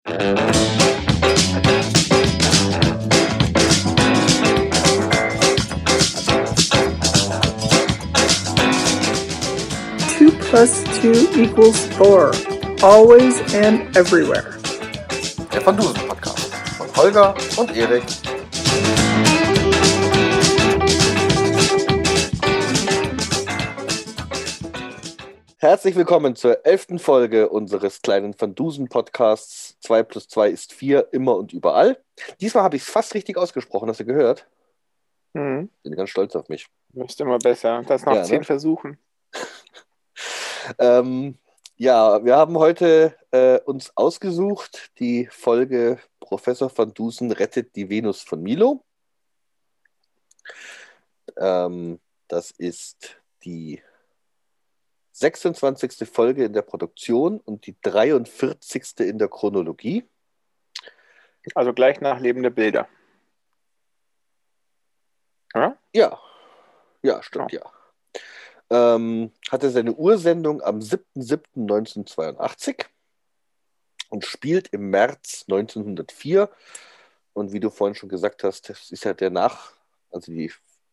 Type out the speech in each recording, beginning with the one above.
Two plus two equals four. Always and everywhere. Der Van Dusen Podcast von Holger und Erik. Herzlich willkommen zur 11. Folge unseres kleinen Van Dusen Podcasts 2 plus 2 ist 4, immer und überall. Diesmal habe ich es fast richtig ausgesprochen, hast du gehört? Bin ganz stolz auf mich. Ist immer besser. Das nach 10 Versuchen. Ja, wir haben heute uns ausgesucht, die Folge Professor Van Dusen rettet die Venus von Milo. Das ist die 26. Folge in der Produktion und die 43. in der Chronologie. Also gleich nach lebende Bilder. Ja? Ja, stimmt, ja. Hatte seine Ursendung am 7.7.1982 und spielt im März 1904. Und wie du vorhin schon gesagt hast, das ist ja die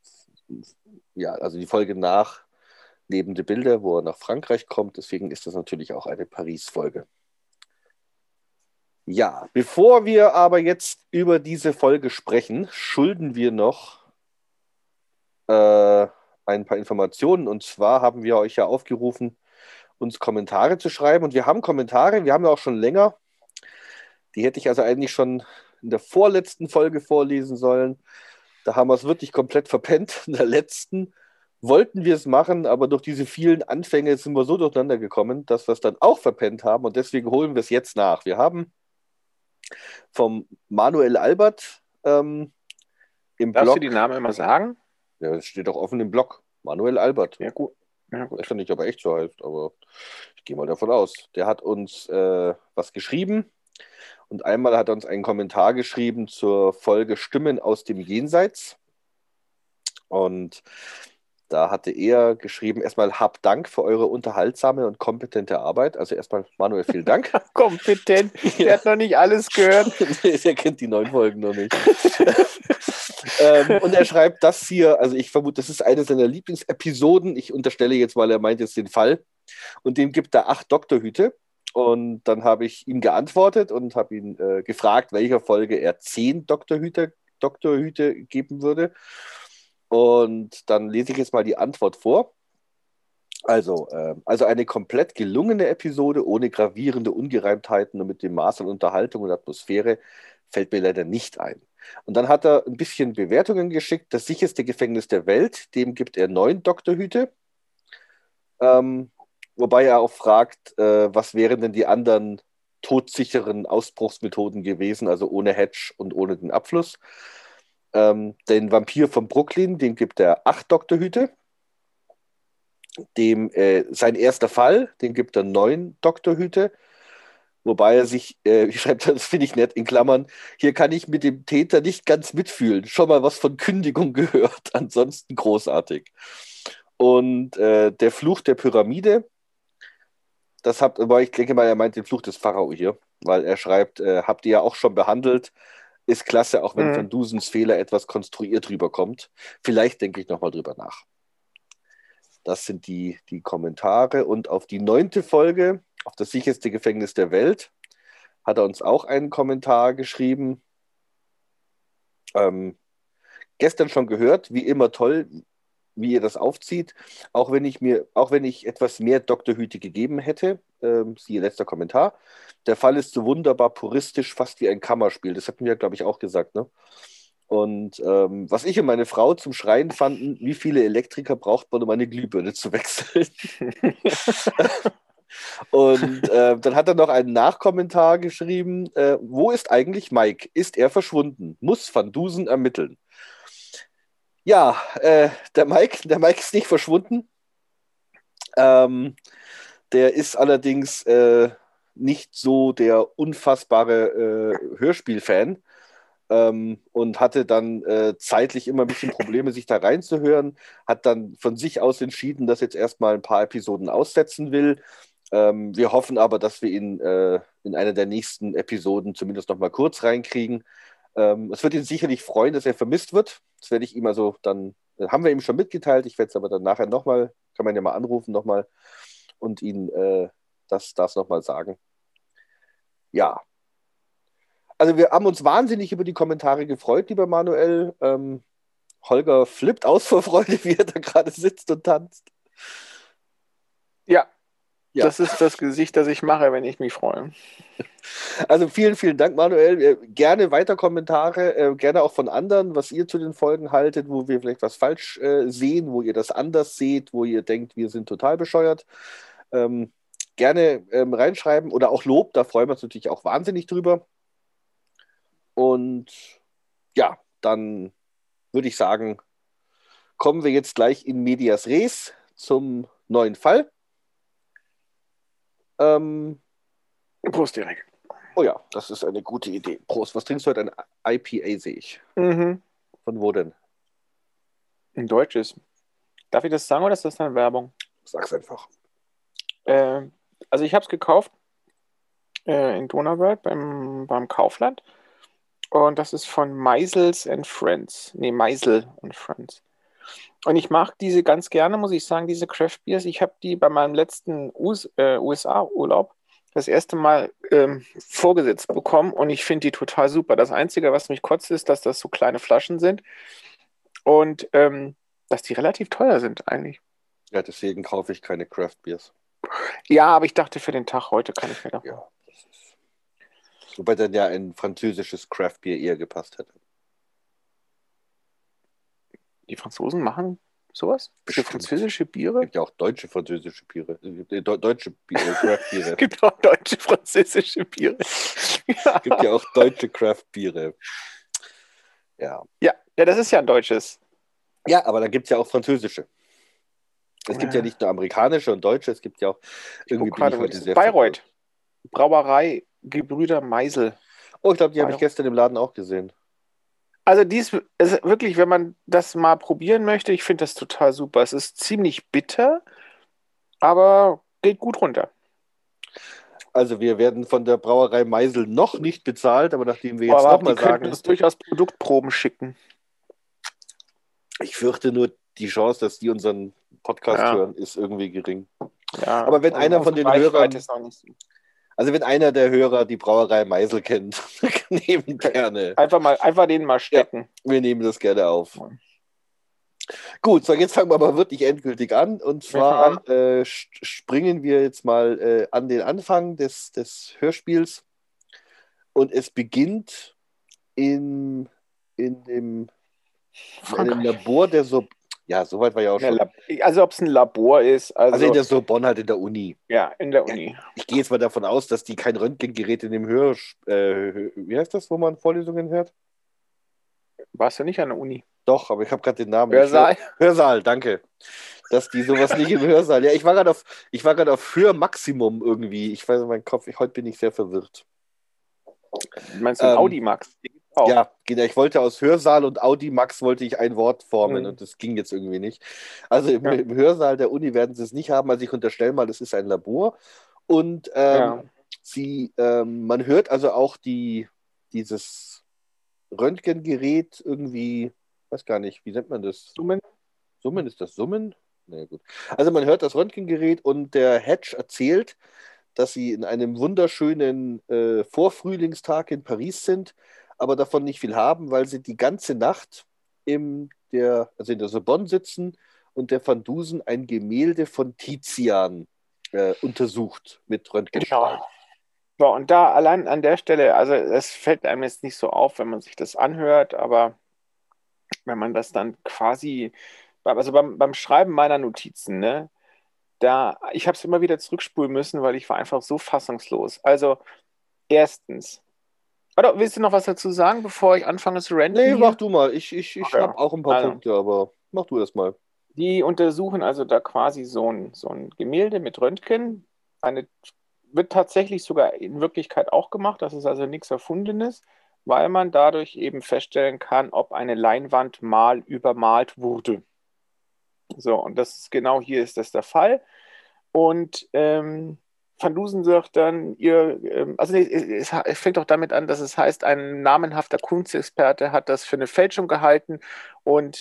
Folge nach Lebende Bilder, wo er nach Frankreich kommt. Deswegen ist das natürlich auch eine Paris-Folge. Ja, bevor wir aber jetzt über diese Folge sprechen, schulden wir noch ein paar Informationen. Und zwar haben wir euch ja aufgerufen, uns Kommentare zu schreiben. Und wir haben Kommentare, wir haben ja auch schon länger. Die hätte ich also eigentlich schon in der vorletzten Folge vorlesen sollen. Da haben wir es wirklich komplett verpennt. In der letzten wollten wir es machen, aber durch diese vielen Anfänge sind wir so durcheinander gekommen, dass wir es dann auch verpennt haben. Und deswegen holen wir es jetzt nach. Wir haben vom Manuel Albert im Blog... Darfst du die Namen immer sagen? Ja, das steht auch offen im Blog. Manuel Albert. Ja, gut. Ja, gut. Ich weiß nicht, ob er echt so heißt, aber ich gehe mal davon aus. Der hat uns was geschrieben und einmal hat er uns einen Kommentar geschrieben zur Folge Stimmen aus dem Jenseits. Und da hatte er geschrieben, erstmal habt Dank für eure unterhaltsame und kompetente Arbeit. Also erstmal, Manuel, vielen Dank. Kompetent? Der hat noch nicht alles gehört. Der kennt die 9 Folgen noch nicht. Und er schreibt das hier, also ich vermute, das ist eine seiner Lieblingsepisoden. Ich unterstelle jetzt mal, er meint jetzt den Fall. Und dem gibt er 8 Doktorhüte. Und dann habe ich ihm geantwortet und habe ihn gefragt, welcher Folge er 10 Doktorhüte geben würde. Und dann lese ich jetzt mal die Antwort vor. Also eine komplett gelungene Episode ohne gravierende Ungereimtheiten und mit dem Maß an Unterhaltung und Atmosphäre fällt mir leider nicht ein. Und dann hat er ein bisschen Bewertungen geschickt. Das sicherste Gefängnis der Welt, dem gibt er 9 Doktorhüte. Wobei er auch fragt, was wären denn die anderen todsicheren Ausbruchsmethoden gewesen, also ohne Hedge und ohne den Abfluss. Den Vampir von Brooklyn, dem gibt er 8 Doktorhüte. Dem sein erster Fall, dem gibt er 9 Doktorhüte. Wobei er sich, schreibt, das finde ich nett, in Klammern, hier kann ich mit dem Täter nicht ganz mitfühlen. Schon mal was von Kündigung gehört, ansonsten großartig. Und der Fluch der Pyramide, aber ich denke mal, er meint den Fluch des Pharao hier, weil er schreibt, habt ihr ja auch schon behandelt, ist klasse, auch wenn Van Dusens Fehler etwas konstruiert rüberkommt. Vielleicht denke ich nochmal drüber nach. Das sind die Kommentare. Und auf die 9. Folge, auf das sicherste Gefängnis der Welt, hat er uns auch einen Kommentar geschrieben. Gestern schon gehört, wie immer toll, wie ihr das aufzieht. Auch wenn ich etwas mehr Doktorhüte gegeben hätte, siehe letzter Kommentar. Der Fall ist so wunderbar puristisch, fast wie ein Kammerspiel. Das hatten wir, glaube ich, auch gesagt, ne? Und was ich und meine Frau zum Schreien fanden, wie viele Elektriker braucht man, um eine Glühbirne zu wechseln? Und dann hat er noch einen Nachkommentar geschrieben, wo ist eigentlich Mike? Ist er verschwunden? Muss Van Dusen ermitteln? Ja, der Mike ist nicht verschwunden. Der ist allerdings nicht so der unfassbare Hörspielfan. Und hatte dann zeitlich immer ein bisschen Probleme, sich da reinzuhören, hat dann von sich aus entschieden, dass jetzt erstmal ein paar Episoden aussetzen will Wir hoffen aber, dass wir ihn in einer der nächsten Episoden zumindest noch mal kurz reinkriegen. Es wird ihn sicherlich freuen, dass er vermisst wird. Das werde ich ihm also dann, haben wir ihm schon mitgeteilt. Ich werde es aber dann nachher nochmal, kann man ja mal anrufen nochmal und ihn das nochmal sagen. Ja. Also wir haben uns wahnsinnig über die Kommentare gefreut, lieber Manuel. Holger flippt aus vor Freude, wie er da gerade sitzt und tanzt. Ja, Ja. das ist das Gesicht, das ich mache, wenn ich mich freue. Also vielen, vielen Dank, Manuel. Gerne weiter Kommentare, gerne auch von anderen, was ihr zu den Folgen haltet, wo wir vielleicht was falsch sehen, wo ihr das anders seht, wo ihr denkt, wir sind total bescheuert. Gerne reinschreiben oder auch Lob, da freuen wir uns natürlich auch wahnsinnig drüber. Und ja, dann würde ich sagen, kommen wir jetzt gleich in medias res zum neuen Fall. Prost, Erik. Oh ja, das ist eine gute Idee. Prost, was trinkst du heute? Ein IPA, sehe ich. Mhm. Von wo denn? Ein deutsches. Darf ich das sagen oder ist das dann Werbung? Sag's einfach. Also ich habe es gekauft in Donauwörth beim Kaufland. Und das ist von Meisels and Friends. Nee, Meisel und Friends. Und ich mag diese ganz gerne, muss ich sagen, diese Craft Beers. Ich habe die bei meinem letzten USA-Urlaub das erste Mal vorgesetzt bekommen und ich finde die total super. Das Einzige, was mich kotzt, ist, dass das so kleine Flaschen sind und dass die relativ teuer sind eigentlich. Ja, deswegen kaufe ich keine Craft Beers. Ja, aber ich dachte, für den Tag heute kann ich mir davon. Ja, das ist. Wobei dann ja ein französisches Craft Beer eher gepasst hätte. Die Franzosen machen sowas? Für Bestimmt. französische Es Biere? gibt ja auch deutsche französische Biere. Deutsche Craft Biere. Es gibt auch deutsche französische Biere. Es gibt ja auch deutsche Craft Biere. Ja. Ja, das ist ja ein deutsches. Ja, aber da gibt es ja auch französische. Es gibt ja Ja. nicht nur amerikanische und deutsche, es gibt ja auch irgendwie Guck gerade, bin ich wo heute das ist. sehr Bayreuth. verwirrt. Brauerei Gebrüder Meisel. Oh, ich glaube, die habe ich Bayreuth. gestern im Laden auch gesehen. Also dies ist wirklich, wenn man das mal probieren möchte, ich finde das total super. Es ist ziemlich bitter, aber geht gut runter. Also wir werden von der Brauerei Meisel noch nicht bezahlt, aber nachdem wir jetzt Aber nochmal die könnten sagen, uns durchaus Produktproben schicken. ich fürchte nur, die Chance, dass die unseren Podcast Ja. hören, ist irgendwie gering. Ja, Aber wenn einer von den Hörern, ist auch nicht so. also wenn einer der Hörer die Brauerei Meisel kennt, nehmen gerne. Einfach den mal stecken. Wir nehmen das gerne auf. Gut, so jetzt fangen wir aber wirklich endgültig an. Und zwar springen wir jetzt mal an den Anfang des Hörspiels. Und es beginnt in einem Labor der ja, soweit war ja auch schon. Also ob es ein Labor ist. Also in der Sorbonne, halt in der Uni. Ja, in der Uni. Ich gehe jetzt mal davon aus, dass die kein Röntgengerät in dem wie heißt das, wo man Vorlesungen hört? Warst du nicht an der Uni? Doch, aber ich habe gerade den Namen. Hörsaal. Hörsaal, danke. Dass die sowas nicht im Hörsaal. Ja, ich war gerade auf Hörmaximum irgendwie. Ich weiß, mein Kopf, heute bin ich sehr verwirrt. Meinst du Audimax? Auch. Ja, genau. Ich wollte aus Hörsaal und Audimax wollte ich ein Wort formen und das ging jetzt irgendwie nicht. Also im Hörsaal der Uni werden sie es nicht haben. Also ich unterstelle mal, das ist ein Labor. Und man hört also auch dieses Röntgengerät irgendwie, weiß gar nicht, wie nennt man das? Summen? Summen, ist das Summen? Na gut. Also man hört das Röntgengerät und der Hedge erzählt, dass sie in einem wunderschönen Vorfrühlingstag in Paris sind, aber davon nicht viel haben, weil sie die ganze Nacht in der Sorbonne sitzen und der Van Dusen ein Gemälde von Tizian untersucht mit Röntgenstrahlen. Ja, und da allein an der Stelle, also es fällt einem jetzt nicht so auf, wenn man sich das anhört, aber wenn man das dann quasi, also beim Schreiben meiner Notizen, ne, ich habe es immer wieder zurückspulen müssen, weil ich war einfach so fassungslos. Also erstens, oder willst du noch was dazu sagen, bevor ich anfange zu ranten? Nee, mach du mal. Ich habe auch ein paar Punkte, aber mach du das mal. Die untersuchen also da quasi so ein Gemälde mit Röntgen. Wird tatsächlich sogar in Wirklichkeit auch gemacht. Das ist also nichts Erfundenes, weil man dadurch eben feststellen kann, ob eine Leinwand mal übermalt wurde. So, und das ist genau hier ist das der Fall. Und Van Dusen sagt dann, es fängt doch damit an, dass es heißt, ein namenhafter Kunstexperte hat das für eine Fälschung gehalten und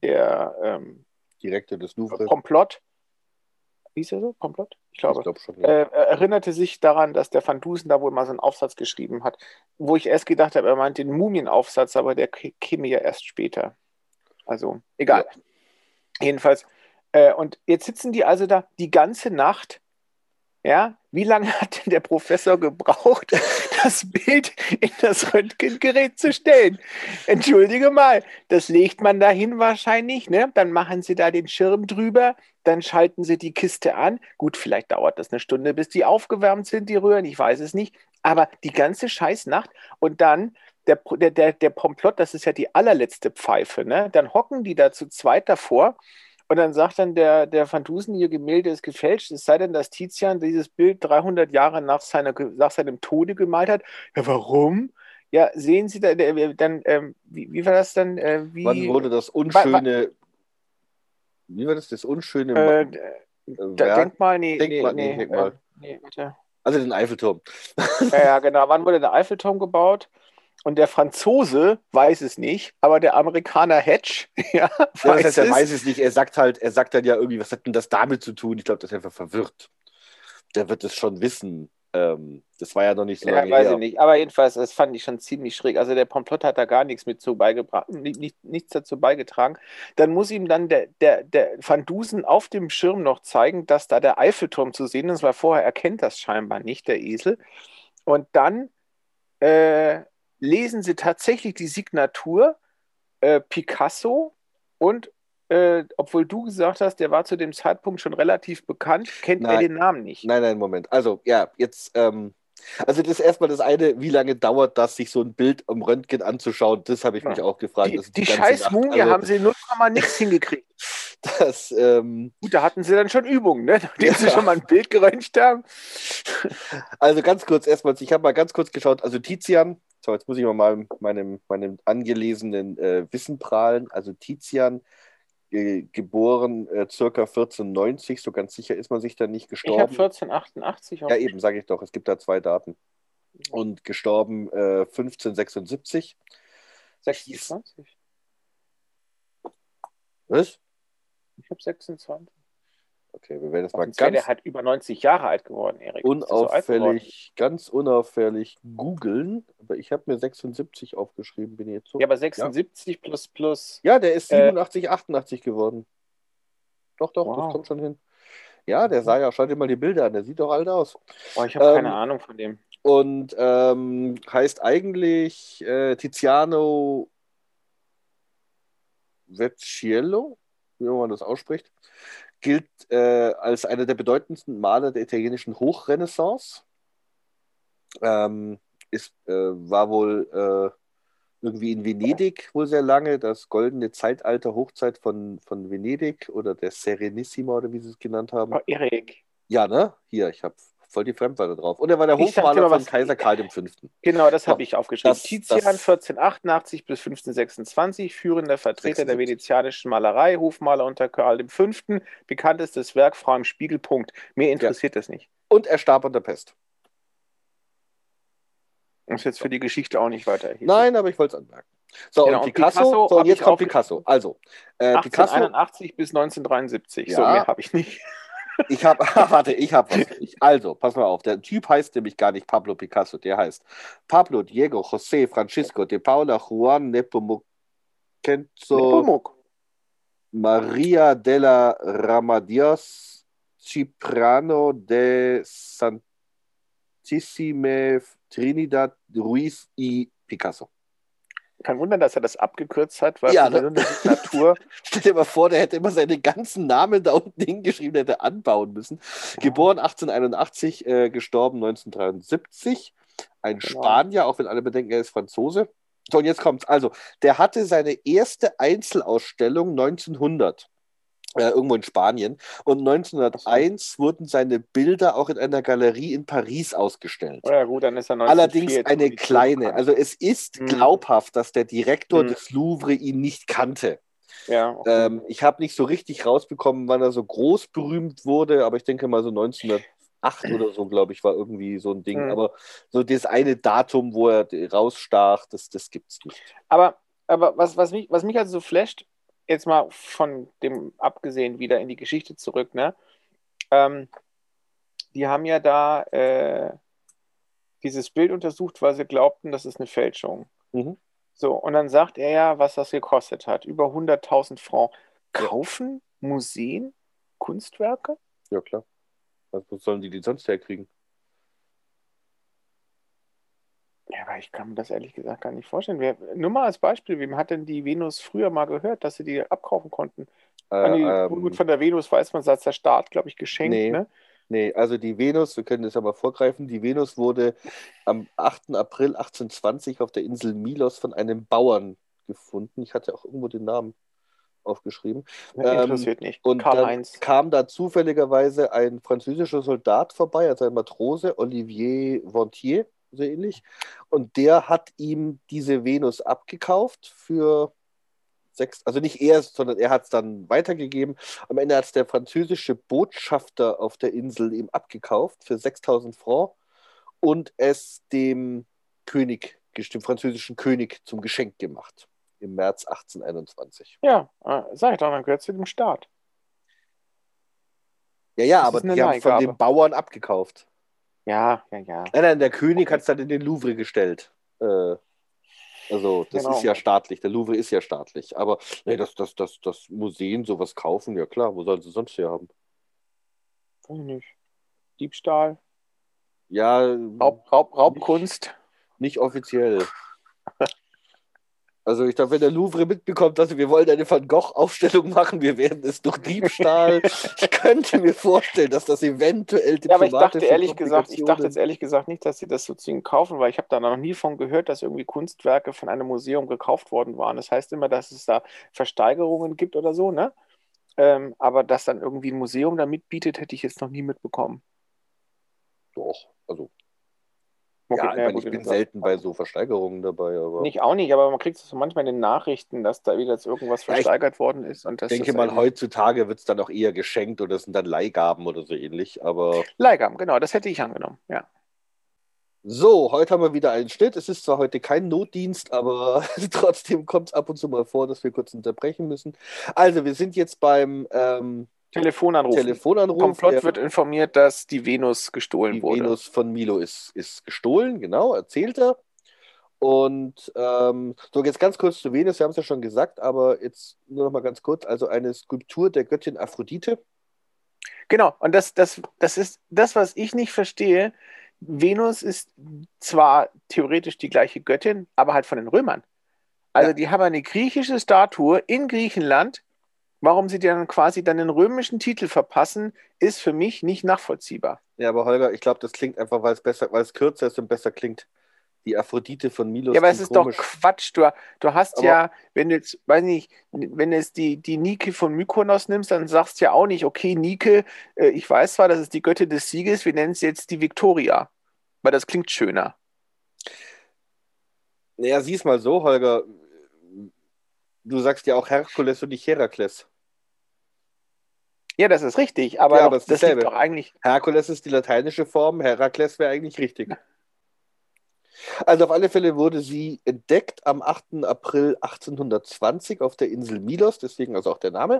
der Direktor des Louvre. Pomplot, wie ist er so? Pomplot? Ich glaube. Schon, ja. Erinnerte sich daran, dass der Van Dusen da wohl mal so einen Aufsatz geschrieben hat, wo ich erst gedacht habe, er meint den Mumienaufsatz, aber der käme ja erst später. Also, egal. Ja. Jedenfalls. Und jetzt sitzen die also da die ganze Nacht. Ja, wie lange hat denn der Professor gebraucht, das Bild in das Röntgengerät zu stellen? Entschuldige mal, das legt man dahin wahrscheinlich, ne? Dann machen sie da den Schirm drüber, dann schalten sie die Kiste an. Gut, vielleicht dauert das eine Stunde, bis die aufgewärmt sind, die Röhren, ich weiß es nicht. Aber die ganze Scheißnacht und dann der Pomplot, das ist ja die allerletzte Pfeife, ne? Dann hocken die da zu zweit davor. Und dann sagt dann der Van Dusen, ihr Gemälde ist gefälscht, es sei denn, dass Tizian dieses Bild 300 Jahre nach seinem Tode gemalt hat. Ja, warum? Ja, sehen Sie da, dann, wie war das dann? Wann wurde das unschöne, wie war das unschöne Denkmal? Denkmal. Bitte. Also den Eiffelturm. Ja, genau. Wann wurde der Eiffelturm gebaut? Und der Franzose weiß es nicht, aber der Amerikaner Hedge, ja, weiß es nicht. Er sagt dann ja irgendwie, was hat denn das damit zu tun? Ich glaube, das ist einfach verwirrt. Der wird es schon wissen. Das war ja noch nicht so lange weiß her. Ich nicht. Aber jedenfalls, das fand ich schon ziemlich schräg. Also der Pomplot hat da gar nichts mit nichts dazu beigetragen. Dann muss ihm dann der Van Dusen auf dem Schirm noch zeigen, dass da der Eiffelturm zu sehen ist, weil vorher erkennt das scheinbar nicht, der Esel. Und dann lesen sie tatsächlich die Signatur Picasso und obwohl du gesagt hast, der war zu dem Zeitpunkt schon relativ bekannt, kennt er den Namen nicht. Nein, Moment. Also, ja, jetzt, also das ist erstmal das eine, wie lange dauert das, sich so ein Bild am Röntgen anzuschauen? Das habe ich mich auch gefragt. Die scheiß Mumie haben sie 0,0 nichts hingekriegt. Gut, da hatten sie dann schon Übungen, ne? Nachdem sie schon mal ein Bild geröntgt haben. Also ganz kurz erstmal, ich habe mal ganz kurz geschaut, also Tizian, so jetzt muss ich mal meinem angelesenen Wissen prahlen, also Tizian, geboren circa 1490, so ganz sicher ist man sich da nicht, gestorben. Ich habe 1488. Ja, eben, sage ich doch, es gibt da 2 Daten. Und gestorben 1576. 26? Was? Ich habe 26. Okay, wir werden das mal der hat über 90 Jahre alt geworden, Erik. Unauffällig, ganz unauffällig googeln. Aber ich habe mir 76 aufgeschrieben, bin ich jetzt so. Ja, aber 76 plus. Ja, der ist 87, 88 geworden. Doch, wow. Das kommt schon hin. Ja, der sah ja, schau dir mal die Bilder an, der sieht doch alt aus. Oh, ich habe keine Ahnung von dem. Und heißt eigentlich Tiziano Vecchiello, wie man das ausspricht. Gilt als einer der bedeutendsten Maler der italienischen Hochrenaissance. War wohl irgendwie in Venedig wohl sehr lange, das goldene Zeitalter, Hochzeit von Venedig oder der Serenissima oder wie sie es genannt haben. Oh, Erik. Ja, ne? Hier, ich habe voll die Fremdwörter drauf. Und er war der Hofmaler von Kaiser Karl V. Genau, das habe ich aufgeschrieben. Tizian 1488 bis 1526, führender Vertreter der venezianischen Malerei, Hofmaler unter Karl V. Bekanntestes Werk, Frau im Spiegelpunkt. Mir interessiert das nicht. Und er starb an der Pest. Das ist jetzt für die Geschichte auch nicht weiter. Nein, aber ich wollte es anmerken. So, genau, und Picasso, so, jetzt kommt Picasso. Also, 1881 bis 1973. Ja. So, mehr habe ich nicht. Ich habe was. Also, pass mal auf. Der Typ heißt nämlich gar nicht Pablo Picasso. Der heißt Pablo Diego José Francisco de Paula Juan Nepomuceno María de la Ramadios Cipriano de Santissime Trinidad Ruiz y Picasso. Kein Wunder, dass er das abgekürzt hat, weil ja, eine Signatur. Stell dir mal vor, der hätte immer seine ganzen Namen da unten hingeschrieben, der hätte anbauen müssen. Ja. Geboren 1881, gestorben 1973. Ein Spanier, auch wenn alle bedenken, er ist Franzose. So, und jetzt kommt's. Also, der hatte seine erste Einzelausstellung 1900. Irgendwo in Spanien. Und 1901 wurden seine Bilder auch in einer Galerie in Paris ausgestellt. Ja, gut, dann ist er 1904. Allerdings eine kleine. Also es ist glaubhaft, dass der Direktor des Louvre ihn nicht kannte. Ja, okay. Ich habe nicht so richtig rausbekommen, wann er so groß berühmt wurde, aber ich denke mal so 1908, 2008 oder so, glaube ich, war irgendwie so ein Ding. Mhm. Aber so das eine Datum, wo er rausstach, das gibt es nicht. Aber was mich also so flasht, jetzt mal von dem abgesehen wieder in die Geschichte zurück, ne? Ähm, Die haben ja da dieses Bild untersucht, weil sie glaubten, das ist eine Fälschung. Mhm. So, und dann sagt er ja, was das gekostet hat. Über 100.000 Francs. Ja. Kaufen Museen Kunstwerke? Ja, klar. Wo sollen die sonst herkriegen? Ja, aber ich kann mir das ehrlich gesagt gar nicht vorstellen. Nur mal als Beispiel, wem hat denn die Venus früher mal gehört, dass sie die abkaufen konnten? Ah, nee, gut, von der Venus weiß man, seit der Staat, glaube ich, geschenkt, nee, ne? nee, also die Venus, wir können das ja mal vorgreifen, die Venus wurde am 8. April 1820 auf der Insel Milos von einem Bauern gefunden. Ich hatte auch irgendwo den Namen aufgeschrieben. Interessiert nicht. Und dann Karl-Heinz. kam da zufälligerweise ein französischer Soldat vorbei, also ein Matrose, Olivier Vontier, so ähnlich. Und der hat ihm diese Venus abgekauft für also nicht er, sondern er hat es dann weitergegeben. Am Ende hat es der französische Botschafter auf der Insel ihm abgekauft für 6.000 Francs und es dem König, dem französischen König zum Geschenk gemacht im März 1821. Ja, sag ich doch, dann gehört zu dem Staat. Ja, Das aber ist eine die haben es von Leihgabe. den Bauern abgekauft. Ja. Nein, der König hat es dann in den Louvre gestellt. Also, das ist Genau. ja staatlich, der Louvre ist ja staatlich. Aber nee, das Museen sowas kaufen, ja klar, wo sollen sie sonst her haben? Weiß ich nicht. Diebstahl, Ja, Raubkunst. nicht offiziell. Also ich glaube, wenn der Louvre mitbekommt, dass wir wollen eine Van Gogh-Aufstellung machen, wir werden es durch Diebstahl. Ich könnte mir vorstellen, dass das eventuell Ja, aber ich dachte diplomatische ehrlich gesagt, ich dachte jetzt Komplikationen. ehrlich gesagt nicht, dass sie das sozusagen kaufen, weil ich habe da noch nie von gehört, dass irgendwie Kunstwerke von einem Museum gekauft worden waren. Das heißt immer, dass es da Versteigerungen gibt oder so, ne? Aber dass dann irgendwie ein Museum da mitbietet, hätte ich jetzt noch nie mitbekommen. Doch, also Okay, ja, ich naja, meine, gut, ich wenn du bin sagst. selten bei so Versteigerungen dabei, aber Nicht auch nicht, aber man kriegt es so manchmal in den Nachrichten, dass da wieder jetzt irgendwas ja, ich versteigert worden ist und dass denke das mal, eben heutzutage wird es dann auch eher geschenkt oder es sind dann Leihgaben oder so ähnlich. Aber Leihgaben, genau, das hätte ich angenommen, ja. so, heute haben wir wieder einen Schnitt. Es ist zwar heute kein Notdienst, aber trotzdem kommt es ab und zu mal vor, dass wir kurz unterbrechen müssen. Also, wir sind jetzt beim Telefonanruf. Telefonanruf. Komplott wird informiert, dass die Venus gestohlen Die wurde. Venus von Milo ist gestohlen, genau, erzählt er. Und so, jetzt ganz kurz zu Venus, wir haben es ja schon gesagt, aber jetzt nur noch mal ganz kurz. Also eine Skulptur der Göttin Aphrodite. Genau, und das ist das, was ich nicht verstehe. Venus ist zwar theoretisch die gleiche Göttin, aber halt von den Römern. Also Ja. die haben eine griechische Statue in Griechenland. Warum sie dir dann quasi dann den römischen Titel verpassen, ist für mich nicht nachvollziehbar. Ja, aber Holger, ich glaube, das klingt einfach, weil es kürzer ist und besser klingt. Die Aphrodite von Milos Ja, aber es klingt ist doch komisch. Quatsch. Du hast Aber ja, wenn du jetzt, weiß nicht, wenn du jetzt die Nike von Mykonos nimmst, dann sagst du ja auch nicht, okay, Nike, ich weiß zwar, das ist die Göttin des Sieges, wir nennen sie jetzt die Victoria, weil das klingt schöner. naja, sieh's mal so, Holger. Du sagst ja auch Herkules und nicht Herakles. Ja, das ist richtig, aber Ja, doch, aber es ist das liegt dasselbe. doch eigentlich. Herkules ist die lateinische Form, Herakles wäre eigentlich richtig. Also auf alle Fälle wurde sie entdeckt am 8. April 1820 auf der Insel Milos, deswegen also auch der Name,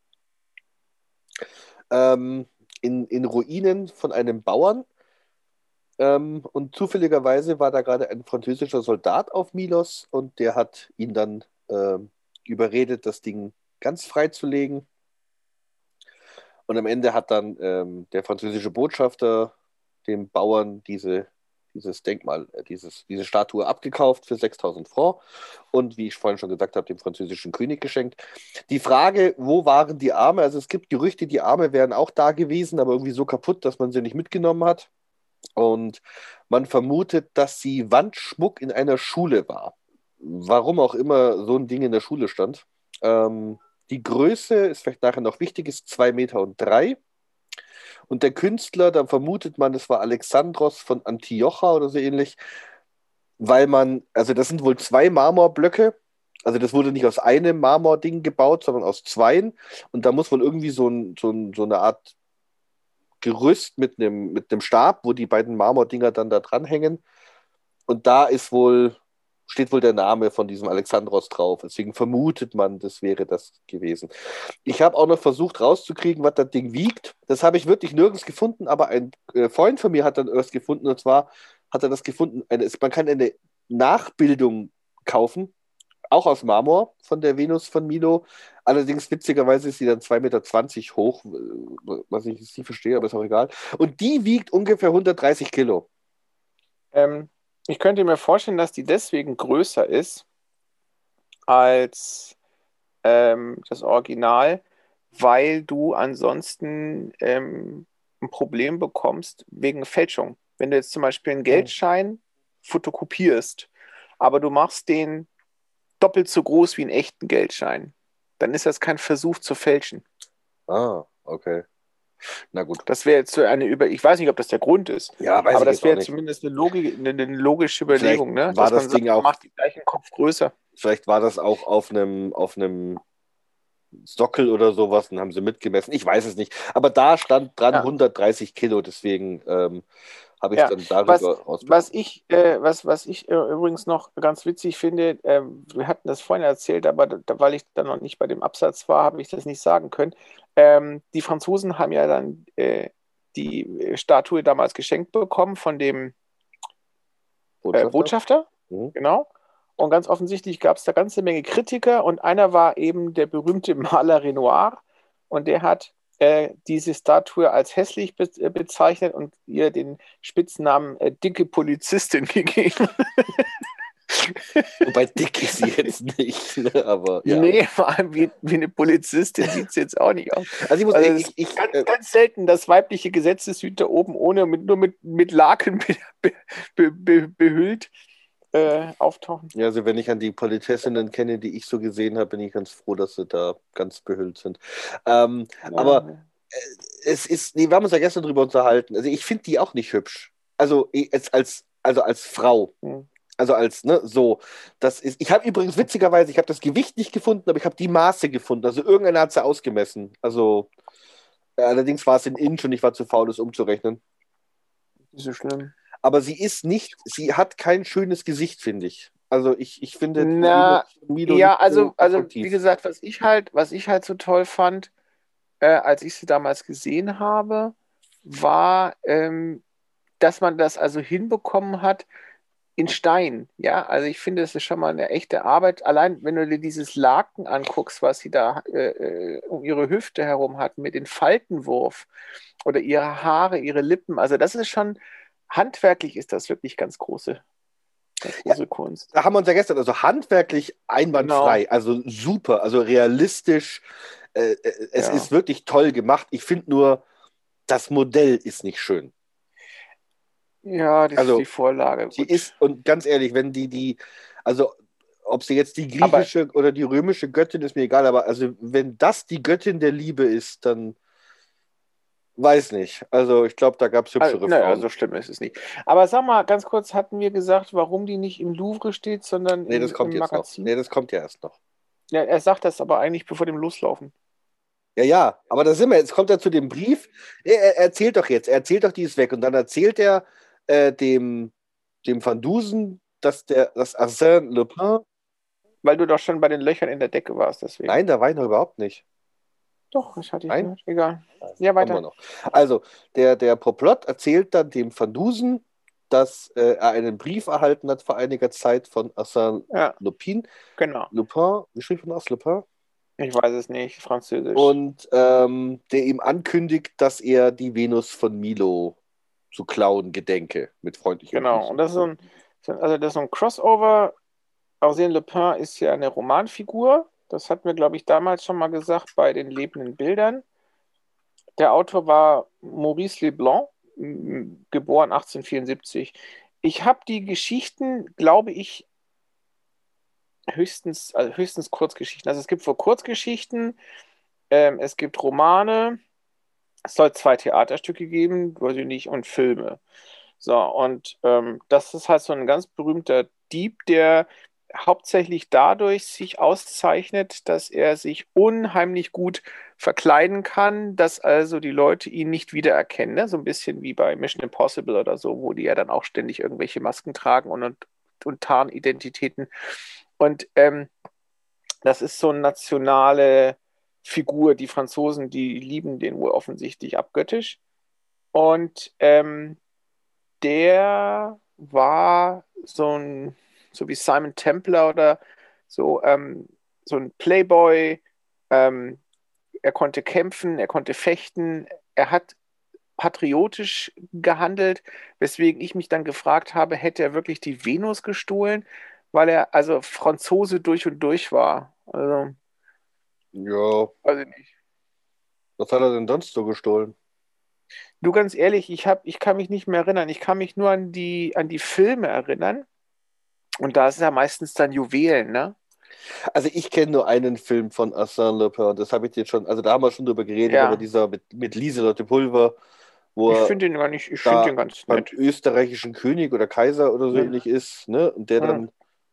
in Ruinen von einem Bauern. Und zufälligerweise war da gerade ein französischer Soldat auf Milos und der hat ihn dann überredet, das Ding ganz freizulegen. Und am Ende hat dann der französische Botschafter dem Bauern dieses Denkmal, diese Statue abgekauft für 6.000 Francs und wie ich vorhin schon gesagt habe, dem französischen König geschenkt. Die Frage, wo waren die Arme? Also es gibt Gerüchte, die Arme wären auch da gewesen, aber irgendwie so kaputt, dass man sie nicht mitgenommen hat. Und man vermutet, dass sie Wandschmuck in einer Schule war. Warum auch immer so ein Ding in der Schule stand. Die Größe ist vielleicht nachher noch wichtig, ist 2,3 Meter. Und der Künstler, da vermutet man, es war Alexandros von Antiocha oder so ähnlich, weil also das sind wohl zwei Marmorblöcke. Also das wurde nicht aus einem Marmording gebaut, sondern aus zweien. Und da muss wohl irgendwie so eine Art Gerüst mit einem Stab, wo die beiden Marmordinger dann da dranhängen. Und da steht wohl der Name von diesem Alexandros drauf. Deswegen vermutet man, das wäre das gewesen. Ich habe auch noch versucht rauszukriegen, was das Ding wiegt. Das habe ich wirklich nirgends gefunden, aber ein Freund von mir hat dann was gefunden. Und zwar hat er das gefunden, man kann eine Nachbildung kaufen, auch aus Marmor von der Venus von Milo. Allerdings witzigerweise ist sie dann 2,20 Meter hoch, was ich jetzt nicht verstehe, aber ist auch egal. Und die wiegt ungefähr 130 Kilo. Ich könnte mir vorstellen, dass die deswegen größer ist als das Original, weil du ansonsten ein Problem bekommst wegen Fälschung. Wenn du jetzt zum Beispiel einen Geldschein fotokopierst, aber du machst den doppelt so groß wie einen echten Geldschein, dann ist das kein Versuch zu fälschen. Ah, okay. Na gut. Das wäre jetzt so ich weiß nicht, ob das der Grund ist, Ja, weiß aber ich das jetzt wäre auch nicht. zumindest eine logische Überlegung, ne? war Dass das man Ding sagt, man auch- macht den gleichen Kopf größer. Vielleicht war das auch auf einem Sockel oder sowas und haben sie mitgemessen. Ich weiß es nicht. Aber da stand dran Ja. 130 Kilo, deswegen habe ich Ja, dann darüber rausbekommen. Was ich übrigens noch ganz witzig finde, wir hatten das vorhin erzählt, aber weil ich dann noch nicht bei dem Absatz war, habe ich das nicht sagen können. Die Franzosen haben ja dann die Statue damals geschenkt bekommen von dem Botschafter. Mhm. Genau. Und ganz offensichtlich gab es da ganze Menge Kritiker und einer war eben der berühmte Maler Renoir und der hat diese Statue als hässlich bezeichnet und ihr den Spitznamen dicke Polizistin gegeben. Wobei dick ist sie jetzt nicht, ne? Aber ja. Nee, vor allem wie eine Polizistin sieht sie jetzt auch nicht aus. Also ich muss Also ganz selten, dass weibliche Gesetzeshüter oben ohne, nur mit Laken behüllt auftauchen. Ja, also wenn ich an die Politessinnen kenne, die ich so gesehen habe, bin ich ganz froh, dass sie da ganz behüllt sind. Aber wir haben uns ja gestern drüber unterhalten. Also ich finde die auch nicht hübsch. Also als Frau. Also so. Ich habe übrigens witzigerweise, ich habe das Gewicht nicht gefunden, aber ich habe die Maße gefunden. Also irgendeiner hat sie ausgemessen. Also allerdings war es in Inch und ich war zu faul, das umzurechnen. Nicht so schlimm. Aber sie hat kein schönes Gesicht, finde ich. Also ich finde Milo ja, also wie gesagt, was ich halt so toll fand, als ich sie damals gesehen habe, war, dass man das also hinbekommen hat in Stein. Ja, also ich finde, das ist schon mal eine echte Arbeit. Allein, wenn du dir dieses Laken anguckst, was sie da um ihre Hüfte herum hat, mit dem Faltenwurf oder ihre Haare, ihre Lippen, also das ist schon, handwerklich ist das wirklich ganz große Kunst. Da haben wir uns ja gestern, also handwerklich einwandfrei, genau. Also super, also realistisch. Es ist wirklich toll gemacht. Ich finde nur, das Modell ist nicht schön. Ja, das ist die Vorlage. Sie ist, und ganz ehrlich, wenn also ob sie jetzt die griechische oder die römische Göttin, ist mir egal, aber also wenn das die Göttin der Liebe ist, dann weiß nicht. Also ich glaube, da gab es hübschere Frauen. Naja, so schlimm ist es nicht. Aber sag mal, ganz kurz, hatten wir gesagt, warum die nicht im Louvre steht, sondern im Magazin? Nee, das kommt ja erst noch. Ja, er sagt das aber eigentlich bevor dem Loslaufen. Ja, aber da sind wir, jetzt kommt er zu dem Brief. Er erzählt doch, die ist weg. Und dann erzählt er dem Van Dusen, dass Arsène Lupin... Weil du doch schon bei den Löchern in der Decke warst, deswegen. Nein, da war ich noch überhaupt nicht. Doch, ich hatte ihn. Egal. Ja, weiter. Noch. Also, der Poplot erzählt dann dem Van Dusen, dass er einen Brief erhalten hat vor einiger Zeit von Arsène Lupin. Genau. Lupin, wie schrieb man aus Lupin? Ich weiß es nicht, Französisch. Und der ihm ankündigt, dass er die Venus von Milo zu klauen gedenke, mit freundlichen Genau, Grüßen. Und das ist so ein Crossover. Arsène Lupin ist ja eine Romanfigur. Das hatten wir, glaube ich, damals schon mal gesagt bei den lebenden Bildern. Der Autor war Maurice Leblanc, geboren 1874. Ich habe die Geschichten, glaube ich, höchstens Kurzgeschichten. Also es gibt wohl Kurzgeschichten, es gibt Romane, es soll 2 Theaterstücke geben, weiß ich nicht, und Filme. So, und das ist halt so ein ganz berühmter Dieb, der hauptsächlich dadurch sich auszeichnet, dass er sich unheimlich gut verkleiden kann, dass also die Leute ihn nicht wiedererkennen. Ne? So ein bisschen wie bei Mission Impossible oder so, wo die ja dann auch ständig irgendwelche Masken tragen und Tarnidentitäten. Und das ist so eine nationale Figur. Die Franzosen, die lieben den wohl offensichtlich abgöttisch. Und der war so wie Simon Templar oder so, so ein Playboy. Ähm, Er konnte kämpfen, er konnte fechten, er hat patriotisch gehandelt, weswegen ich mich dann gefragt habe, hätte er wirklich die Venus gestohlen, weil er also Franzose durch und durch war. Also, Ja, weiß ich nicht. was hat er denn sonst so gestohlen? Du, ganz ehrlich, ich kann mich nicht mehr erinnern. Ich kann mich nur an die Filme erinnern. Und da ist es ja meistens dann Juwelen, ne? Also ich kenne nur einen Film von Arsène Lupin und das habe ich dir schon, also da haben wir schon drüber geredet, aber Ja, dieser mit Lieselotte Pulver, wo er ich finde da den ganz beim nett. österreichischen König oder Kaiser oder so Hm, ähnlich ist, ne? Und der hm. dann,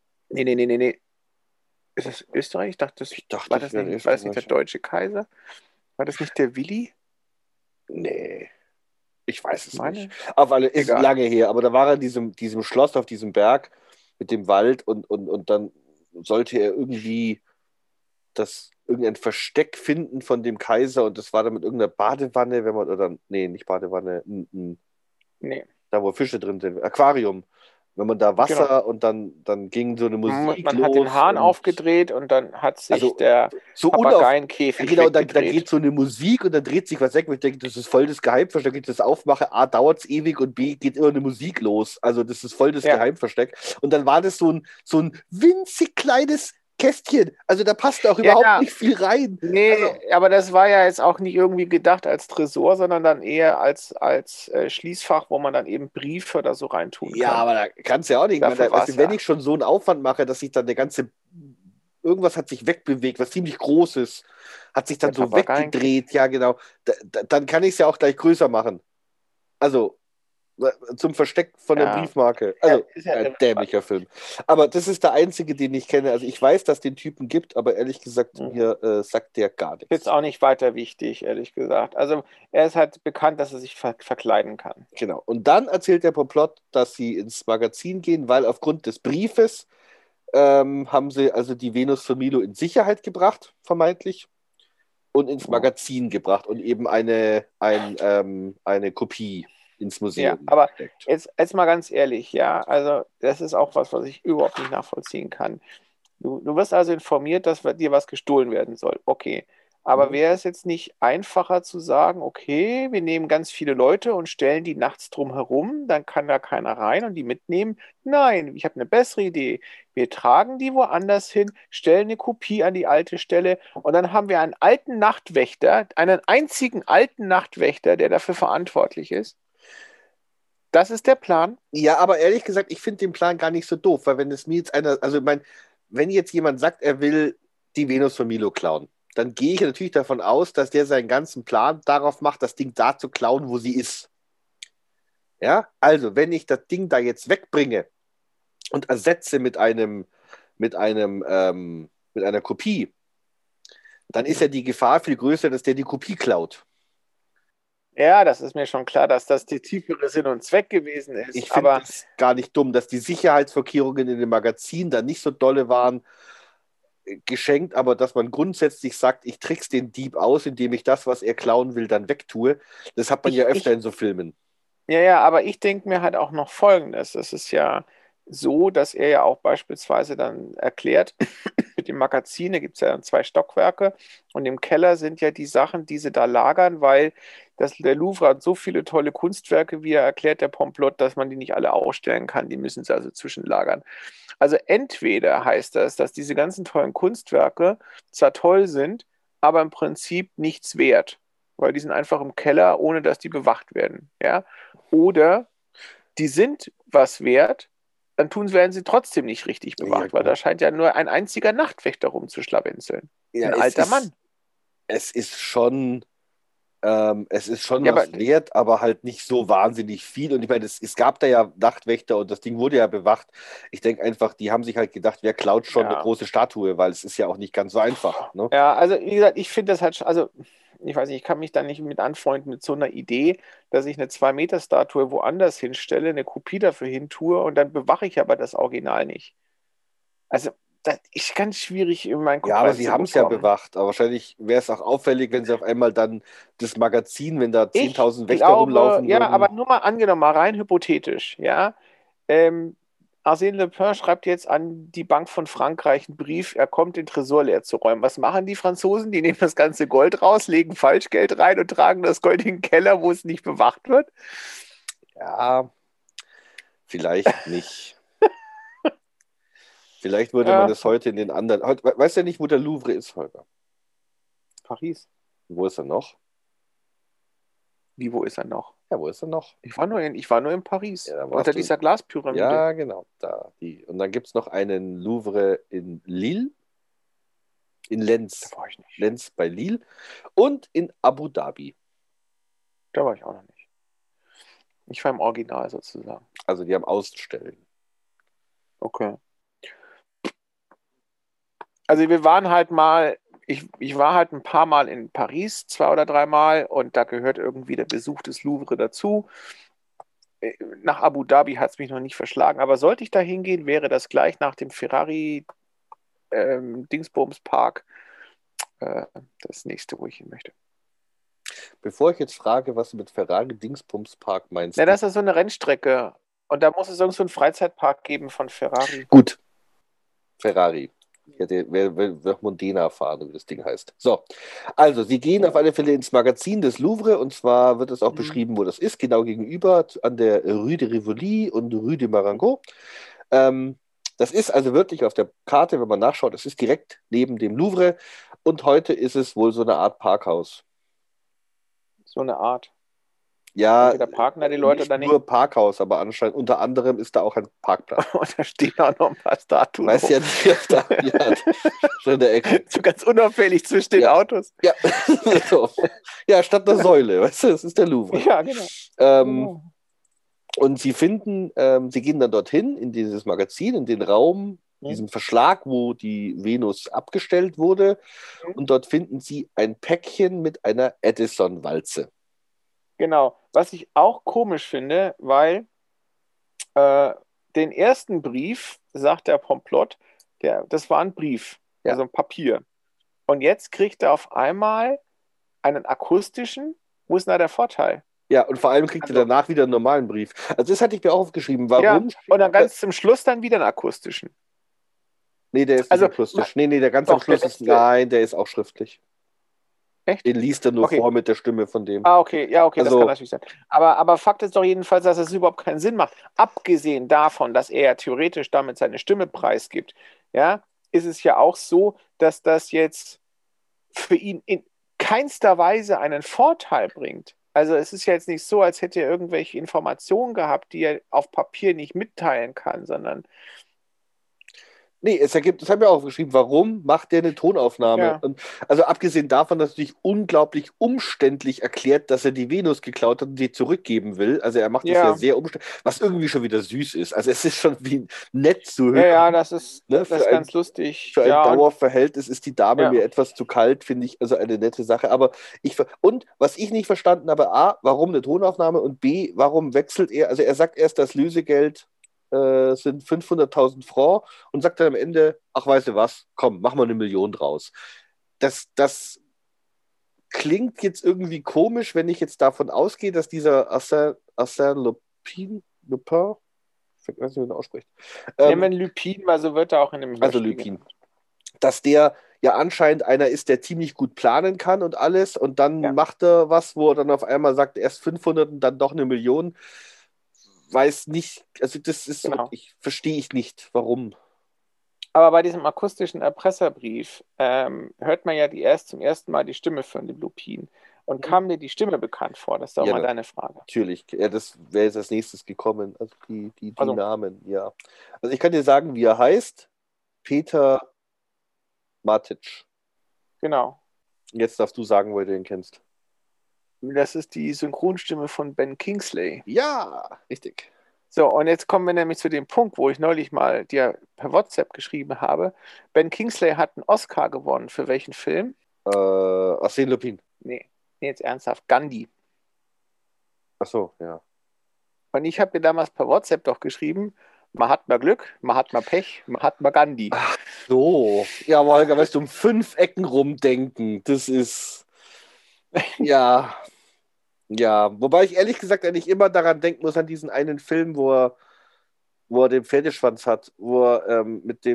Nee. Ist das Österreich? Ich dachte, ich dachte, es wäre ein war das nicht der Österreicher. deutsche Kaiser? War das nicht der Willi? Nee, ich weiß Ich es nicht. meine, Auf alle, ist egal. lange her, aber da war er in diesem Schloss auf diesem Berg mit dem Wald und dann sollte er irgendwie irgendein Versteck finden von dem Kaiser und das war dann mit irgendeiner Badewanne, wenn man, oder, nee, nicht Badewanne, Nee, da wo Fische drin sind, Aquarium. Wenn man da genau. Wasser und dann ging so eine Musik Man hat den los Hahn und aufgedreht und dann hat sich also der so ja, Papageienkäfig genau, da geht weggedreht. so eine Musik und dann dreht sich was weg. Und ich denke, das ist voll das Geheimversteck. Wenn ich das aufmache, A, dauert es ewig und B, geht immer eine Musik los. Also das ist voll das Ja, Geheimversteck. Und dann war das so ein winzig kleines Kästchen. Also da passt auch ja, überhaupt ja. nicht viel rein. Nee, Also, aber das war ja jetzt auch nicht irgendwie gedacht als Tresor, sondern dann eher als Schließfach, wo man dann eben Briefe oder so reintun ja, kann. aber da kannst du ja auch nicht. Ich meine, Dafür war weißt es du, wenn ja. ich schon so einen Aufwand mache, dass sich dann der ganze, irgendwas hat sich wegbewegt, was ziemlich Großes, hat sich Der dann so weggedreht, Papageienkäfig. ja, genau. Dann kann ich es ja auch gleich größer machen. Also, zum Versteck von der Ja, Briefmarke. ja, Also, ist ja irrelevant. dämlicher Film. Aber das ist der einzige, den ich kenne. Also, ich weiß, dass es den Typen gibt, aber ehrlich gesagt, Hm. mir sagt der gar Jetzt nichts. auch nicht weiter wichtig, ehrlich gesagt. Also er ist halt bekannt, dass er sich verkleiden kann. Genau. Und dann erzählt der Plot, dass sie ins Magazin gehen, weil aufgrund des Briefes haben sie also die Venus von Milo in Sicherheit gebracht, vermeintlich, und ins Magazin gebracht und eben eine Kopie ins Ja, Museum aber gesteckt. jetzt mal ganz ehrlich, ja, also das ist auch was ich überhaupt nicht nachvollziehen kann. Du wirst also informiert, dass dir was gestohlen werden soll. Okay. Aber Mhm. wäre es jetzt nicht einfacher zu sagen, okay, wir nehmen ganz viele Leute und stellen die nachts drum herum, dann kann da keiner rein und die mitnehmen? Nein, ich habe eine bessere Idee. Wir tragen die woanders hin, stellen eine Kopie an die alte Stelle und dann haben wir einen alten Nachtwächter, einen einzigen alten Nachtwächter, der dafür verantwortlich ist. Das ist der Plan. Ja, aber ehrlich gesagt, ich finde den Plan gar nicht so doof, weil wenn es mir jetzt einer, also ich mein, wenn jetzt jemand sagt, er will die Venus von Milo klauen, dann gehe ich natürlich davon aus, dass der seinen ganzen Plan darauf macht, das Ding da zu klauen, wo sie ist. Ja, also wenn ich das Ding da jetzt wegbringe und ersetze mit einer Kopie, dann ist ja die Gefahr viel größer, dass der die Kopie klaut. Ja, das ist mir schon klar, dass das die tiefere Sinn und Zweck gewesen Ich ist. finde Aber das gar nicht dumm, dass die Sicherheitsvorkehrungen in dem Magazin da nicht so dolle waren, geschenkt, aber dass man grundsätzlich sagt, ich trick's den Dieb aus, indem ich das, was er klauen will, dann wegtue. Das hat man ja öfter ich in so Filmen. ja, aber ich denke mir halt auch noch Folgendes. Es ist ja so, dass er ja auch beispielsweise dann erklärt, mit dem Magazin, da gibt es ja dann zwei Stockwerke und im Keller sind ja die Sachen, die sie da lagern, weil der Louvre hat so viele tolle Kunstwerke, wie er erklärt, der Pomplot, dass man die nicht alle ausstellen kann. Die müssen sie also zwischenlagern. Also entweder heißt das, dass diese ganzen tollen Kunstwerke zwar toll sind, aber im Prinzip nichts wert, weil die sind einfach im Keller, ohne dass die bewacht werden. Ja? Oder die sind was wert, dann werden sie trotzdem nicht richtig Ja, bewacht, weil gut. da scheint ja nur ein einziger Nachtwächter rumzuschlawenzeln. Ja, Ein alter Mann. es ist schon, Es ist schon Ja, was aber wert, aber halt nicht so wahnsinnig viel. Und ich meine, es gab da ja Nachtwächter und das Ding wurde ja bewacht. Ich denke einfach, die haben sich halt gedacht, wer klaut schon eine ja. große Statue, weil es ist ja auch nicht ganz so einfach. Ne? Ja, also wie gesagt, ich finde das halt, also ich weiß nicht, ich kann mich da nicht mit anfreunden mit so einer Idee, dass ich eine 2-Meter-Statue woanders hinstelle, eine Kopie dafür hintue und dann bewache ich aber das Original nicht. Also, das ist ganz schwierig in meinen Ja, Kopf aber sie haben es ja reinzubekommen. bewacht. Aber wahrscheinlich wäre es auch auffällig, wenn sie auf einmal dann das Magazin, wenn da Ich 10.000 Wächter glaube, rumlaufen ja, aber würden. nur mal angenommen, mal rein hypothetisch, ja. Ähm, Arsène Lupin schreibt jetzt an die Bank von Frankreich einen Brief, er kommt den Tresor leer zu räumen. Was machen die Franzosen? Die nehmen das ganze Gold raus, legen Falschgeld rein und tragen das Gold in den Keller, wo es nicht bewacht wird. Ja, vielleicht nicht. Vielleicht würde man Ja, das heute in den anderen. Weißt du ja nicht, wo der Louvre ist, Holger? Paris. Wo ist er noch? Wie, wo ist er noch? Ja, wo ist er noch? Ich war nur in Paris, Ja, da unter warst du. dieser Glaspyramide. Ja, genau. Da, die. Und dann gibt es noch einen Louvre in Lille, in Da Lens. war ich nicht. Lens bei Lille und in Abu Dhabi. Da war ich auch noch nicht. Ich war im Original sozusagen. Also die haben Außenstellen. Okay. Also wir waren halt mal, ich war halt ein paar Mal in Paris, 2 oder 3 Mal, und da gehört irgendwie der Besuch des Louvre dazu. Nach Abu Dhabi hat es mich noch nicht verschlagen, aber sollte ich da hingehen, wäre das gleich nach dem Ferrari Dingsbums Park das nächste, wo ich hin möchte. Bevor ich jetzt frage, was du mit Ferrari Dingsbums Park meinst. Na, das ist so eine Rennstrecke und da muss es irgend so einen Freizeitpark geben von Ferrari. Gut, Ferrari. Ja, der wird Modena fahren, wie das Ding heißt. So, also Sie gehen auf alle Fälle ins Magazin des Louvre und zwar wird es auch beschrieben, wo das ist, genau gegenüber an der Rue de Rivoli und Rue de Marengo. Das ist also wirklich auf der Karte, wenn man nachschaut, das ist direkt neben dem Louvre und heute ist es wohl so eine Art Parkhaus. So eine Art. Ja, Entweder parken da die Leute nicht oder nicht. nur Parkhaus, aber anscheinend unter anderem ist da auch ein Parkplatz. Und da stehen auch noch ein paar Statuen. Weiß ja nicht, wer da hat. Schon in der Ecke. So ganz unauffällig zwischen den Ja. Autos. Ja. So. Ja, statt einer Säule, weißt du, das ist der Louvre. Ja, genau. Und sie gehen dann dorthin, in dieses Magazin, in den Raum, diesen Verschlag, wo die Venus abgestellt wurde. Und dort finden sie ein Päckchen mit einer Edison-Walze. Genau. Was ich auch komisch finde, weil den ersten Brief, sagt der Pomplot, das war ein Brief, Ja. also ein Papier. Und jetzt kriegt er auf einmal einen akustischen. Wo ist denn da der Vorteil? Ja, und vor allem kriegt er danach wieder einen normalen Brief. Also das hatte ich mir auch aufgeschrieben. Warum? Ja, und dann ganz zum Schluss dann wieder einen akustischen. Nee, der ist Also, nicht akustisch. Nee, der ganz am doch, der Schluss ist. letzte- Nein, der ist auch schriftlich. Echt? Den liest er nur Okay. vor mit der Stimme von dem. Ah, okay, ja, okay, das Also- kann natürlich sein. Aber Fakt ist doch jedenfalls, dass es überhaupt keinen Sinn macht. Abgesehen davon, dass er ja theoretisch damit seine Stimme preisgibt, ja, ist es ja auch so, dass das jetzt für ihn in keinster Weise einen Vorteil bringt. Also es ist ja jetzt nicht so, als hätte er irgendwelche Informationen gehabt, die er auf Papier nicht mitteilen kann, sondern Nee, das haben wir auch geschrieben, warum macht der eine Tonaufnahme? Ja. Und also abgesehen davon, dass natürlich unglaublich umständlich erklärt, dass er die Venus geklaut hat und die zurückgeben will. Also er macht das Ja. ja sehr umständlich, was irgendwie schon wieder süß ist. Also es ist schon wie nett zu hören. ja, das ist, Ne, das für ist ein- ganz lustig. Für ein Ja, und- Dauerverhältnis ist die Dame Ja. mir etwas zu kalt, finde ich, also eine nette Sache. Aber und was ich nicht verstanden habe, A, warum eine Tonaufnahme und B, warum wechselt er? Also er sagt erst, das Lösegeld sind 500.000 Franc und sagt dann am Ende, ach, weißt du was, komm, mach mal 1 Million draus. Das klingt jetzt irgendwie komisch, wenn ich jetzt davon ausgehe, dass dieser Arsène Lupin, ich weiß nicht, wie man ihn ausspricht, Nehmen wir Lupin, weil so wird er auch in dem also Hörspiel Lupin, dass der ja anscheinend einer ist, der ziemlich gut planen kann und alles und dann Ja. macht er was, wo er dann auf einmal sagt, erst 500 und dann doch 1 Million. Weiß nicht, also das ist Genau. wirklich, verstehe ich nicht, warum. Aber bei diesem akustischen Erpresserbrief hört man ja zum ersten Mal die Stimme von dem Lupin. Und kam dir die Stimme bekannt vor? Das ist doch Ja, mal deine Frage. Natürlich, ja, das wäre jetzt als nächstes gekommen, also die Also. Namen, ja. Also ich kann dir sagen, wie er heißt, Peter Matic. Genau. Jetzt darfst du sagen, wo du den kennst. Das ist die Synchronstimme von Ben Kingsley. Ja, richtig. So, und jetzt kommen wir nämlich zu dem Punkt, wo ich neulich mal dir per WhatsApp geschrieben habe. Ben Kingsley hat einen Oscar gewonnen. Für welchen Film? Arsène Lupin. Nee, jetzt ernsthaft. Gandhi. Ach so, ja. Und ich habe dir damals per WhatsApp doch geschrieben, man hat mal Glück, man hat mal Pech, man hat mal Gandhi. Ach so. Ja, aber Holger, weißt du, um 5 Ecken rumdenken, das ist, ja, ja. Wobei ich ehrlich gesagt eigentlich immer daran denken muss, an diesen einen Film, wo er den Pferdeschwanz hat, wo er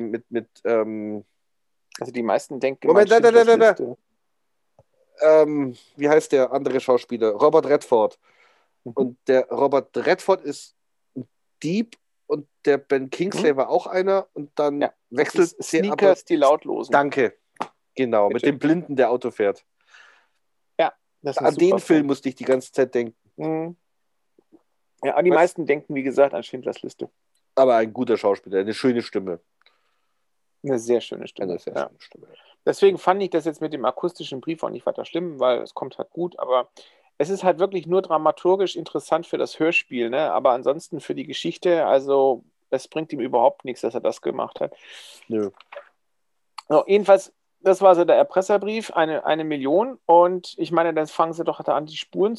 Also die meisten denken, Moment, man da. Liste. Wie heißt der andere Schauspieler? Robert Redford. Mhm. Und der Robert Redford ist ein Dieb und der Ben Kingsley war auch einer und dann Ja, wechselt das ist Sneakers, die Lautlosen. Danke. Genau, Bitte. mit dem Blinden, der Auto fährt. Ja, das ist ein An den super Film musste ich die ganze Zeit denken. Mhm. Ja, aber die meisten denken, wie gesagt, an Schindlers Liste. Aber ein guter Schauspieler, eine schöne Stimme. Eine sehr schöne Stimme. Eine sehr Ja. schöne Stimme. Deswegen fand ich das jetzt mit dem akustischen Brief auch nicht weiter schlimm, weil es kommt halt gut, aber es ist halt wirklich nur dramaturgisch interessant für das Hörspiel, ne? Aber ansonsten für die Geschichte, also es bringt ihm überhaupt nichts, dass er das gemacht hat. Nö. So, jedenfalls, das war so der Erpresserbrief, eine Million, und ich meine, dann fangen sie doch an, die Spuren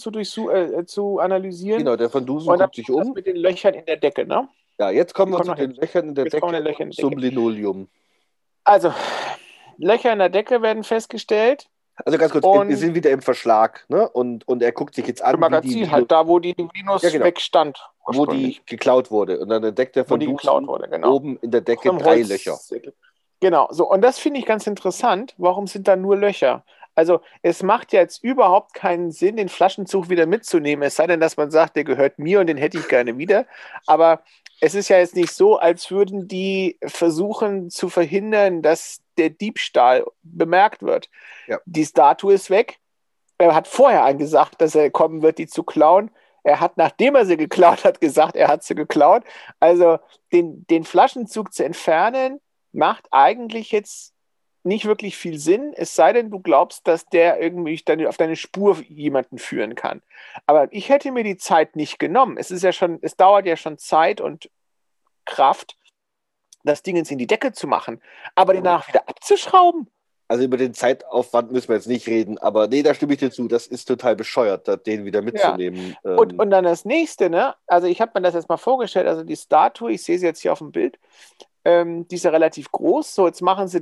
zu analysieren. Genau, der Van Dusen Und dann guckt sich das um. mit den Löchern in der Decke, ne? Ja, jetzt kommen wir kommen zu noch den hin. Löchern in der Jetzt kommen Decke die Löcher in und der zum Decke. Linoleum. Also, Löcher in der Decke werden festgestellt. Also ganz kurz, Und- wir sind wieder im Verschlag, ne? Und er guckt sich jetzt an, Im Magazin halt, da wo die Venus Ja, genau. wegstand. wo die geklaut wurde. Und dann entdeckt der Wo Van die Dusen geklaut wurde, genau. oben in der Decke Vom 3 Holz- Löcher. Genau, so. Und das finde ich ganz interessant. Warum sind da nur Löcher? Also, es macht ja jetzt überhaupt keinen Sinn, den Flaschenzug wieder mitzunehmen. Es sei denn, dass man sagt, der gehört mir und den hätte ich gerne wieder. Aber es ist ja jetzt nicht so, als würden die versuchen zu verhindern, dass der Diebstahl bemerkt wird. Ja. Die Statue ist weg. Er hat vorher angesagt, dass er kommen wird, die zu klauen. Er hat, nachdem er sie geklaut hat, gesagt, er hat sie geklaut. Also den Flaschenzug zu entfernen, macht eigentlich jetzt nicht wirklich viel Sinn, es sei denn, du glaubst, dass der irgendwie auf deine Spur jemanden führen kann. Aber ich hätte mir die Zeit nicht genommen. Es dauert ja schon Zeit und Kraft, das Ding jetzt in die Decke zu machen, aber den danach wieder abzuschrauben. Also über den Zeitaufwand müssen wir jetzt nicht reden, aber nee, da stimme ich dir zu, das ist total bescheuert, den wieder mitzunehmen. Und dann das nächste, ne? Also ich habe mir das jetzt mal vorgestellt, also die Statue, ich sehe sie jetzt hier auf dem Bild, die ist ja relativ groß. So, jetzt machen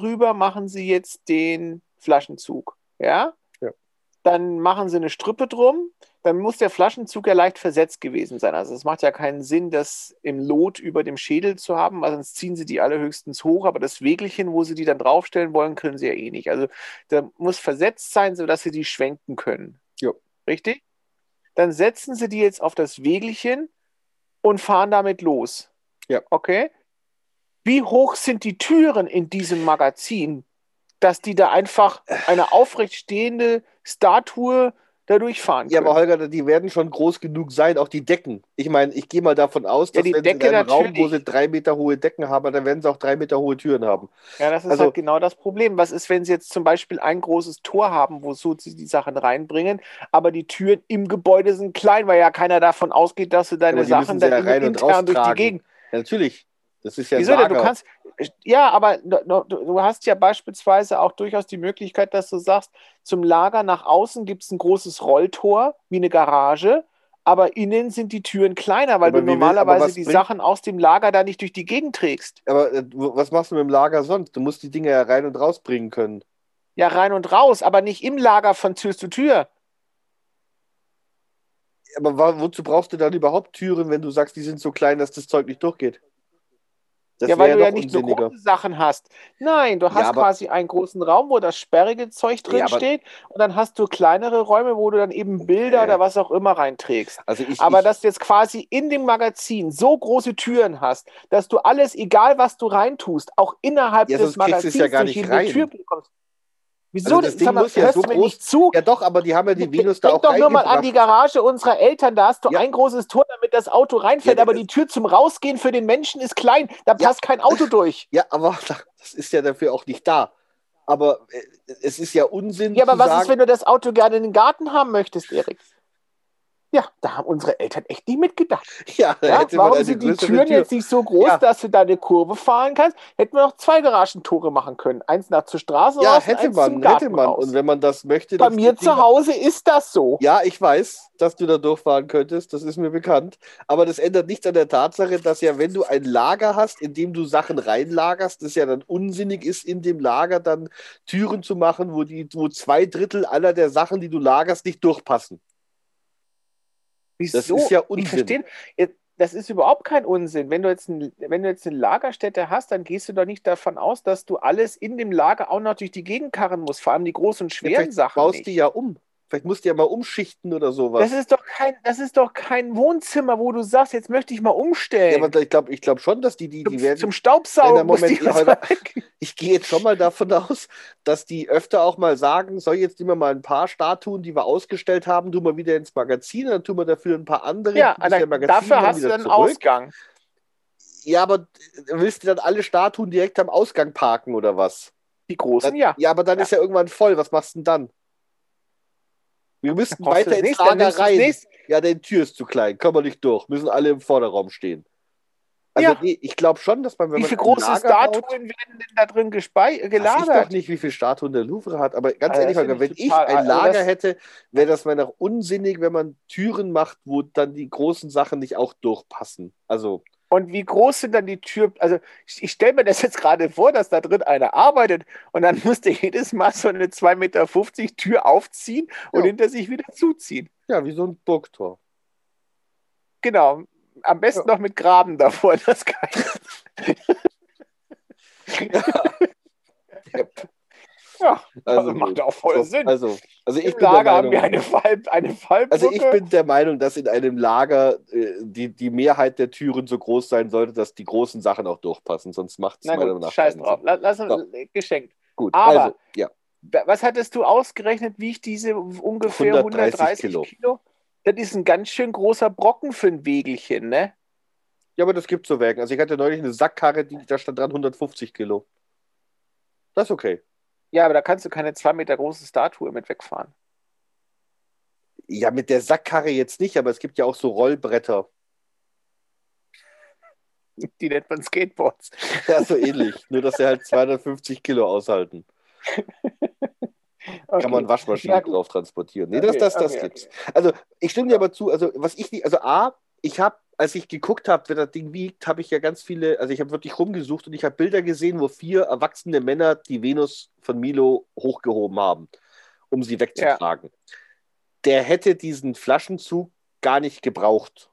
sie jetzt den Flaschenzug. Ja? Ja. Dann machen sie eine Strippe drum. Dann muss der Flaschenzug ja leicht versetzt gewesen sein. Also es macht ja keinen Sinn, das im Lot über dem Schädel zu haben, weil sonst ziehen sie die alle höchstens hoch. Aber das Wägelchen, wo sie die dann draufstellen wollen, können sie ja eh nicht. Also da muss versetzt sein, sodass sie die schwenken können. Ja. Richtig? Dann setzen sie die jetzt auf das Wägelchen und fahren damit los. Ja. Okay? Wie hoch sind die Türen in diesem Magazin, dass die da einfach eine aufrecht stehende Statue da durchfahren können? Ja, aber Holger, die werden schon groß genug sein, auch die Decken. Ich meine, ich gehe mal davon aus, dass die wenn sie Decke in einem Raum, wo natürlich. sie 3 Meter hohe Decken haben, dann werden sie auch 3 Meter hohe Türen haben. Ja, das ist Also- halt genau das Problem. Was ist, wenn sie jetzt zum Beispiel ein großes Tor haben, wo so sie die Sachen reinbringen, aber die Türen im Gebäude sind klein, weil ja keiner davon ausgeht, dass du deine Aber die Sachen müssen sie dann ja rein und intern durch die raustragen. Gegend. Ja, natürlich. Das ist ja ein Wieso denn? Lager. Aber du hast ja beispielsweise auch durchaus die Möglichkeit, dass du sagst, zum Lager nach außen gibt es ein großes Rolltor, wie eine Garage, aber innen sind die Türen kleiner, weil Aber du wie will- normalerweise aber was die bringt- Sachen aus dem Lager da nicht durch die Gegend trägst. Aber was machst du mit dem Lager sonst? Du musst die Dinge ja rein und rausbringen können. Ja, rein und raus, aber nicht im Lager von Tür zu Tür. Aber wozu brauchst du dann überhaupt Türen, wenn du sagst, die sind so klein, dass das Zeug nicht durchgeht? Das Ja, weil wäre du ja noch nicht nur unsinniger. große Sachen hast. Nein, du hast aber- quasi einen großen Raum, wo das sperrige Zeug drin aber- steht, und dann hast du kleinere Räume, wo du dann eben Bilder oder was auch immer reinträgst. Also Aber dass du jetzt quasi in dem Magazin so große Türen hast, dass du alles, egal was du reintust, auch innerhalb Ja, des sonst kriegst du es Magazins ja gar durch nicht jede rein. Tür bekommst. Wieso? Also das Ding Sag mal, muss ja hörst so du mir groß- nicht zu? Ja doch, aber die haben ja die Venus da Denk auch doch nur mal an reingebracht. die Garage unserer Eltern, da hast du Ja. ein großes Tor, damit das Auto reinfällt, Ja, aber die Tür zum Rausgehen für den Menschen ist klein, da Ja. passt kein Auto durch. Ja, aber das ist ja dafür auch nicht da. aber es ist ja Unsinn Ja, aber zu was sagen, ist, wenn du das Auto gerne in den Garten haben möchtest, Erik? Ja, da haben unsere Eltern echt nicht mitgedacht. ja, da Ja, hätte man warum eine sind die größere Türen Tür. jetzt nicht so groß, Ja. dass du da eine Kurve fahren kannst? Hätten wir noch 2 Garagentore machen können. Eins nach zur Straße Ja, raus und eins zum Garten hätte man. raus. Und wenn man das möchte, Bei dass mir die Dinger- zu Hause ist das so. Ja, ich weiß, dass du da durchfahren könntest, das ist mir bekannt. Aber das ändert nichts an der Tatsache, dass ja, wenn du ein Lager hast, in dem du Sachen reinlagerst, das ja dann unsinnig ist, in dem Lager dann Türen zu machen, wo 2/3 aller der Sachen, die du lagerst, nicht durchpassen. Das ist ja Ich Unsinn. verstehe. Das ist überhaupt kein Unsinn. Wenn du jetzt eine Lagerstätte hast, dann gehst du doch nicht davon aus, dass du alles in dem Lager auch noch durch die Gegend karren musst, vor allem die großen und Ja, schweren vielleicht Sachen baust nicht. du ja um. Vielleicht musst du ja mal umschichten oder sowas. Das ist doch kein Wohnzimmer, wo du sagst, jetzt möchte ich mal Ja, umstellen. aber ich glaube schon, dass die werden. Zum Staubsaugen Nein, muss Moment, die was weg. ich gehe jetzt schon mal davon aus, dass die öfter auch mal sagen, soll jetzt nehmen wir mal ein paar Statuen, die wir ausgestellt haben, tun wir wieder ins Magazin, dann tun wir dafür ein paar andere, Ja, die bisher Magazin dafür dann hast du wieder einen zurück. Ausgang. Ja, aber willst du dann alle Statuen direkt am Ausgang parken oder was? Die großen, ja. Ja, aber dann Ja. ist ja irgendwann voll. Was machst du denn dann? Wir müssten Brauchst du weiter das ins nächste, dann Lager nimmst du das rein. nächste. Ja, die Tür ist zu klein, kommen wir nicht durch. Müssen alle im Vorderraum stehen. Also Ja. nee, ich glaube schon, dass man, wenn Wie man viele ein große Lager Statuen baut, werden denn da drin weiß ich doch gelagert? nicht, wie viele Statuen der Louvre hat, aber ganz Also ehrlich, das finde Holger, wenn ich ich total- ein also Lager das- hätte, wäre das meiner Meinung nach unsinnig, wenn man Türen macht, wo dann die großen Sachen nicht auch durchpassen. Also, Und wie groß sind dann die Türen? Also ich stelle mir das jetzt gerade vor, dass da drin einer arbeitet und dann muss der jedes Mal so eine 2,50 Meter Tür aufziehen und Ja. hinter sich wieder zuziehen. ja, wie so ein Burgtor. Genau. Am besten noch mit Graben davor. Das kann ja, Also, macht nee. auch voll Sinn. Also ich Im bin der Lager haben Meinung, wir eine Fallbrücke. also ich bin der Meinung, dass in einem Lager die Mehrheit der Türen so groß sein sollte, dass die großen Sachen auch durchpassen, sonst macht es Na meiner gut, Meinung nach scheiß keinen drauf. Sinn. Lass uns So. geschenkt. Gut, Aber- also, ja. Was hattest du ausgerechnet, wie ich diese ungefähr 130 130 Kilo? Das ist ein ganz schön großer Brocken für ein Wägelchen, ne? Ja, aber das gibt so Wägen. Also ich hatte neulich eine Sackkarre, da stand dran 150 Kilo. Das ist okay. Ja, aber da kannst du keine 2 Meter große Statue mit wegfahren. Ja, mit der Sackkarre jetzt nicht, aber es gibt ja auch so Rollbretter. Die nennt man Skateboards. Ja, so ähnlich. Nur, dass sie halt 250 Kilo aushalten. Okay. Kann man Waschmaschinen Ja, gut. drauf transportieren. Nee, Okay, das okay, gibt's. okay. Also, ich stimme dir aber zu, also, was ich nicht, also, ich habe, als ich geguckt habe, wer das Ding wiegt, habe ich ja ganz viele, also, ich habe wirklich rumgesucht und ich habe Bilder gesehen, wo 4 erwachsene Männer die Venus von Milo hochgehoben haben, um sie wegzutragen. Der hätte diesen Flaschenzug gar nicht gebraucht.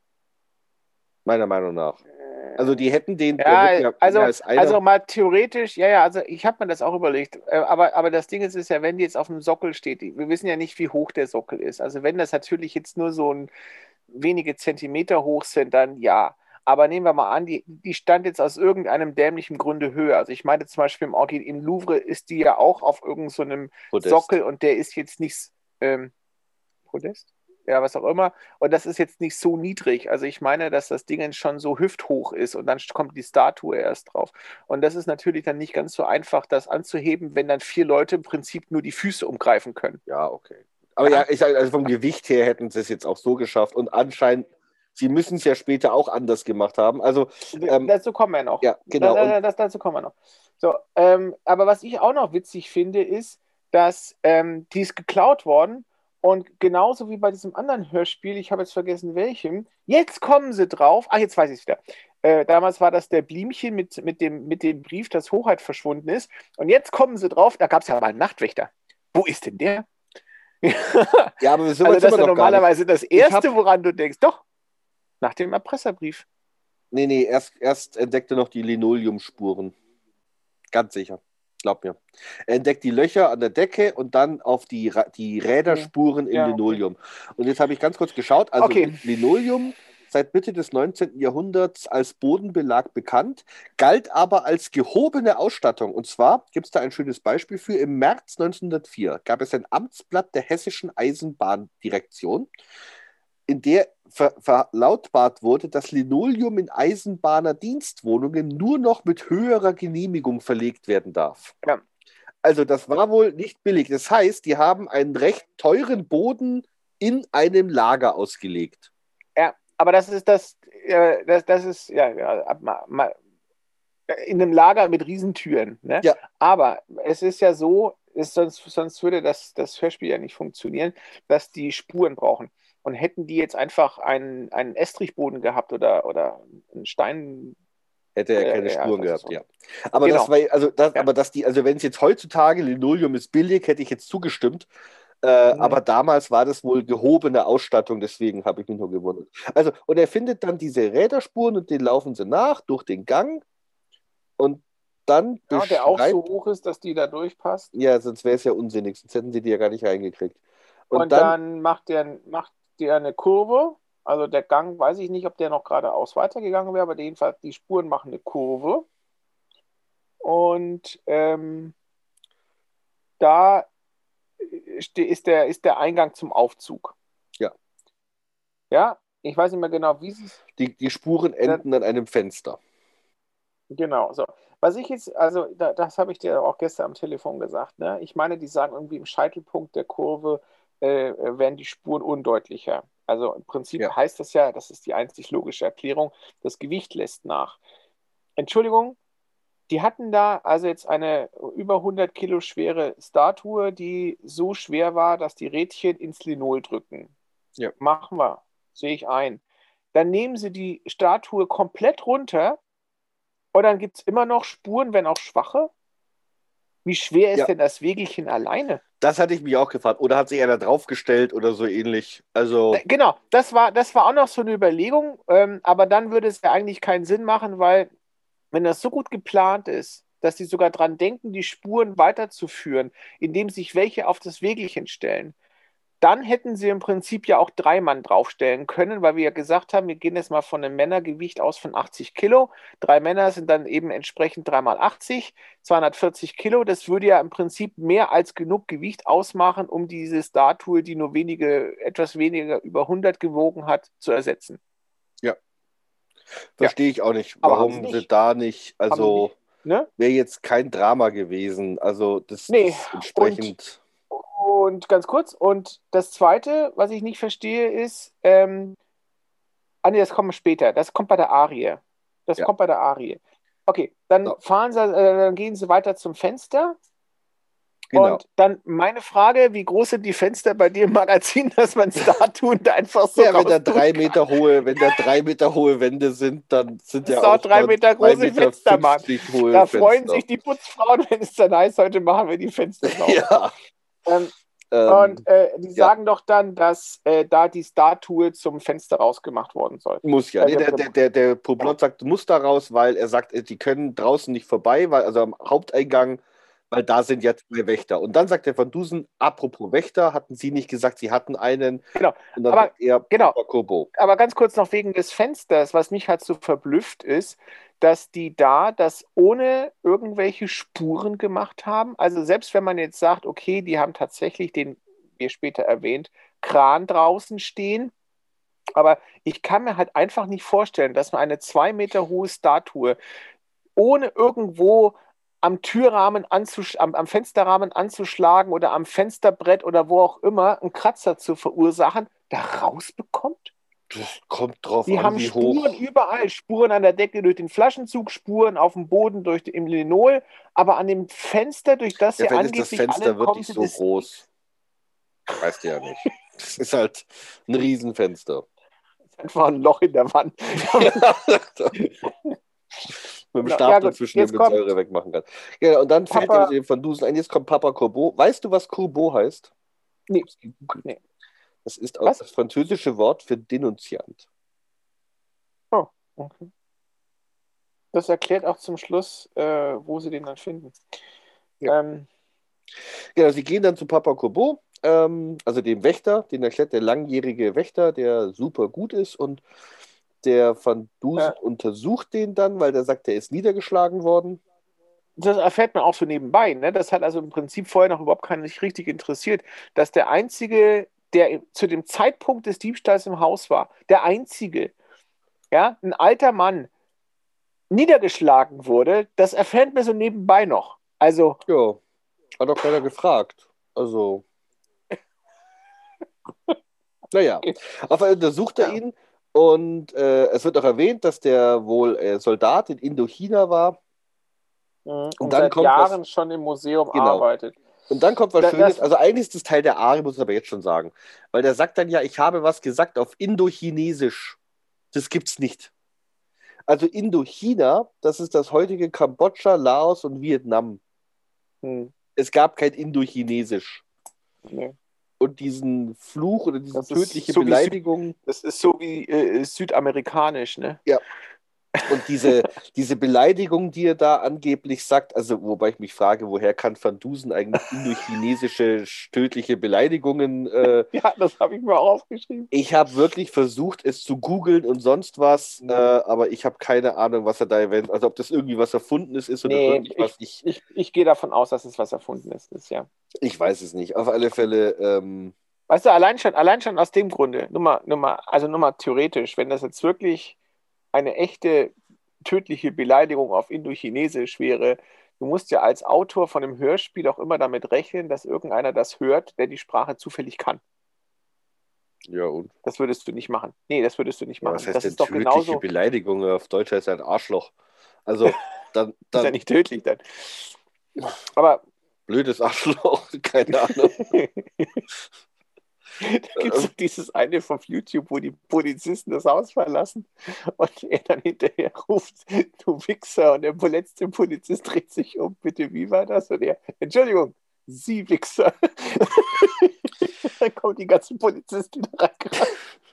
Meiner Meinung nach. Also, die hätten den. der wird Ja, mehr als einer- also mal theoretisch, also ich habe mir das auch überlegt, aber das Ding ist ja, wenn die jetzt auf dem Sockel steht, wir wissen ja nicht, wie hoch der Sockel ist. Also wenn das natürlich jetzt nur so wenige Zentimeter hoch sind, dann ja. Aber nehmen wir mal an, die stand jetzt aus irgendeinem dämlichen Grunde höher. Also ich meine zum Beispiel im Louvre ist die ja auch auf irgendeinem so einem Podest. Sockel und der ist jetzt nicht Podest? Ja, was auch immer. Und das ist jetzt nicht so niedrig. Also ich meine, dass das Ding schon so hüfthoch ist und dann kommt die Statue erst drauf. Und das ist natürlich dann nicht ganz so einfach, das anzuheben, wenn dann 4 Leute im Prinzip nur die Füße umgreifen können. Ja, okay. Aber ja, ich sage, also vom Gewicht her hätten sie es jetzt auch so geschafft. Und anscheinend, sie müssen es ja später auch anders gemacht haben. Also, Dazu kommen wir noch. ja, genau. Dazu kommen wir noch. So, aber was ich auch noch witzig finde, ist, dass die ist geklaut worden und genauso wie bei diesem anderen Hörspiel, ich habe jetzt vergessen welchem, jetzt kommen sie drauf. Ach, jetzt weiß ich es wieder. Damals war das der Blümchen mit dem Brief, dass Hoheit verschwunden ist. Und jetzt kommen sie drauf, da gab es ja mal einen Nachtwächter. Wo ist denn der? Ja, aber so Also weit das sind ist wir ja noch gar nicht. normalerweise das Erste, woran du denkst. Doch, nach dem Erpresserbrief. Nee, erst entdeckte noch die Linoleumspuren. Ganz sicher. Glaub mir. Er entdeckt die Löcher an der Decke und dann auf die Räderspuren im Ja, okay. Linoleum. Und jetzt habe ich ganz kurz geschaut. Also Okay. Linoleum seit Mitte des 19. Jahrhunderts als Bodenbelag bekannt, galt aber als gehobene Ausstattung. Und zwar gibt es da ein schönes Beispiel für. Im März 1904 gab es ein Amtsblatt der Hessischen Eisenbahndirektion, in der verlautbart wurde, dass Linoleum in Eisenbahner-Dienstwohnungen nur noch mit höherer Genehmigung verlegt werden darf. Ja. Also das war wohl nicht billig. Das heißt, die haben einen recht teuren Boden in einem Lager ausgelegt. Ja, aber das ist das ist in einem Lager mit Riesentüren. Ne? Ja. Aber es ist ja so, sonst würde das Hörspiel ja nicht funktionieren, dass die Spuren brauchen. Und hätten die jetzt einfach einen Estrichboden gehabt oder einen Stein. Hätte er keine Spuren das ist gehabt, so. ja. Aber Genau. das war, also das, Ja. aber dass die, also wenn es jetzt heutzutage Linoleum ist billig, hätte ich jetzt zugestimmt. Aber damals war das wohl gehobene Ausstattung, deswegen habe ich mich nur gewundert. Also, und er findet dann diese Räderspuren und den laufen sie nach durch den Gang und dann Ja, der auch so beschreibt, hoch ist, dass die da durchpasst. ja, sonst wäre es ja unsinnig, sonst hätten sie die ja gar nicht reingekriegt. Und Und dann, dann macht der eine Kurve. Also der Gang, weiß ich nicht, ob der noch geradeaus weitergegangen wäre, aber jedenfalls die Spuren machen eine Kurve. Und da ist der Eingang zum Aufzug. ja, Ja, ich weiß nicht mehr genau, wie es. die Spuren enden an einem Fenster. Genau, so. Was ich jetzt, also das habe ich dir auch gestern am Telefon gesagt, ne? Ich meine, die sagen irgendwie im Scheitelpunkt der Kurve werden die Spuren undeutlicher. Also im Prinzip Ja. heißt das ja, das ist die einzig logische Erklärung, das Gewicht lässt nach. Entschuldigung, die hatten da also jetzt eine über 100 Kilo schwere Statue, die so schwer war, dass die Rädchen ins Linol drücken. Ja. Machen wir, sehe ich ein. Dann nehmen sie die Statue komplett runter und dann gibt es immer noch Spuren, wenn auch schwache. Wie schwer ist Ja. denn das Wägelchen alleine? Das hatte ich mich auch gefragt. Oder hat sich einer draufgestellt oder so ähnlich? Also, Genau, das war auch noch so eine Überlegung, aber dann würde es ja eigentlich keinen Sinn machen, weil wenn das so gut geplant ist, dass die sogar dran denken, die Spuren weiterzuführen, indem sich welche auf das Wägelchen stellen, dann hätten sie im Prinzip ja auch 3 Mann draufstellen können, weil wir ja gesagt haben, wir gehen jetzt mal von einem Männergewicht aus von 80 Kilo. 3 Männer sind dann eben entsprechend 3 mal 80, 240 Kilo. Das würde ja im Prinzip mehr als genug Gewicht ausmachen, um diese Statue, die nur etwas weniger über 100 gewogen hat, zu ersetzen. ja. Verstehe ich auch nicht, Aber haben warum sie sie nicht. da nicht, also Ne? wäre jetzt kein Drama gewesen. Also das Nee, ist entsprechend. Und ganz kurz, und das Zweite, was ich nicht verstehe, ist, nee, das kommt später, das kommt bei der Arie. Das Ja. kommt bei der Arie. Okay, dann So. dann gehen sie weiter zum Fenster. Genau. Und dann meine Frage, wie groß sind die Fenster bei dir im Magazin, dass man Statuen da einfach so Ja, wenn da raustun 3 kann? Meter hohe, wenn da 3 Meter hohe Wände sind, dann sind Das ja ist auch auch 3 dann Meter 3 große Meter Fenster, Mann. 50 hohe Da freuen Fenster. sich die Putzfrauen, wenn es dann heißt, heute machen wir die Fenster sauber. Ja. Und die ja. sagen doch dann, dass da die Statue zum Fenster rausgemacht worden soll. Muss ja. Nee, der Poblot sagt, muss da raus, weil er sagt, die können draußen nicht vorbei, weil, also am Haupteingang, weil da sind ja 2 Wächter. Und dann sagt der Van Dusen, apropos Wächter, hatten Sie nicht gesagt, Sie hatten einen? Genau. Und dann Aber, sagt er, genau. Kobo. Aber ganz kurz noch wegen des Fensters, was mich halt so verblüfft ist, dass die da das ohne irgendwelche Spuren gemacht haben. Also selbst wenn man jetzt sagt, okay, die haben tatsächlich den, wie später erwähnt, Kran draußen stehen. Aber ich kann mir halt einfach nicht vorstellen, dass man eine 2 Meter hohe Statue ohne irgendwo am Türrahmen am Fensterrahmen anzuschlagen oder am Fensterbrett oder wo auch immer einen Kratzer zu verursachen, da rausbekommt? Das kommt drauf Die an, haben wie Spuren hoch. überall, Spuren an der Decke durch den Flaschenzug, Spuren auf dem Boden im Linol, aber an dem Fenster, durch das Ja, sie vielleicht ist das angeblich Fenster alle kommen, wirklich sind so es groß. Weißt du ja nicht. Das ist halt ein Riesenfenster. einfach ein Loch in der Wand. Mit dem Ja, Stapler gut, zwischen dem jetzt den kommt Säure wegmachen kann. Ja, und dann fällt Papa. er Van Dusen ein, jetzt kommt Papa Corbeau. Weißt du, was Corbeau heißt? Nee. Ich hab's gegoogelt. Nee. Das ist auch Was? das französische Wort für Denunziant. Oh, okay. Das erklärt auch zum Schluss, wo sie den dann finden. Ja. Genau, sie gehen dann zu Papa Corbeau, also dem Wächter, den erklärt der langjährige Wächter, der super gut ist, und der Van Dusen untersucht den dann, weil der sagt, der ist niedergeschlagen worden. Das erfährt man auch so nebenbei. Ne? Das hat also im Prinzip vorher noch überhaupt keinen nicht richtig interessiert, dass der Einzige, der zu dem Zeitpunkt des Diebstahls im Haus war, der Einzige, ja, ein alter Mann, niedergeschlagen wurde, das erfährt man so nebenbei noch. Also, Ja. Hat doch keiner gefragt. Also, naja. Auf jeden Fall untersucht er Ja. ihn und es wird auch erwähnt, dass der wohl Soldat in Indochina war. Und Und dann seit kommt was, Jahren schon im Museum genau. arbeitet. Und dann kommt was Schönes. Das, Also eigentlich ist das Teil der Ari, muss ich aber jetzt schon sagen. Weil der sagt dann ja, ich habe was gesagt auf Indochinesisch. Das gibt's nicht. Also Indochina, das ist das heutige Kambodscha, Laos und Vietnam. hm, Es gab kein Indochinesisch. nee. Und diesen Fluch oder diese Das ist tödliche so wie Beleidigung, Das ist so wie südamerikanisch, ne? ja, und diese Beleidigung, die er da angeblich sagt, also wobei ich mich frage, woher kann Van Dusen eigentlich indochinesische tödliche Beleidigungen? Ja, das habe ich mir auch aufgeschrieben. Ich habe wirklich versucht, es zu googeln und sonst was, aber ich habe keine Ahnung, was er da erwähnt, also ob das irgendwie was Erfundenes ist oder Nee, wirklich was. ich gehe davon aus, dass es was Erfundenes ist, ja. Ich weiß es nicht. Auf alle Fälle, Weißt du, allein schon aus dem Grunde, nur mal theoretisch, wenn das jetzt wirklich eine echte tödliche Beleidigung auf Indochinesisch wäre, du musst ja als Autor von einem Hörspiel auch immer damit rechnen, dass irgendeiner das hört, der die Sprache zufällig kann. ja und? Das würdest du nicht machen. Nee, das würdest du nicht Ja, machen. was heißt Das denn ist doch tödliche genauso. Beleidigung? Auf Deutsch heißt er ein Arschloch. Also, Ist ja dann nicht tödlich dann. Aber blödes Arschloch, keine Ahnung. da gibt es doch dieses eine auf YouTube, wo die Polizisten das Haus verlassen und er dann hinterher ruft, du Wichser. Und der letzte Polizist dreht sich um, bitte, wie war das? Und er, Entschuldigung, Sie Wichser. Dann kommen die ganzen Polizisten wieder reingerannt.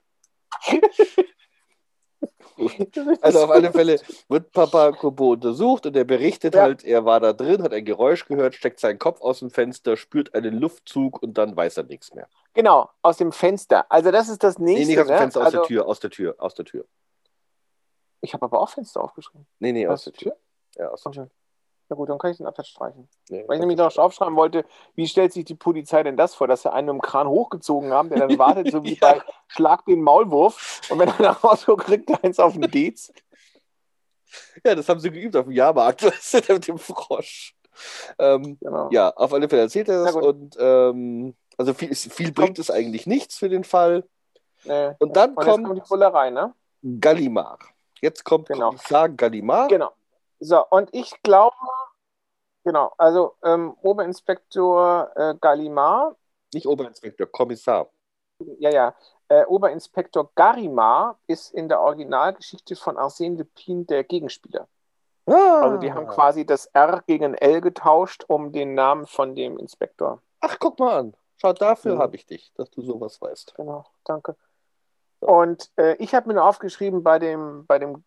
Also auf alle Fälle wird Papa Kobo untersucht und er berichtet Ja. halt, er war da drin, hat ein Geräusch gehört, steckt seinen Kopf aus dem Fenster, spürt einen Luftzug und dann weiß er nichts mehr. Genau, aus dem Fenster. Also das ist das Nee, nächste. nicht aus dem Ne? Fenster, aus der Also, Tür, aus der Tür, aus der Tür. ich habe aber auch Fenster aufgeschrieben. Nee, Aus der Tür? Ja, aus der Tür. Okay. Ja gut, dann kann ich den Absatz streichen. Nee, Weil ich nämlich noch aufschreiben wollte, wie stellt sich die Polizei denn das vor, dass sie einen im Kran hochgezogen haben, der dann wartet, so wie Ja. bei Schlag den Maulwurf, und wenn er nach Hause kriegt, er eins auf den Dez. Ja, das haben sie geübt auf dem Jahrmarkt, weißt du, mit dem Frosch. Genau. Ja, auf alle Fälle erzählt er das Na gut. und also viel bringt es eigentlich nichts für den Fall. Nee. Und dann jetzt kommt kommt die Bullerei, ne? Gallimard. Jetzt kommt Genau. Kommissar Gallimard. Genau. So, und ich glaube, genau, also Oberinspektor Gallimard, Nicht Oberinspektor, Kommissar. ja, Oberinspektor Garimard ist in der Originalgeschichte von Arsène Lupin der Gegenspieler. Also die haben quasi das R gegen L getauscht, um den Namen von dem Inspektor. Ach, guck mal an. Schau, dafür Mhm. habe ich dich, dass du sowas weißt. Genau, danke. Und ich habe mir nur aufgeschrieben bei dem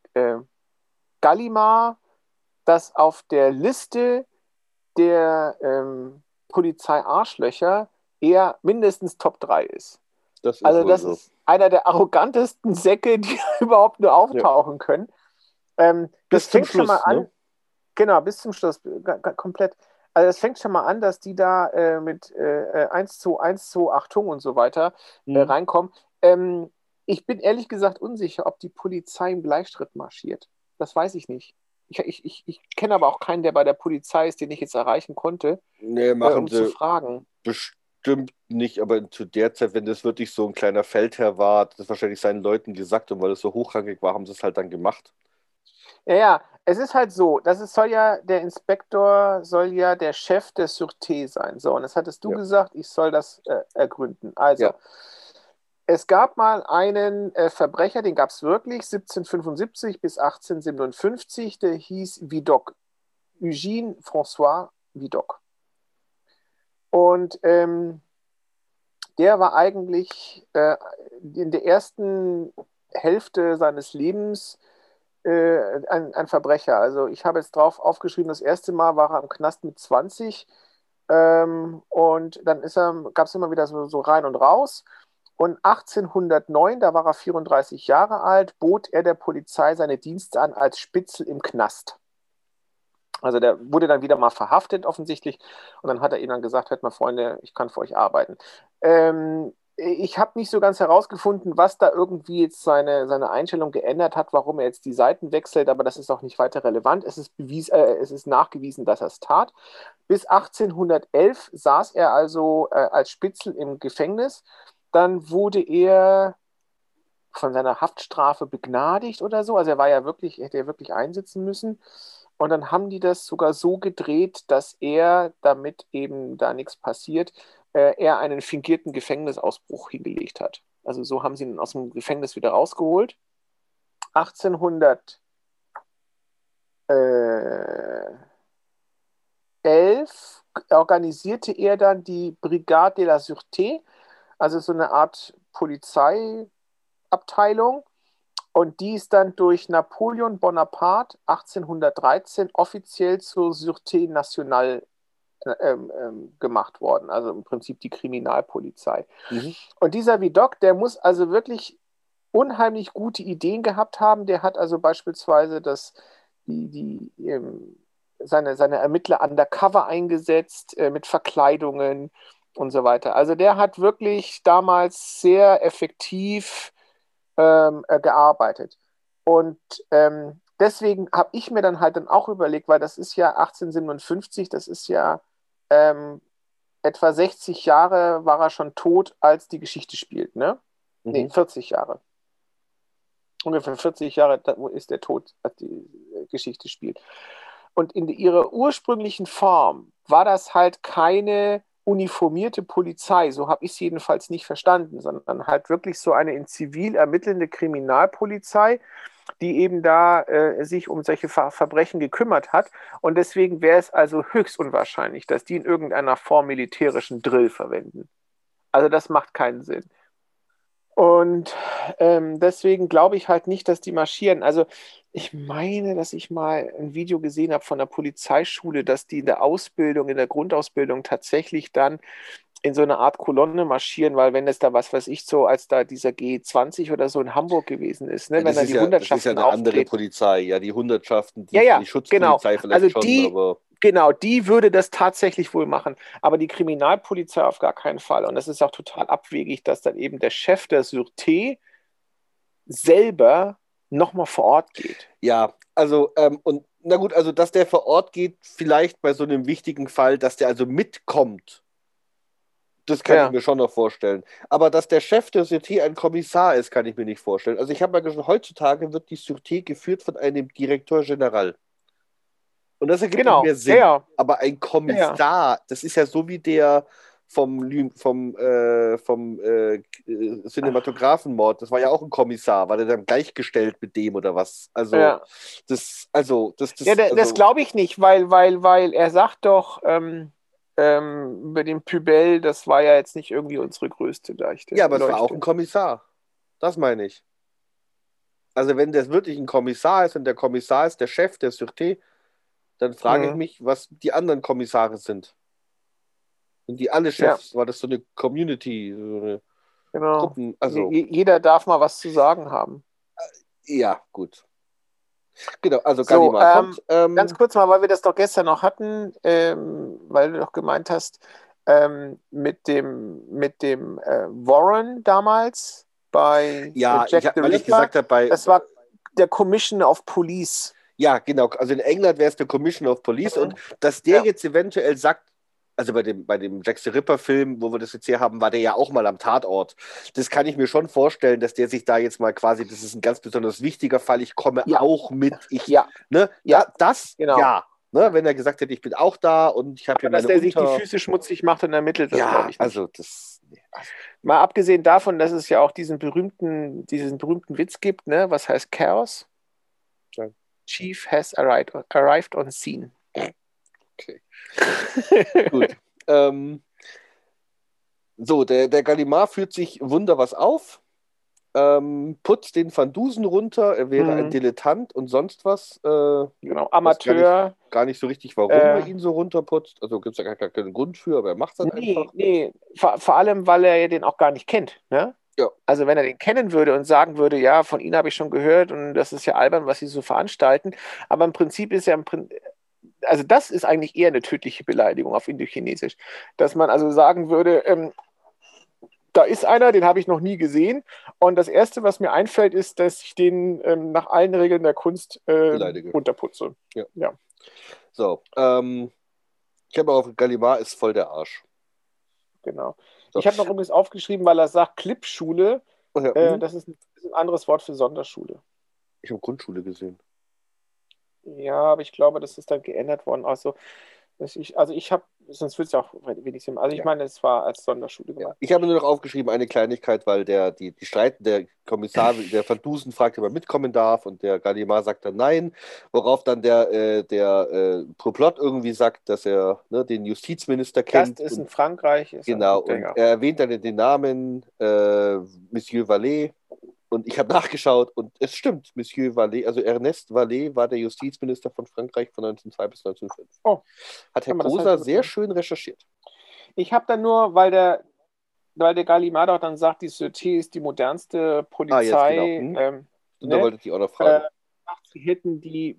Gallimard, dass auf der Liste der Polizei-Arschlöcher er mindestens Top 3 ist. Das ist Also wohl das so. ist einer der arrogantesten Säcke, die überhaupt nur auftauchen können. Bis Das zum fängt schon mal Schluss, an. ne? Genau, bis zum Schluss, komplett. Also es fängt schon mal an, dass die da mit 1 zu 1 zu Achtung und so weiter reinkommen. Ich bin ehrlich gesagt unsicher, ob die Polizei im Gleichschritt marschiert. Das weiß ich nicht. Ich kenne aber auch keinen, der bei der Polizei ist, den ich jetzt erreichen konnte, Nee, machen um zu sie fragen. bestimmt nicht, aber zu der Zeit, wenn das wirklich so ein kleiner Feldherr war, hat das wahrscheinlich seinen Leuten gesagt und weil es so hochrangig war, haben sie es halt dann gemacht. Ja, es ist halt so, der Inspektor soll ja der Chef der Sûreté sein. So, und das hattest du Ja. gesagt, ich soll das ergründen. Also, Ja. es gab mal einen Verbrecher, den gab es wirklich, 1775 bis 1857, der hieß Vidocq. Eugène François Vidocq. Und der war eigentlich in der ersten Hälfte seines Lebens ein Verbrecher. Also ich habe jetzt drauf aufgeschrieben, das erste Mal war er im Knast mit 20 und dann gab es immer wieder so rein und raus. Und 1809, da war er 34 Jahre alt, bot er der Polizei seine Dienste an als Spitzel im Knast. Also der wurde dann wieder mal verhaftet offensichtlich und dann hat er ihnen dann gesagt, hört mal Freunde, ich kann für euch arbeiten. Ich habe nicht so ganz herausgefunden, was da irgendwie jetzt seine Einstellung geändert hat, warum er jetzt die Seiten wechselt, aber das ist auch nicht weiter relevant. Es ist nachgewiesen, dass er es tat. Bis 1811 saß er also als Spitzel im Gefängnis. Dann wurde er von seiner Haftstrafe begnadigt oder so. Also er war ja wirklich, hätte er wirklich einsitzen müssen. Und dann haben die das sogar so gedreht, dass er, damit eben da nichts passiert, er einen fingierten Gefängnisausbruch hingelegt hat. Also so haben sie ihn aus dem Gefängnis wieder rausgeholt. 1811 organisierte er dann die Brigade de la Sûreté, also so eine Art Polizeiabteilung. Und die ist dann durch Napoleon Bonaparte 1813 offiziell zur Sûreté Nationale gemacht worden, also im Prinzip die Kriminalpolizei. Mhm. Und dieser Vidocq, der muss also wirklich unheimlich gute Ideen gehabt haben. Der hat also beispielsweise seine Ermittler undercover eingesetzt mit Verkleidungen und so weiter. Also der hat wirklich damals sehr effektiv gearbeitet. Und deswegen habe ich mir dann halt dann auch überlegt, weil das ist ja 1857, das ist ja etwa 60 Jahre war er schon tot, als die Geschichte spielt, ne? Nee, 40 Jahre. Ungefähr 40 Jahre ist der tot, als die Geschichte spielt. Und in ihrer ursprünglichen Form war das halt keine uniformierte Polizei, so habe ich es jedenfalls nicht verstanden, sondern halt wirklich so eine in Zivil ermittelnde Kriminalpolizei, die eben da sich um solche Verbrechen gekümmert hat. Und deswegen wäre es also höchst unwahrscheinlich, dass die in irgendeiner Form militärischen Drill verwenden. Also das macht keinen Sinn. Und deswegen glaube ich halt nicht, dass die marschieren. Also ich meine, dass ich mal ein Video gesehen habe von der Polizeischule, dass die in der Ausbildung, in der Grundausbildung tatsächlich dann in so eine Art Kolonne marschieren, weil wenn es da, was weiß ich, so als da dieser G20 oder so in Hamburg gewesen ist, ne, Ja, wenn da die Hundertschaften das ist ja eine andere auftreten. Polizei. Ja, die Hundertschaften, die, Ja, die Schutzpolizei genau. Also vielleicht schon, aber genau, die würde das tatsächlich wohl machen, aber die Kriminalpolizei auf gar keinen Fall. Und es ist auch total abwegig, dass dann eben der Chef der Sûreté selber nochmal vor Ort geht. ja, also, und na gut, also dass der vor Ort geht, vielleicht bei so einem wichtigen Fall, dass der also mitkommt, das kann ich Ja, mir schon noch vorstellen. Aber dass der Chef der Sûreté ein Kommissar ist, kann ich mir nicht vorstellen. Also ich habe mal gesagt, heutzutage wird die Sûreté geführt von einem Directeur General. Und das ergibt auch genau. mehr Ja, Sinn. ja, Aber ein ja, ja. Kommissar, das ist ja so wie der vom Cinematographenmord, das war ja auch ein Kommissar, war der dann gleichgestellt mit dem oder was? Ja, ja, das also, glaube ich nicht, weil er sagt doch über den Pubell, das war ja jetzt nicht irgendwie unsere größte ja, aber es war auch ein Leuchte. Kommissar. Das meine ich. Also, wenn das wirklich ein Kommissar ist und der Kommissar ist der Chef der Sûreté, dann frage ich Mhm. mich, was die anderen Kommissare sind. Sind die alle Ja, Chefs? War das so eine Community, so eine genau. Gruppen? Also, Jeder darf mal was zu sagen haben. ja, gut. Genau, also So, Gallimard kommt. ganz kurz mal, weil wir das doch gestern noch hatten, weil du doch gemeint hast, mit dem Warren damals bei Ja, Jack the weil ich Ripper, gesagt habe, das war der Commissioner of Police. ja, genau, also in England wäre es der Commissioner of Police und Mhm. dass der Ja, jetzt eventuell sagt, also bei dem Jack the Ripper-Film, wo wir das jetzt hier haben, war der ja auch mal am Tatort. Das kann ich mir schon vorstellen, dass der sich da jetzt mal quasi, das ist ein ganz besonders wichtiger Fall, ich komme ja, auch mit, ja, ne, ja, das, genau. ja, ne, wenn er gesagt hätte, ich bin auch da und ich habe hier Aber dass meine der sich die Füße schmutzig macht und ermittelt, das glaube ja, ich nicht. also das, nee, also, Mal abgesehen davon, dass es ja auch diesen berühmten Witz gibt, ne? Was heißt Chaos? ja, Chief has arrived on scene. okay, gut. So, der Gallimard führt sich wunder was auf, putzt den Van Dusen runter, er wäre ein Mhm. Dilettant und sonst was. Genau, Weiß Amateur. gar nicht so richtig, warum er ihn so runterputzt. Also gibt es ja gar keinen Grund für, aber er macht es halt einfach. Nee, vor allem, weil er den auch gar nicht kennt. Ne? Ja, Also wenn er den kennen würde und sagen würde, ja, von Ihnen habe ich schon gehört und das ist ja albern, was Sie so veranstalten. Aber im Prinzip ist ja, also das ist eigentlich eher eine tödliche Beleidigung auf Indochinesisch. Dass man also sagen würde, da ist einer, den habe ich noch nie gesehen. Und das Erste, was mir einfällt, ist, dass ich den nach allen Regeln der Kunst Beleidige. runterputze. Ja. So, ich habe auf Gallimard ist voll der Arsch. Genau. So. Ich habe noch übrigens aufgeschrieben, weil er sagt Clipschule. Ja, Das ist ein anderes Wort für Sonderschule. ich habe Grundschule gesehen. Ja, aber ich glaube, das ist dann geändert worden. Also ich habe, sonst würde es ja auch wenig Sinn. Also ich meine, es war als Sonderschule gemacht. Ich habe nur noch aufgeschrieben, eine Kleinigkeit, weil die streiten, der Kommissar, der Van Dusen fragt, ob er mitkommen darf und der Gallimard sagt dann nein, worauf dann der Poplot irgendwie sagt, dass er den Justizminister kennt. Gast ist in Frankreich. Genau, und er erwähnt dann den Namen Monsieur Vallée. Und ich habe nachgeschaut und es stimmt, Monsieur Vallée, also Ernest Vallée war der Justizminister von Frankreich von 1902 bis 1905. Oh. Hat Herr Koser sehr schön recherchiert. Ich habe dann nur, weil der Gallimard auch dann sagt, die Sûreté ist die modernste Polizei. Jetzt genau. Da wollte ich die auch noch fragen. Sie hätten die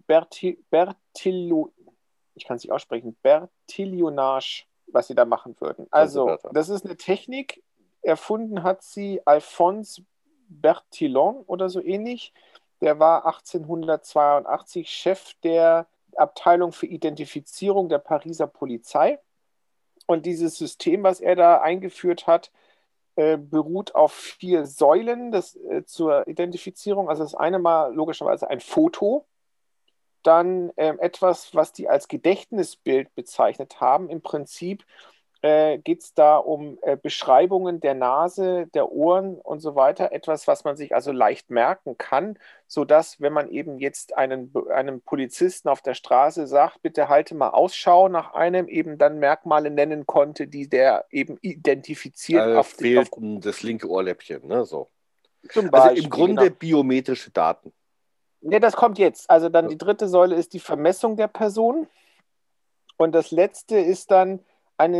ich kann es nicht aussprechen, Bertillonage, was sie da machen würden. Also, das ist eine Technik, erfunden hat sie Alphonse Bertillon oder so ähnlich. Der war 1882 Chef der Abteilung für Identifizierung der Pariser Polizei. Und dieses System, was er da eingeführt hat, beruht auf 4 Säulen zur Identifizierung. Also das eine mal logischerweise ein Foto, dann etwas, was die als Gedächtnisbild bezeichnet haben. Im Prinzip geht es da um Beschreibungen der Nase, der Ohren und so weiter. Etwas, was man sich also leicht merken kann, sodass, wenn man eben jetzt einem Polizisten auf der Straße sagt, bitte halte mal Ausschau nach einem, eben dann Merkmale nennen konnte, die der eben identifiziert. Fehlten das linke Ohrläppchen, ne? So. Zum Beispiel, also im Grunde biometrische Daten. Ja, das kommt jetzt. Also dann die dritte Säule ist die Vermessung der Person. Und das letzte ist dann eine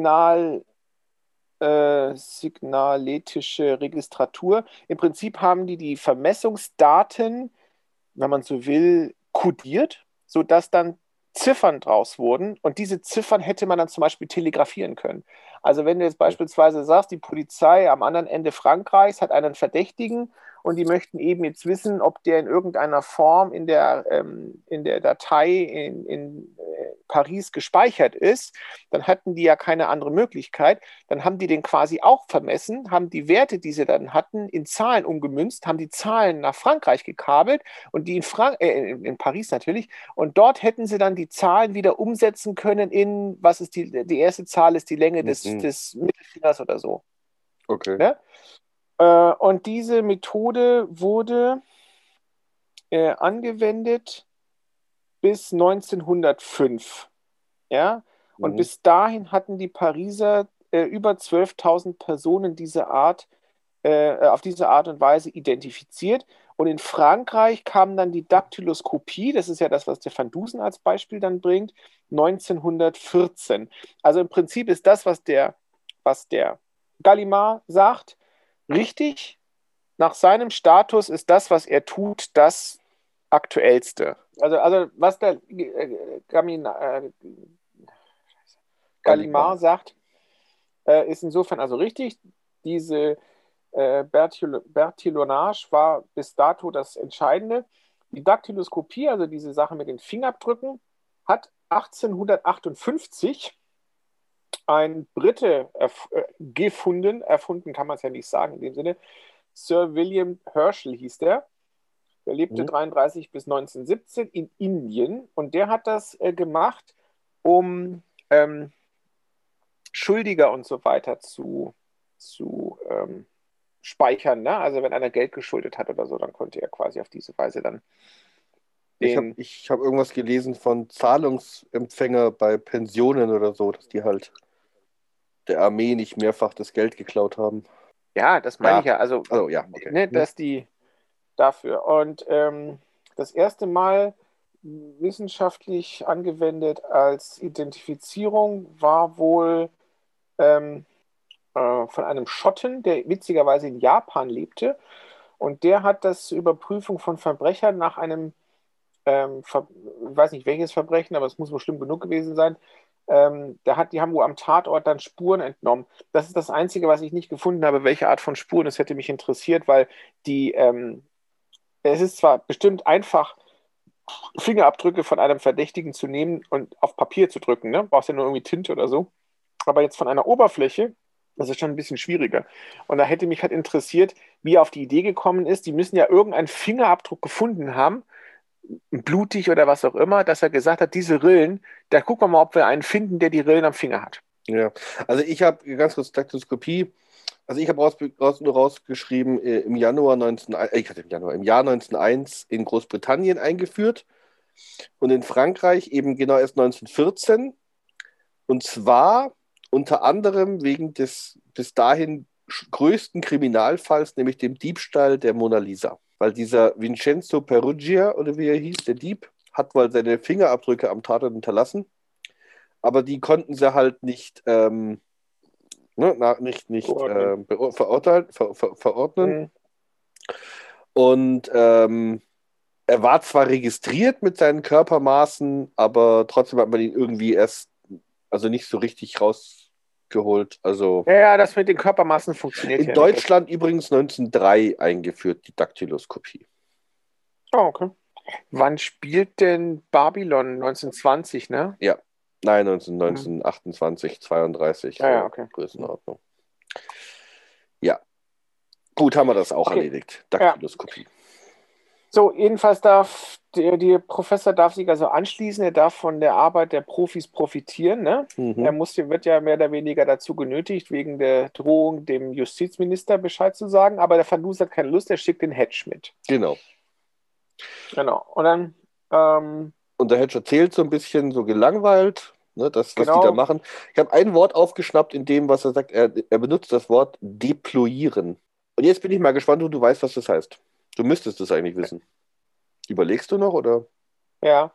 signaletische Registratur. Im Prinzip haben die Vermessungsdaten, wenn man so will, kodiert, sodass dann Ziffern draus wurden. Und diese Ziffern hätte man dann zum Beispiel telegrafieren können. Also wenn du jetzt beispielsweise sagst, die Polizei am anderen Ende Frankreichs hat einen Verdächtigen und die möchten eben jetzt wissen, ob der in irgendeiner Form in der Datei in Paris gespeichert ist, dann hatten die ja keine andere Möglichkeit. Dann haben die den quasi auch vermessen, haben die Werte, die sie dann hatten, in Zahlen umgemünzt, haben die Zahlen nach Frankreich gekabelt und die in Paris natürlich. Und dort hätten sie dann die Zahlen wieder umsetzen können in, was ist die erste Zahl ist die Länge des Mittelfingers oder so. Okay. Ne? Und diese Methode wurde angewendet bis 1905. Ja? Und bis dahin hatten die Pariser über 12.000 Personen auf diese Art und Weise identifiziert. Und in Frankreich kam dann die Daktyloskopie, das ist ja das, was der Van Dusen als Beispiel dann bringt, 1914. Also im Prinzip ist das, was der Gallimard sagt, richtig. Nach seinem Status ist das, was er tut, das Aktuellste. Also was der Gallimard sagt, ist insofern also richtig. Diese Bertillonage war bis dato das Entscheidende. Die Daktyloskopie, also diese Sache mit den Fingerabdrücken, hat 1858 ein Brite erfunden kann man es ja nicht sagen in dem Sinne. Sir William Herschel hieß der. Der lebte 33 bis 1917 in Indien und der hat das gemacht, um Schuldiger und so weiter zu speichern. Ne? Also wenn einer Geld geschuldet hat oder so, dann konnte er quasi auf diese Weise dann Ich hab irgendwas gelesen von Zahlungsempfänger bei Pensionen oder so, dass die halt der Armee nicht mehrfach das Geld geklaut haben. Ja, das meine ich ja. Also ja, okay. Ne, dass die dafür. Und das erste Mal wissenschaftlich angewendet als Identifizierung war wohl von einem Schotten, der witzigerweise in Japan lebte. Und der hat das zur Überprüfung von Verbrechern nach einem ich weiß nicht welches Verbrechen, aber es muss wohl schlimm genug gewesen sein. Die haben wohl am Tatort dann Spuren entnommen. Das ist das Einzige, was ich nicht gefunden habe, welche Art von Spuren. Das hätte mich interessiert, weil es ist zwar bestimmt einfach, Fingerabdrücke von einem Verdächtigen zu nehmen und auf Papier zu drücken, ne? Brauchst ja nur irgendwie Tinte oder so. Aber jetzt von einer Oberfläche, das ist schon ein bisschen schwieriger. Und da hätte mich halt interessiert, wie er auf die Idee gekommen ist. Die müssen ja irgendeinen Fingerabdruck gefunden haben, blutig oder was auch immer, dass er gesagt hat, diese Rillen, da gucken wir mal, ob wir einen finden, der die Rillen am Finger hat. Ja, also ich habe ganz kurz Daktyloskopie. Also ich habe nur rausgeschrieben, im Jahr 1901 in Großbritannien eingeführt und in Frankreich eben genau erst 1914. Und zwar unter anderem wegen des bis dahin größten Kriminalfalls, nämlich dem Diebstahl der Mona Lisa. Weil dieser Vincenzo Perugia, oder wie er hieß, der Dieb, hat wohl seine Fingerabdrücke am Tatort hinterlassen. Aber die konnten sie halt nicht verordnen. Mhm. Und er war zwar registriert mit seinen Körpermaßen, aber trotzdem hat man ihn irgendwie also nicht so richtig rausgeholt. Also Ja, das mit den Körpermaßen funktioniert in ja Deutschland übrigens 1903 eingeführt, die Daktyloskopie. nicht. Oh, okay. Wann spielt denn Babylon? 1920, ne? Ja, nein, 1928, 32, Ja, ja, okay. Größenordnung. Ja, gut, haben wir das auch Okay. erledigt. Daktyloskopie. So, jedenfalls darf der Professor darf sich also anschließen, er darf von der Arbeit der Profis profitieren, ne? Mhm. Wird ja mehr oder weniger dazu genötigt, wegen der Drohung dem Justizminister Bescheid zu sagen, aber der Van Dus hat keine Lust, er schickt den Hedge mit. Genau. Genau. Und dann, Und der Hedge erzählt so ein bisschen so gelangweilt, ne, was Genau. die da machen. Ich habe ein Wort aufgeschnappt in dem, was er sagt. Er benutzt das Wort deployieren. Und jetzt bin ich mal gespannt, ob du weißt, was das heißt. Du müsstest es eigentlich wissen. Überlegst du noch, oder? ja,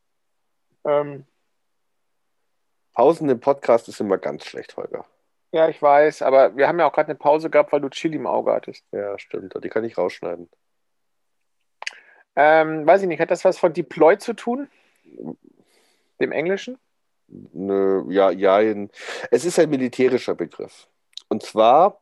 Pausen im Podcast ist immer ganz schlecht, Holger. ja, ich weiß, aber wir haben ja auch gerade eine Pause gehabt, weil du Chili im Auge hattest. Ja, stimmt. Die kann ich rausschneiden. Weiß ich nicht, hat das was von Deploy zu tun? Dem Englischen? Nö, ja, es ist ein militärischer Begriff. Und zwar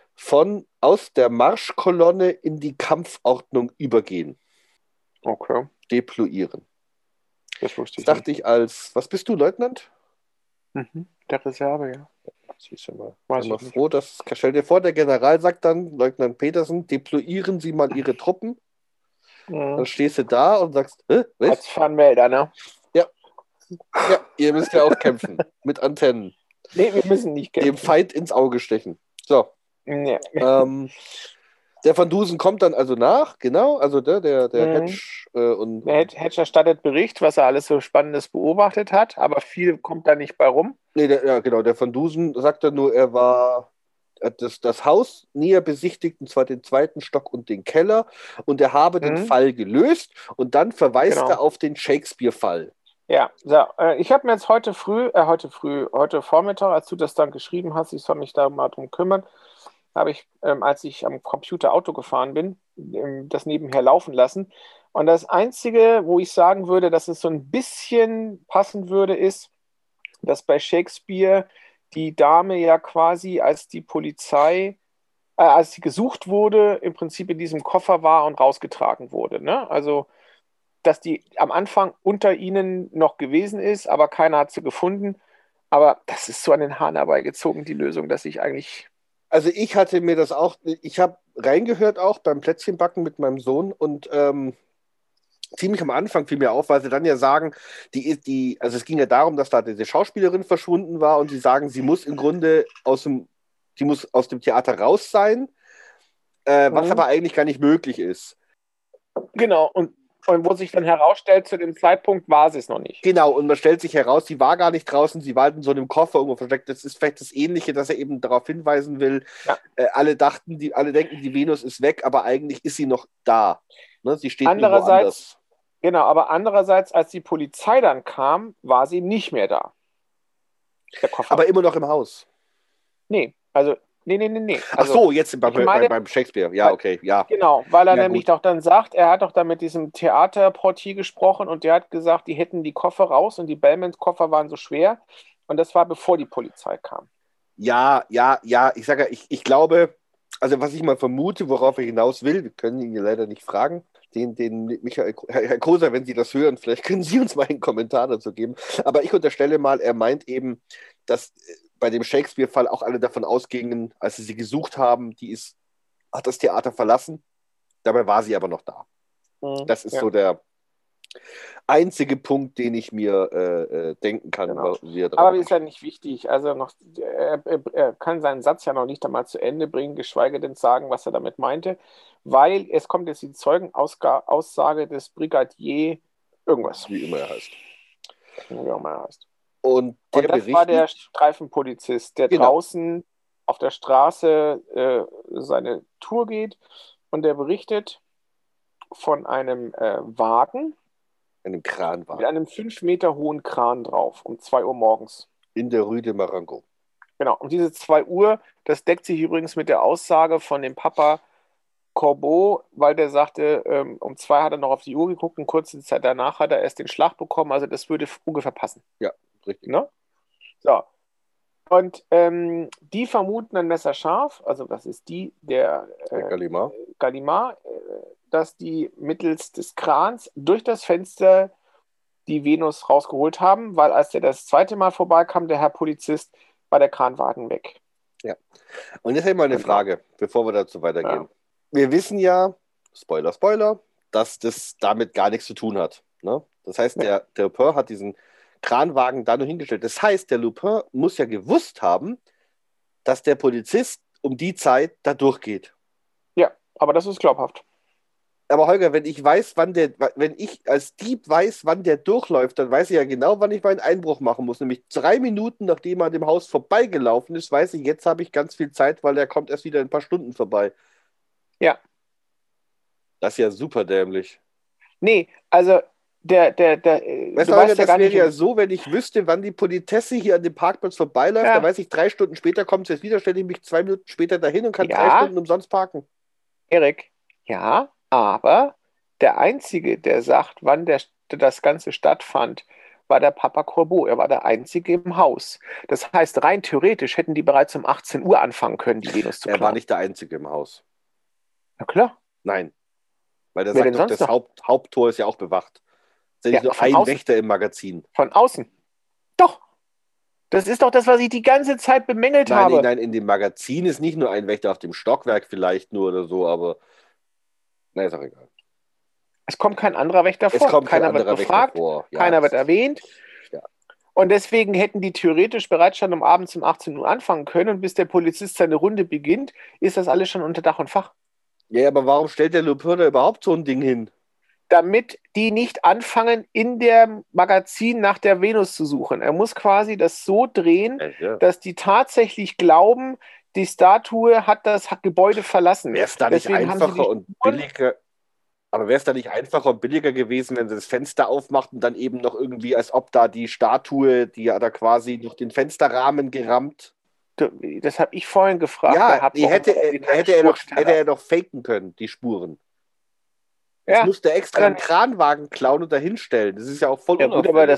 aus der Marschkolonne in die Kampfordnung übergehen. Okay, Deployieren. das wusste Das ich dachte ich was bist du, Leutnant? nicht. Der Reserve, ja. Siehst du mal. Weiß Sei mal ich nicht. froh, stell dir vor, der General sagt dann, Leutnant Petersen, deployieren Sie mal Ihre Truppen. Dann stehst du da und sagst, was? Als Fernmelder, ne? Ja, ihr müsst ja auch kämpfen. Mit Antennen. Nee, wir müssen nicht Dem kämpfen. Feind ins Auge stechen. So. Nee. Der Van Dusen kommt dann also nach, genau, also der Hedge und Der Hedge erstattet Bericht, was er alles so Spannendes beobachtet hat, aber viel kommt da nicht bei rum. der Van Dusen sagt dann nur, hat das Haus näher besichtigt, und zwar den zweiten Stock und den Keller, und er habe den Fall gelöst, und dann verweist er auf den Shakespeare-Fall. Ja, so, ich habe mir jetzt heute Vormittag, als du das dann geschrieben hast, ich soll mich da mal drum kümmern, habe ich, als ich am Computer Auto gefahren bin, das nebenher laufen lassen. Und das Einzige, wo ich sagen würde, dass es so ein bisschen passen würde, ist, dass bei Shakespeare die Dame ja quasi, als die Polizei, als sie gesucht wurde, im Prinzip in diesem Koffer war und rausgetragen wurde. Ne? Also, dass die am Anfang unter ihnen noch gewesen ist, aber keiner hat sie gefunden. Aber das ist so an den Haaren herbeigezogen, die Lösung, dass ich eigentlich. Also ich hatte mir das auch, ich habe reingehört auch beim Plätzchenbacken mit meinem Sohn, und ziemlich am Anfang fiel mir auf, weil sie dann ja sagen, also es ging ja darum, dass da diese Schauspielerin verschwunden war, und sie sagen, sie muss im Grunde aus dem Theater raus sein, was aber eigentlich gar nicht möglich ist. Genau, und wo sich dann herausstellt, zu dem Zeitpunkt war sie es noch nicht. Genau, und man stellt sich heraus, sie war gar nicht draußen, sie war halt in so einem Koffer irgendwo versteckt. Das ist vielleicht das Ähnliche, dass er eben darauf hinweisen will. Ja. Alle denken, die Venus ist weg, aber eigentlich ist sie noch da. Ne? Sie steht irgendwo anders. Genau, aber andererseits, als die Polizei dann kam, war sie nicht mehr da. Der Koffer. Aber immer noch im Haus. Nee, also Nee. Ach so, jetzt ich meine, beim Shakespeare. Ja, okay, ja. genau, weil er Ja, nämlich gut. doch dann sagt, er hat doch da mit diesem Theaterportier gesprochen und der hat gesagt, die hätten die Koffer raus und die Bellmans-Koffer waren so schwer. Und das war bevor die Polizei kam. Ja, ich sage ja, ich glaube, also was ich mal vermute, worauf er hinaus will, wir können ihn ja leider nicht fragen, den Michael, Herr Koser, wenn Sie das hören, vielleicht können Sie uns mal einen Kommentar dazu geben. Aber ich unterstelle mal, er meint eben, dass bei dem Shakespeare-Fall auch alle davon ausgingen, als sie gesucht haben, hat das Theater verlassen, dabei war sie aber noch da. Das ist Ja, so der einzige Punkt, den ich mir denken kann, genau. wie er drauf Aber ist ja kommt. nicht wichtig. Also er kann seinen Satz ja noch nicht einmal zu Ende bringen, geschweige denn sagen, was er damit meinte, weil es kommt jetzt die Zeugenaussage des Brigadier irgendwas, Wie immer er heißt. wie auch immer er heißt. Und der Und das war der berichtet, Streifenpolizist, der genau, draußen auf der Straße seine Tour geht und der berichtet von einem Wagen in dem mit Kranwagen einem 5 Meter hohen Kran drauf um 2 Uhr morgens. in der Rue de Marengo. Genau, um diese 2 Uhr, das deckt sich übrigens mit der Aussage von dem Papa Corbeau, weil der sagte, um 2 hat er noch auf die Uhr geguckt und kurze Zeit danach hat er erst den Schlag bekommen, also das würde ungefähr passen. Ja, richtig. Ne? So. Und die vermuten dann messerscharf, also das ist der Der Gallimard. Gallimard, dass die mittels des Krans durch das Fenster die Venus rausgeholt haben, weil als der das zweite Mal vorbeikam, der Herr Polizist, war der Kranwagen weg. Ja. Und jetzt habe ich mal eine Genau. Frage, bevor wir dazu weitergehen. Ja. Wir wissen ja, Spoiler, Spoiler, dass das damit gar nichts zu tun hat. Ne? Das heißt, Ja. der Lupin hat diesen Kranwagen da nur hingestellt. Das heißt, der Lupin muss ja gewusst haben, dass der Polizist um die Zeit da durchgeht. Ja, aber das ist glaubhaft. Aber Holger, wenn ich als Dieb weiß, wann der durchläuft, dann weiß ich ja genau, wann ich meinen Einbruch machen muss. Nämlich 3 Minuten, nachdem er an dem Haus vorbeigelaufen ist, weiß ich, jetzt habe ich ganz viel Zeit, weil er kommt erst wieder in ein paar Stunden vorbei. Ja. Das ist ja super dämlich. Nee, also Weißt du du, weißt Holger, ja das gar wäre nicht, ja so, wenn ich wüsste, wann die Politesse hier an dem Parkplatz vorbeiläuft, dann ja, weiß ich, 3 Stunden später kommt es jetzt wieder, stelle ich mich 2 Minuten später dahin und kann 3 ja, Stunden umsonst parken. Erik, ja, aber der Einzige, der sagt, wann das Ganze stattfand, war der Papa Corbeau. Er war der Einzige im Haus. Das heißt, rein theoretisch hätten die bereits um 18 Uhr anfangen können, die Venus zu Er war klauen. nicht der Einzige im Haus. Na klar. Nein. Weil der Wer sagt denn doch, sonst das noch? Haupttor ist ja auch bewacht. Es ist ja nicht Ja, nur von ein außen. Wächter im Magazin. Von außen. Doch. Das ist doch das, was ich die ganze Zeit bemängelt habe. Nein, in dem Magazin ist nicht nur ein Wächter auf dem Stockwerk vielleicht nur oder so, aber na, ist auch egal. Es kommt kein anderer Wächter Es vor. kommt kein Keiner wird anderer Wächter befragt, vor. Ja, keiner wird das ist- erwähnt. Ja. Und deswegen hätten die theoretisch bereits schon am Abend um 18 Uhr anfangen können. Und bis der Polizist seine Runde beginnt, ist das alles schon unter Dach und Fach. Ja, aber warum stellt der Lupin da überhaupt so ein Ding hin? Damit die nicht anfangen, in der Magazin nach der Venus zu suchen. Er muss quasi das so drehen, Ja. dass die tatsächlich glauben, die Statue hat das Gebäude verlassen. Wäre es da nicht Deswegen haben sie einfacher die und Spuren- billiger? Aber wäre es da nicht einfacher und billiger gewesen, wenn sie das Fenster aufmacht und dann eben noch irgendwie, als ob da die Statue, die ja da quasi durch den Fensterrahmen gerammt. Das habe ich vorhin gefragt. Ja, gehabt, die warum hätte sie keine er Spuren hätte er doch faken können, die Spuren. Jetzt Ja, musste er extra dann- einen Kranwagen klauen und dahinstellen. Das ist ja auch voll Ja, gut, unauffällig. aber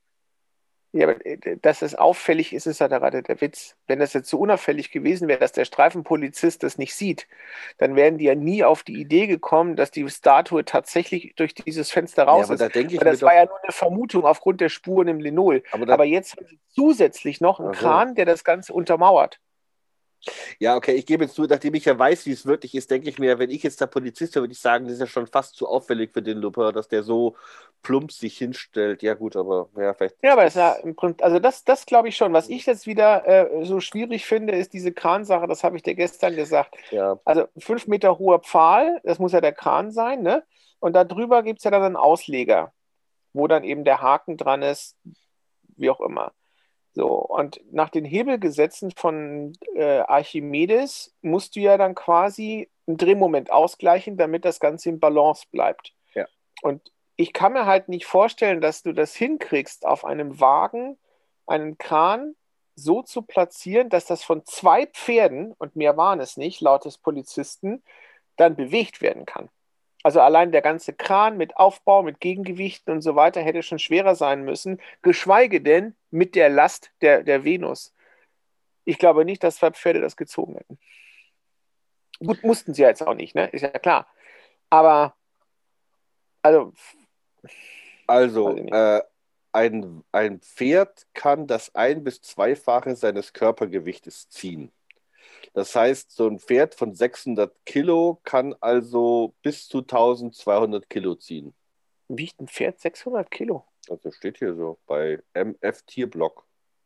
dass es auffällig ist, ist ja gerade der Witz. Wenn das jetzt so unauffällig gewesen wäre, dass der Streifenpolizist das nicht sieht, dann wären die ja nie auf die Idee gekommen, dass die Statue tatsächlich durch dieses Fenster Ja, raus aber ist. da denke ich Weil mir das doch, war ja nur eine Vermutung aufgrund der Spuren im Linol. aber Aber jetzt haben sie zusätzlich noch einen Ach so. Kran, der das Ganze untermauert. ja, okay, ich gebe jetzt zu, nachdem ich ja weiß, wie es wirklich ist, denke ich mir, wenn ich jetzt der Polizist wäre, würde ich sagen, das ist ja schon fast zu auffällig für den Lupin, dass der so plump sich hinstellt. Ja, gut, aber ja, vielleicht. Ja, aber das ist ja im Prinzip, also das glaube ich schon. Was ich jetzt wieder so schwierig finde, ist diese Kransache, das habe ich dir gestern gesagt. Ja, Also 5 Meter hoher Pfahl, das muss ja der Kran sein, ne? Und da drüber gibt es ja dann einen Ausleger, wo dann eben der Haken dran ist, wie auch immer. So, und nach den Hebelgesetzen von Archimedes musst du ja dann quasi einen Drehmoment ausgleichen, damit das Ganze im Balance bleibt. Ja. Und ich kann mir halt nicht vorstellen, dass du das hinkriegst, auf einem Wagen einen Kran so zu platzieren, dass das von 2 Pferden, und mehr waren es nicht, laut des Polizisten, dann bewegt werden kann. Also allein der ganze Kran mit Aufbau, mit Gegengewichten und so weiter hätte schon schwerer sein müssen, geschweige denn mit der Last der Venus. Ich glaube nicht, dass 2 Pferde das gezogen hätten. Gut, mussten sie jetzt auch nicht, ne? Ist ja klar. Aber, also, Also, weiß ich nicht. ein Pferd kann das 1- bis 2-fache seines Körpergewichtes ziehen. Das heißt, so ein Pferd von 600 Kilo kann also bis zu 1200 Kilo ziehen. Wiegt ein Pferd 600 Kilo? Also steht hier so bei MF Tierblock.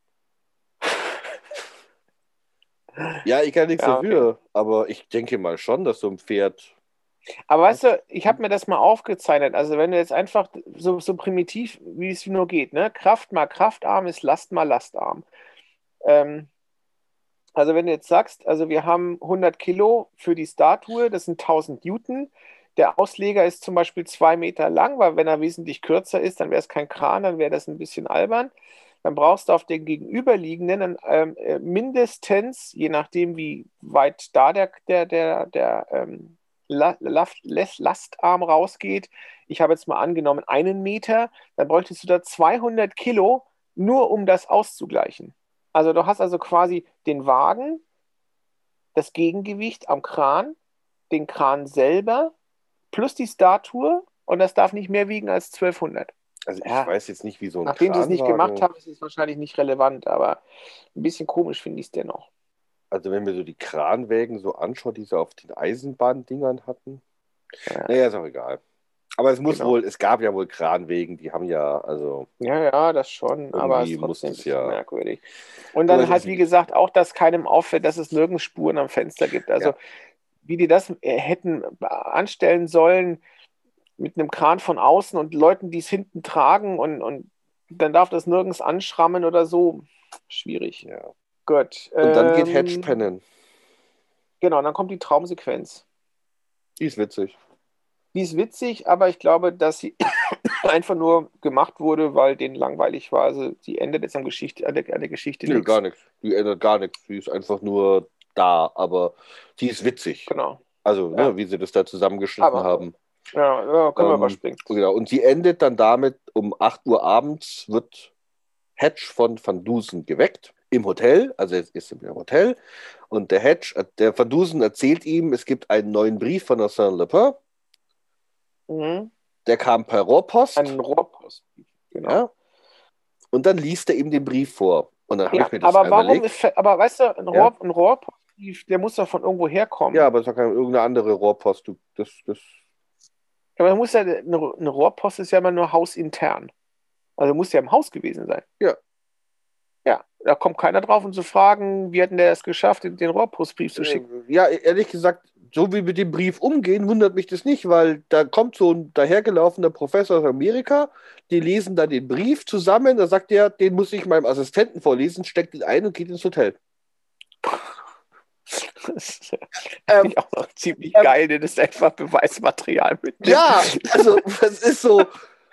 Ja, ich kann nichts Ja, okay. dafür, aber ich denke mal schon, dass so ein Pferd. Aber weißt du, ich habe mir das mal aufgezeichnet. Also wenn du jetzt einfach so primitiv, wie es nur geht, ne? Kraft mal kraftarm ist Last mal lastarm. Ähm, also wenn du jetzt sagst, also wir haben 100 Kilo für die Statue, das sind 1000 Newton. Der Ausleger ist zum Beispiel 2 Meter lang, weil wenn er wesentlich kürzer ist, dann wäre es kein Kran, dann wäre das ein bisschen albern. Dann brauchst du auf den gegenüberliegenden mindestens, je nachdem wie weit da der Lastarm rausgeht, ich habe jetzt mal angenommen 1 Meter, dann bräuchtest du da 200 Kilo, nur um das auszugleichen. Also du hast also quasi den Wagen, das Gegengewicht am Kran, den Kran selber plus die Statue und das darf nicht mehr wiegen als 1200. Also ich Ja, weiß jetzt nicht, wie so ein nachdem sie es nicht gemacht Kranwagen. haben, ist es wahrscheinlich nicht relevant, aber ein bisschen komisch finde ich es dennoch. Also wenn wir so die Kranwägen so anschauen, die sie auf den Eisenbahndingern hatten. Ja, Naja, ist auch egal. Aber genau. es gab ja wohl Kranwegen, die haben ja, also Ja, ja, das schon, aber es irgendwie ist muss trotzdem ein das bisschen ja. merkwürdig. Und Aber dann es ist halt, wie gesagt, auch, dass keinem auffällt, dass es nirgends Spuren am Fenster gibt. Also, ja. wie die das hätten anstellen sollen mit einem Kran von außen und Leuten, die es hinten tragen und dann darf das nirgends anschrammen oder so. Schwierig. Ja. Gut. Und dann geht Hedge pennen. Genau, dann kommt die Traumsequenz. Die ist witzig. Die ist witzig, aber ich glaube, dass sie einfach nur gemacht wurde, weil denen langweilig war. Also die endet jetzt an der Geschichte Nö, gar nichts. nichts. Die ändert gar nichts. Die ist einfach nur da, aber die ist witzig. Genau. Also, Ja. ne, wie sie das da zusammengeschnitten Aber haben. ja, können wir überspringen. Genau. Und sie endet dann damit, um 8 Uhr abends wird Hedge von Van Dusen geweckt im Hotel, also er ist im Hotel und der Van Dusen erzählt ihm, es gibt einen neuen Brief von der Saint-Lepin, Mhm. der kam per Rohrpost, Ein Rohrpost. Genau. ja, und dann liest er ihm den Brief vor. Und dann habe Ja, ich mir das aber warum überlegt. aber weißt du, Ja, ein Rohrpost, der muss doch von irgendwo herkommen. ja, aber es ist doch keine irgendeine andere Rohrpost. Das. Aber eine Rohrpost ist ja immer nur hausintern. Also muss ja im Haus gewesen sein. Ja. Ja, da kommt keiner drauf, um zu fragen, wie hat denn der es geschafft, den Rohrpostbrief zu schicken. Ja, ehrlich gesagt, so wie wir mit dem Brief umgehen, wundert mich das nicht, weil da kommt so ein dahergelaufener Professor aus Amerika, die lesen dann den Brief zusammen, da sagt er, den muss ich meinem Assistenten vorlesen, steckt ihn ein und geht ins Hotel. Das finde ich auch noch ziemlich geil, denn das ist einfach Beweismaterial mitnimmt. Ja, also das ist so.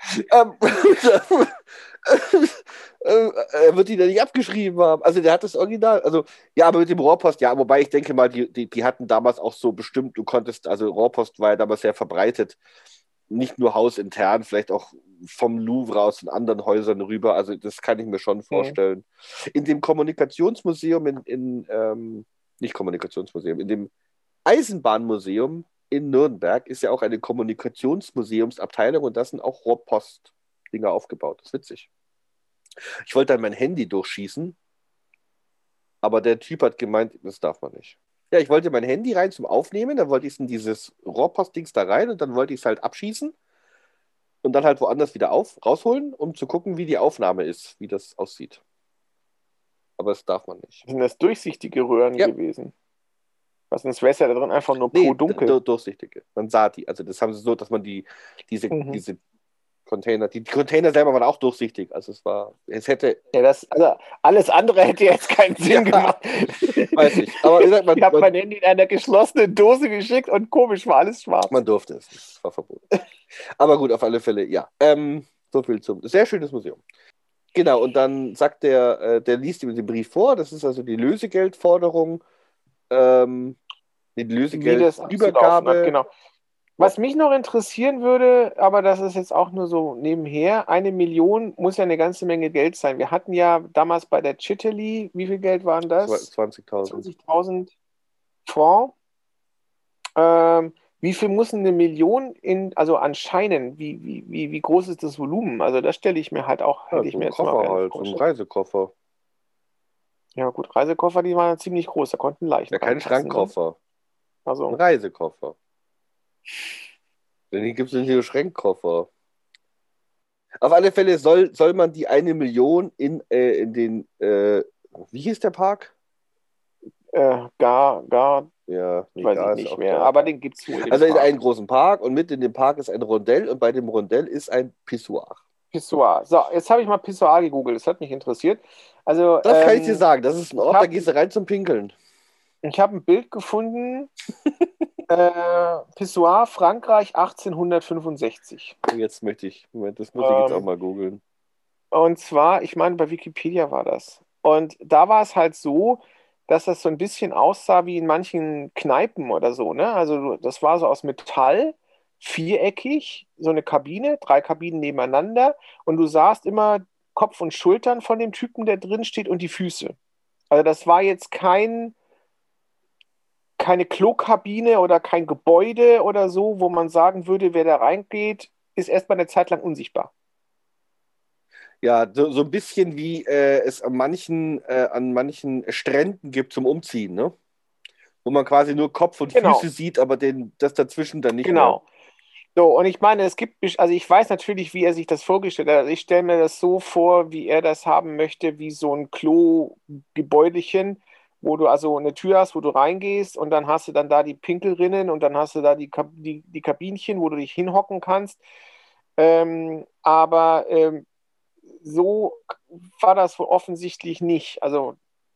Er wird die da nicht abgeschrieben haben. Also der hat das Original. Also ja, aber mit dem Rohrpost, ja, wobei ich denke mal, die hatten damals auch so bestimmt, du konntest, also Rohrpost war ja damals sehr verbreitet, nicht nur hausintern, vielleicht auch vom Louvre aus in anderen Häusern rüber. Also das kann ich mir schon vorstellen. In dem Kommunikationsmuseum nicht Kommunikationsmuseum, in dem Eisenbahnmuseum in Nürnberg ist ja auch eine Kommunikationsmuseumsabteilung und da sind auch Rohrpost-Dinger aufgebaut. Das ist witzig. Ich wollte dann mein Handy durchschießen, aber der Typ hat gemeint, das darf man nicht. Ja, ich wollte mein Handy rein zum Aufnehmen, dann wollte ich es in dieses Rohrpost-Dings da rein und dann wollte ich es halt abschießen und dann halt woanders wieder rausholen, um zu gucken, wie die Aufnahme ist, wie das aussieht. Aber das darf man nicht. Sind das durchsichtige Röhren gewesen? Was sonst wäre es ja da drin einfach nur dunkel. Durchsichtige. Man sah die. Also das haben sie so, dass man diese Container, die Container selber waren auch durchsichtig. Also es hätte. Ja, also alles andere hätte jetzt keinen Sinn gemacht. Weiß ich. Aber ich habe mein Handy in einer geschlossenen Dose geschickt und komisch war alles schwarz. Man durfte es nicht. Das war verboten. Aber gut, auf alle Fälle, ja. So viel zum. Sehr schönes Museum. Genau, und dann sagt der liest ihm den Brief vor, das ist also die Lösegeldforderung, die Wie das abzulaufen hat, Lösegeldübergabe. genau. Was mich noch interessieren würde, aber das ist jetzt auch nur so nebenher, 1 Million muss ja eine ganze Menge Geld sein. Wir hatten ja damals bei der Chitaly, wie viel Geld waren das? 20.000. 20.000 Francs. Wie viel muss eine Million also anscheinend, wie groß ist das Volumen? Also das stelle ich mir halt auch, Ja, hätte ich so mir ein jetzt mal Koffer gerne halt, so ein vorgestellt. Reisekoffer. Ja gut, Reisekoffer, die waren ja ziemlich groß, da konnten Leichen Ja, kein reinpassen, ne? Schrankkoffer, ein Also, Reisekoffer. Denn hier gibt es hier Schrankkoffer. Auf alle Fälle soll man die 1 Million in den, wie hieß der Park? gar, Ja, nee, weiß ich Gar ist nicht auch mehr, da. aber den gibt es wohl, den Also in Park. einen großen Park und mit in dem Park ist ein Rondell und bei dem Rondell ist ein Pissoir. Pissoir. So, jetzt habe ich mal Pissoir gegoogelt, das hat mich interessiert. Also, Das kann ich dir sagen, das ist ein ich Ort, da habe gehst du rein zum Pinkeln. ich hab ein Bild gefunden, Pissoir, Frankreich 1865. Moment, das muss ich jetzt auch Ähm, mal googeln. und zwar, ich meine, bei Wikipedia war das. Und da war es halt so, dass das so ein bisschen aussah wie in manchen Kneipen oder so, ne? Also das war so aus Metall, viereckig, so eine Kabine, 3 Kabinen nebeneinander. Und du sahst immer Kopf und Schultern von dem Typen, der drin steht und die Füße. Also das war jetzt keine Klokabine oder kein Gebäude oder so, wo man sagen würde, wer da reingeht, ist erstmal eine Zeit lang unsichtbar. Ja, so ein bisschen wie es an manchen Stränden gibt zum Umziehen, ne? Wo man quasi nur Kopf und Füße Genau, sieht, aber das dazwischen dann nicht mehr. genau. So, und ich meine, also ich weiß natürlich, wie er sich das vorgestellt hat. Also ich stelle mir das so vor, wie er das haben möchte, wie so ein Klo-Gebäudelchen, wo du also eine Tür hast, wo du reingehst und dann hast du dann da die Pinkelrinnen und dann hast du da die Kabinchen, wo du dich hinhocken kannst. Aber so war das wohl offensichtlich nicht. Also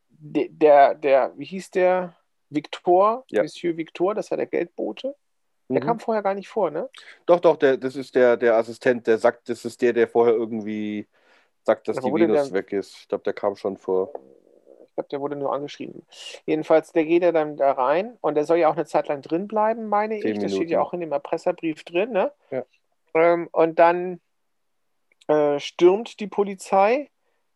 wie hieß der? Victor, Ja. Monsieur Victor, das war der Geldbote. Der Mhm. kam vorher gar nicht vor, ne? Doch, das ist der Assistent, der sagt, das ist der vorher irgendwie sagt, dass Aber die wurde Venus der, weg ist. Ich glaube, der kam schon vor. ich glaube, der wurde nur angeschrieben. Jedenfalls, der geht ja dann da rein und der soll ja auch eine Zeit lang drin bleiben, meine Zehn ich. Das steht ja Minuten. auch in dem Erpresserbrief drin, ne? Ja. Und dann stürmt die Polizei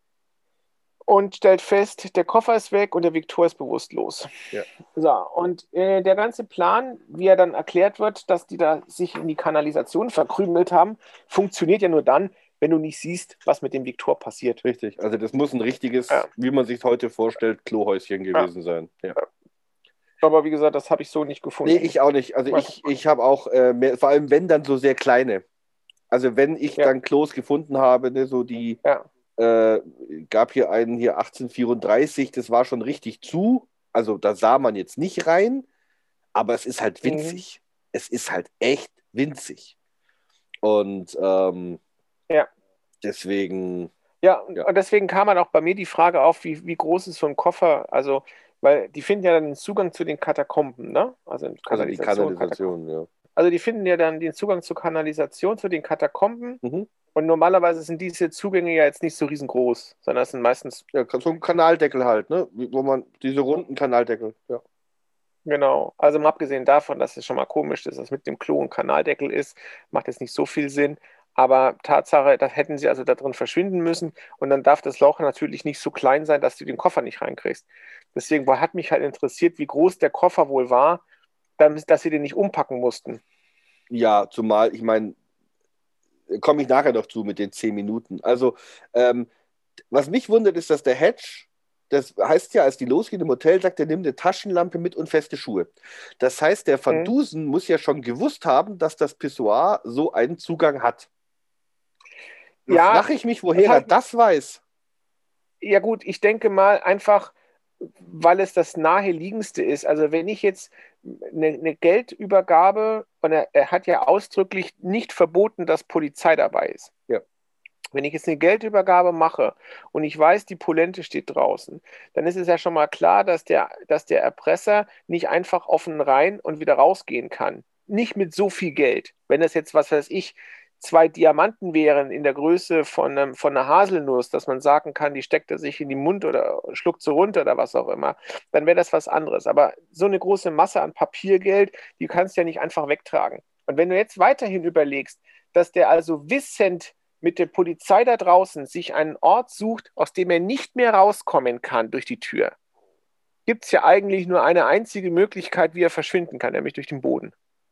und stellt fest, der Koffer ist weg und der Viktor ist bewusstlos. Ja. So, und der ganze Plan, wie er dann erklärt wird, dass die da sich in die Kanalisation verkrümelt haben, funktioniert ja nur dann, wenn du nicht siehst, was mit dem Viktor passiert. Richtig. Also das muss ein richtiges, Ja, wie man sich heute vorstellt, Klohäuschen ja. gewesen sein. Ja. Aber wie gesagt, das habe ich so nicht Nee, gefunden. ich auch nicht. Also Was? ich habe auch vor allem wenn dann so sehr kleine. Also wenn ich Ja, dann Klos gefunden habe, ne, so die ja. äh, gab hier einen hier 1834, das war schon richtig zu. Also da sah man jetzt nicht rein, aber es ist halt Mhm. winzig. Es ist halt echt winzig. Und Ja. deswegen, Ja, und ja, und deswegen kam dann auch bei mir die Frage auf, wie groß ist so ein Koffer? Also, weil die finden ja dann den Zugang zu den Katakomben, ne? Also also die Kanalisation, Katakomben. Kanalisation, ja. Also die finden ja dann den Zugang zur Kanalisation, zu den Katakomben. Mhm. Und normalerweise sind diese Zugänge ja jetzt nicht so riesengroß, sondern es sind meistens, Ja, so ein Kanaldeckel halt, ne? Wo man, diese runden Kanaldeckel, ja. genau. Also mal abgesehen davon, dass es schon mal komisch ist, dass es mit dem Klo ein Kanaldeckel ist, macht jetzt nicht so viel Sinn. Aber Tatsache, da hätten sie also da drin verschwinden müssen. Und dann darf das Loch natürlich nicht so klein sein, dass du den Koffer nicht reinkriegst. Deswegen hat mich halt interessiert, wie groß der Koffer wohl war, dass sie den nicht umpacken mussten. Ja, zumal, ich meine, komme ich nachher noch zu mit den 10 Minuten. Also, ähm, was mich wundert, ist, dass der Hedge, das heißt ja, als die losgehen im Hotel, sagt er, nimm eine Taschenlampe mit und feste Schuhe. Das heißt, der Van Hm? Dusen muss ja schon gewusst haben, dass das Pissoir so einen Zugang hat. Da Ja, frage ich mich, das woher er habe ich, das weiß. ja gut, ich denke mal einfach, weil es das naheliegendste ist. Also wenn ich jetzt eine Geldübergabe, und er hat ja ausdrücklich nicht verboten, dass Polizei dabei ist. Ja, Wenn ich jetzt eine Geldübergabe mache und ich weiß, die Polente steht draußen, dann ist es ja schon mal klar, dass der Erpresser nicht einfach offen rein und wieder rausgehen kann. Nicht mit so viel Geld. Wenn das jetzt, was weiß ich, 2 Diamanten wären in der Größe von einer Haselnuss, dass man sagen kann, die steckt er sich in den Mund oder schluckt so runter oder was auch immer, dann wäre das was anderes. Aber so eine große Masse an Papiergeld, die kannst du ja nicht einfach wegtragen. Und wenn du jetzt weiterhin überlegst, dass der also wissend mit der Polizei da draußen sich einen Ort sucht, aus dem er nicht mehr rauskommen kann durch die Tür, gibt es ja eigentlich nur eine einzige Möglichkeit, wie er verschwinden kann, nämlich durch den Boden.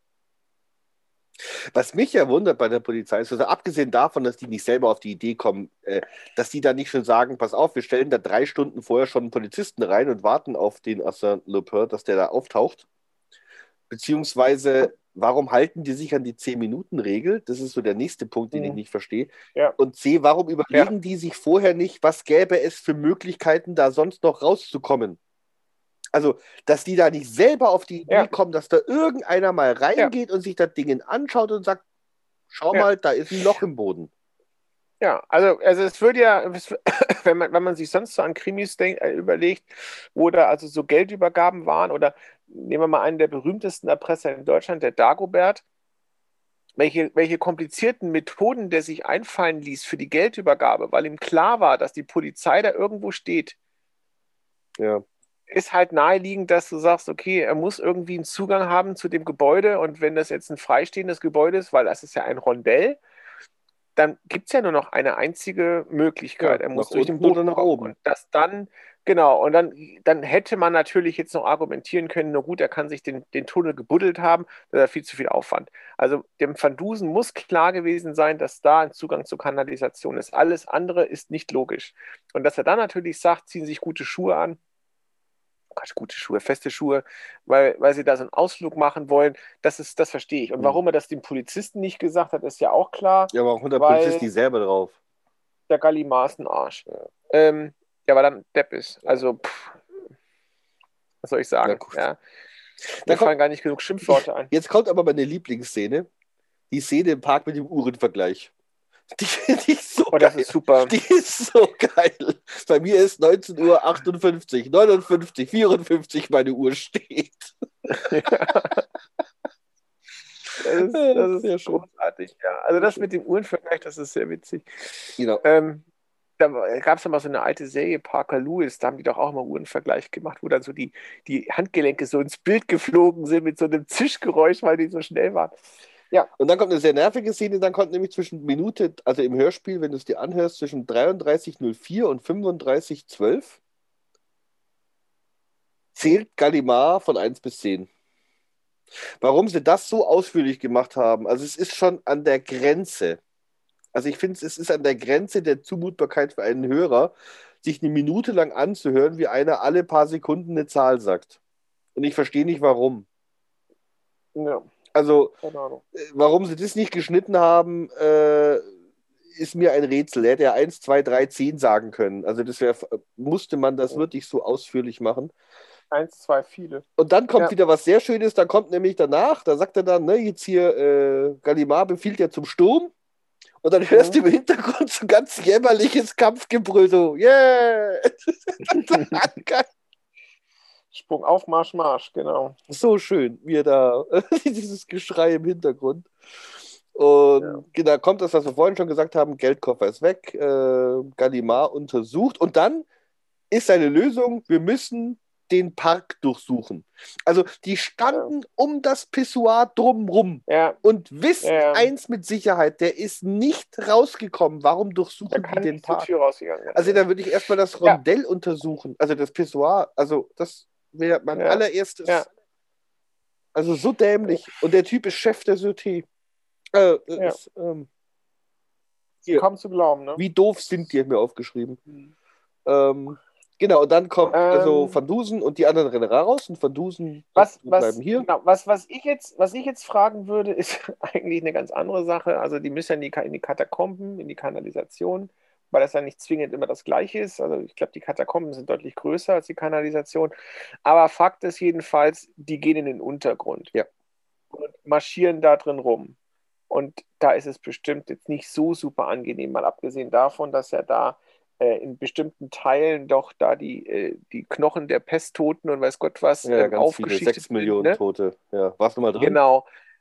Was mich ja wundert bei der Polizei ist, also abgesehen davon, dass die nicht selber auf die Idee kommen, dass die da nicht schon sagen, pass auf, wir stellen da 3 Stunden vorher schon einen Polizisten rein und warten auf den Arsène Lupin, dass der da auftaucht. Beziehungsweise, warum halten die sich an die 10-Minuten-Regel? Das ist so der nächste Punkt, den ich nicht verstehe. Ja. Und C, warum überlegen die sich vorher nicht, was gäbe es für Möglichkeiten, da sonst noch rauszukommen? Also, dass die da nicht selber auf die Idee kommen, dass da irgendeiner mal reingeht und sich das Ding anschaut und sagt, schau mal, da ist ein Loch im Boden. Ja, also es würde ja, wenn man sich sonst so an Krimis überlegt, wo da also so Geldübergaben waren, oder nehmen wir mal einen der berühmtesten Erpresser in Deutschland, der Dagobert, welche komplizierten Methoden der sich einfallen ließ für die Geldübergabe, weil ihm klar war, dass die Polizei da irgendwo steht. Ja. Ist halt naheliegend, dass du sagst, okay, er muss irgendwie einen Zugang haben zu dem Gebäude, und wenn das jetzt ein freistehendes Gebäude ist, weil das ist ja ein Rondell, dann gibt es ja nur noch eine einzige Möglichkeit. Er muss durch den Boden oder nach kommen. oben. Und das dann, genau, und dann hätte man natürlich jetzt noch argumentieren können, na gut, er kann sich den Tunnel gebuddelt haben, das ist viel zu viel Aufwand. Also dem Van Dusen muss klar gewesen sein, dass da ein Zugang zur Kanalisation ist. Alles andere ist nicht logisch. Und dass er dann natürlich sagt, ziehen sich gute Schuhe an, gute Schuhe, feste Schuhe, weil sie da so einen Ausflug machen wollen, das verstehe ich. Und warum er das dem Polizisten nicht gesagt hat, ist ja auch klar. Ja, aber warum kommt der Polizist nicht selber drauf? Der Gallimar ist ein Arsch. Ja, weil er ein Depp ist. Also, was soll ich sagen? Ja. Da fallen gar nicht genug Schimpfworte ein. Jetzt kommt aber meine Lieblingsszene. Die Szene im Park mit dem Uhrenvergleich. Die finde ich so geil. Das ist super. Die ist so geil. Bei mir ist 19:58 Uhr, 59, 54 meine Uhr steht. Das ist sehr großartig, ja. Also das mit dem Uhrenvergleich, das ist sehr witzig. Genau. Da gab es ja mal so eine alte Serie, Parker Lewis, da haben die doch auch mal Uhrenvergleich gemacht, wo dann so die Handgelenke so ins Bild geflogen sind mit so einem Zischgeräusch, weil die so schnell waren. Ja. Und dann kommt eine sehr nervige Szene, dann kommt nämlich zwischen Minute, also im Hörspiel, wenn du es dir anhörst, zwischen 33:04 und 35:12 zählt Gallimar von 1 bis 10. Warum sie das so ausführlich gemacht haben, also es ist schon an der Grenze. Also ich finde, es ist an der Grenze der Zumutbarkeit für einen Hörer, sich eine Minute lang anzuhören, wie einer alle paar Sekunden eine Zahl sagt. Und ich verstehe nicht, warum. Ja. Also, warum sie das nicht geschnitten haben, ist mir ein Rätsel. Er hätte ja 1, 2, 3, 10 sagen können. Also musste man das wirklich so ausführlich machen. 1, 2, viele. Und dann kommt wieder was sehr Schönes, da kommt nämlich danach, da sagt er dann, ne, jetzt hier, Gallimar befiehlt ja zum Sturm. Und dann hörst du im Hintergrund so ganz jämmerliches Kampfgebrüll, so, yeah! Sprung auf, Marsch, Marsch, genau. So schön, wie er da, dieses Geschrei im Hintergrund. Und da kommt das, was wir vorhin schon gesagt haben, Geldkoffer ist weg, Gallimar untersucht und dann ist seine Lösung, wir müssen den Park durchsuchen. Also die standen um das Pissoir drumrum und wissen eins mit Sicherheit, der ist nicht rausgekommen. Warum durchsuchen die den Park? Also da würde ich erstmal das Rondell untersuchen, also das Pissoir, also das wäre mein allererstes. Also so dämlich. Und der Typ ist Chef der Sûreté. Ist, kaum zu glauben, ne? Wie doof sind die, mir aufgeschrieben. Genau, und dann kommt also Van Dusen und die anderen rennen raus und Van Dusen bleiben hier. Genau, was ich jetzt fragen würde, ist eigentlich eine ganz andere Sache. Also die müssen ja in die Katakomben, in die Kanalisation, weil das ja nicht zwingend immer das Gleiche ist. Also ich glaube, die Katakomben sind deutlich größer als die Kanalisation. Aber Fakt ist jedenfalls, die gehen in den Untergrund und marschieren da drin rum. Und da ist es bestimmt jetzt nicht so super angenehm, mal abgesehen davon, dass ja da in bestimmten Teilen doch da die Knochen der Pesttoten und weiß Gott was ganz aufgeschichtet viele, 6 Millionen ne? Tote. Ja, warst du mal drin? Genau.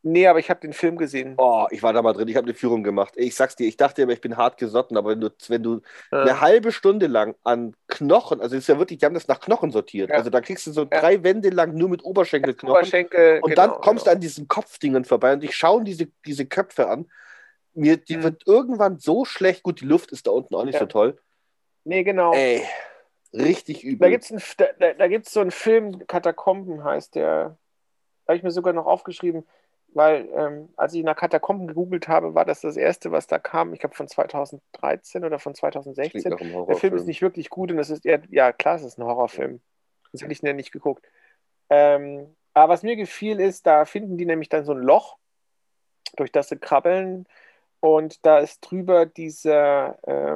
Nee, aber ich habe den Film gesehen. Oh, ich war da mal drin, ich habe eine Führung gemacht. Ich sag's dir, ich dachte immer, ich bin hart gesotten, aber wenn du eine halbe Stunde lang an Knochen, also es ist ja wirklich, die haben das nach Knochen sortiert. Ja. Also da kriegst du so Ja. 3 Wände lang nur mit Oberschenkelknochen. Oberschenkel, Und dann kommst du an diesen Kopfdingen vorbei und ich schaue diese Köpfe an. Die wird irgendwann so schlecht, gut, die Luft ist da unten auch nicht so toll. Nee, genau. Ey, richtig übel. Da gibt's so einen Film, Katakomben heißt der. Da habe ich mir sogar noch aufgeschrieben, weil als ich nach Katakomben gegoogelt habe, war das erste, was da kam. Ich glaube von 2013 oder von 2016. Klingt nach einem Der Film ist nicht wirklich gut und es ist eher, ja klar, es ist ein Horrorfilm. Das hätte ich ja nicht geguckt. Aber was mir gefiel ist, da finden die nämlich dann so ein Loch, durch das sie krabbeln und da ist drüber dieser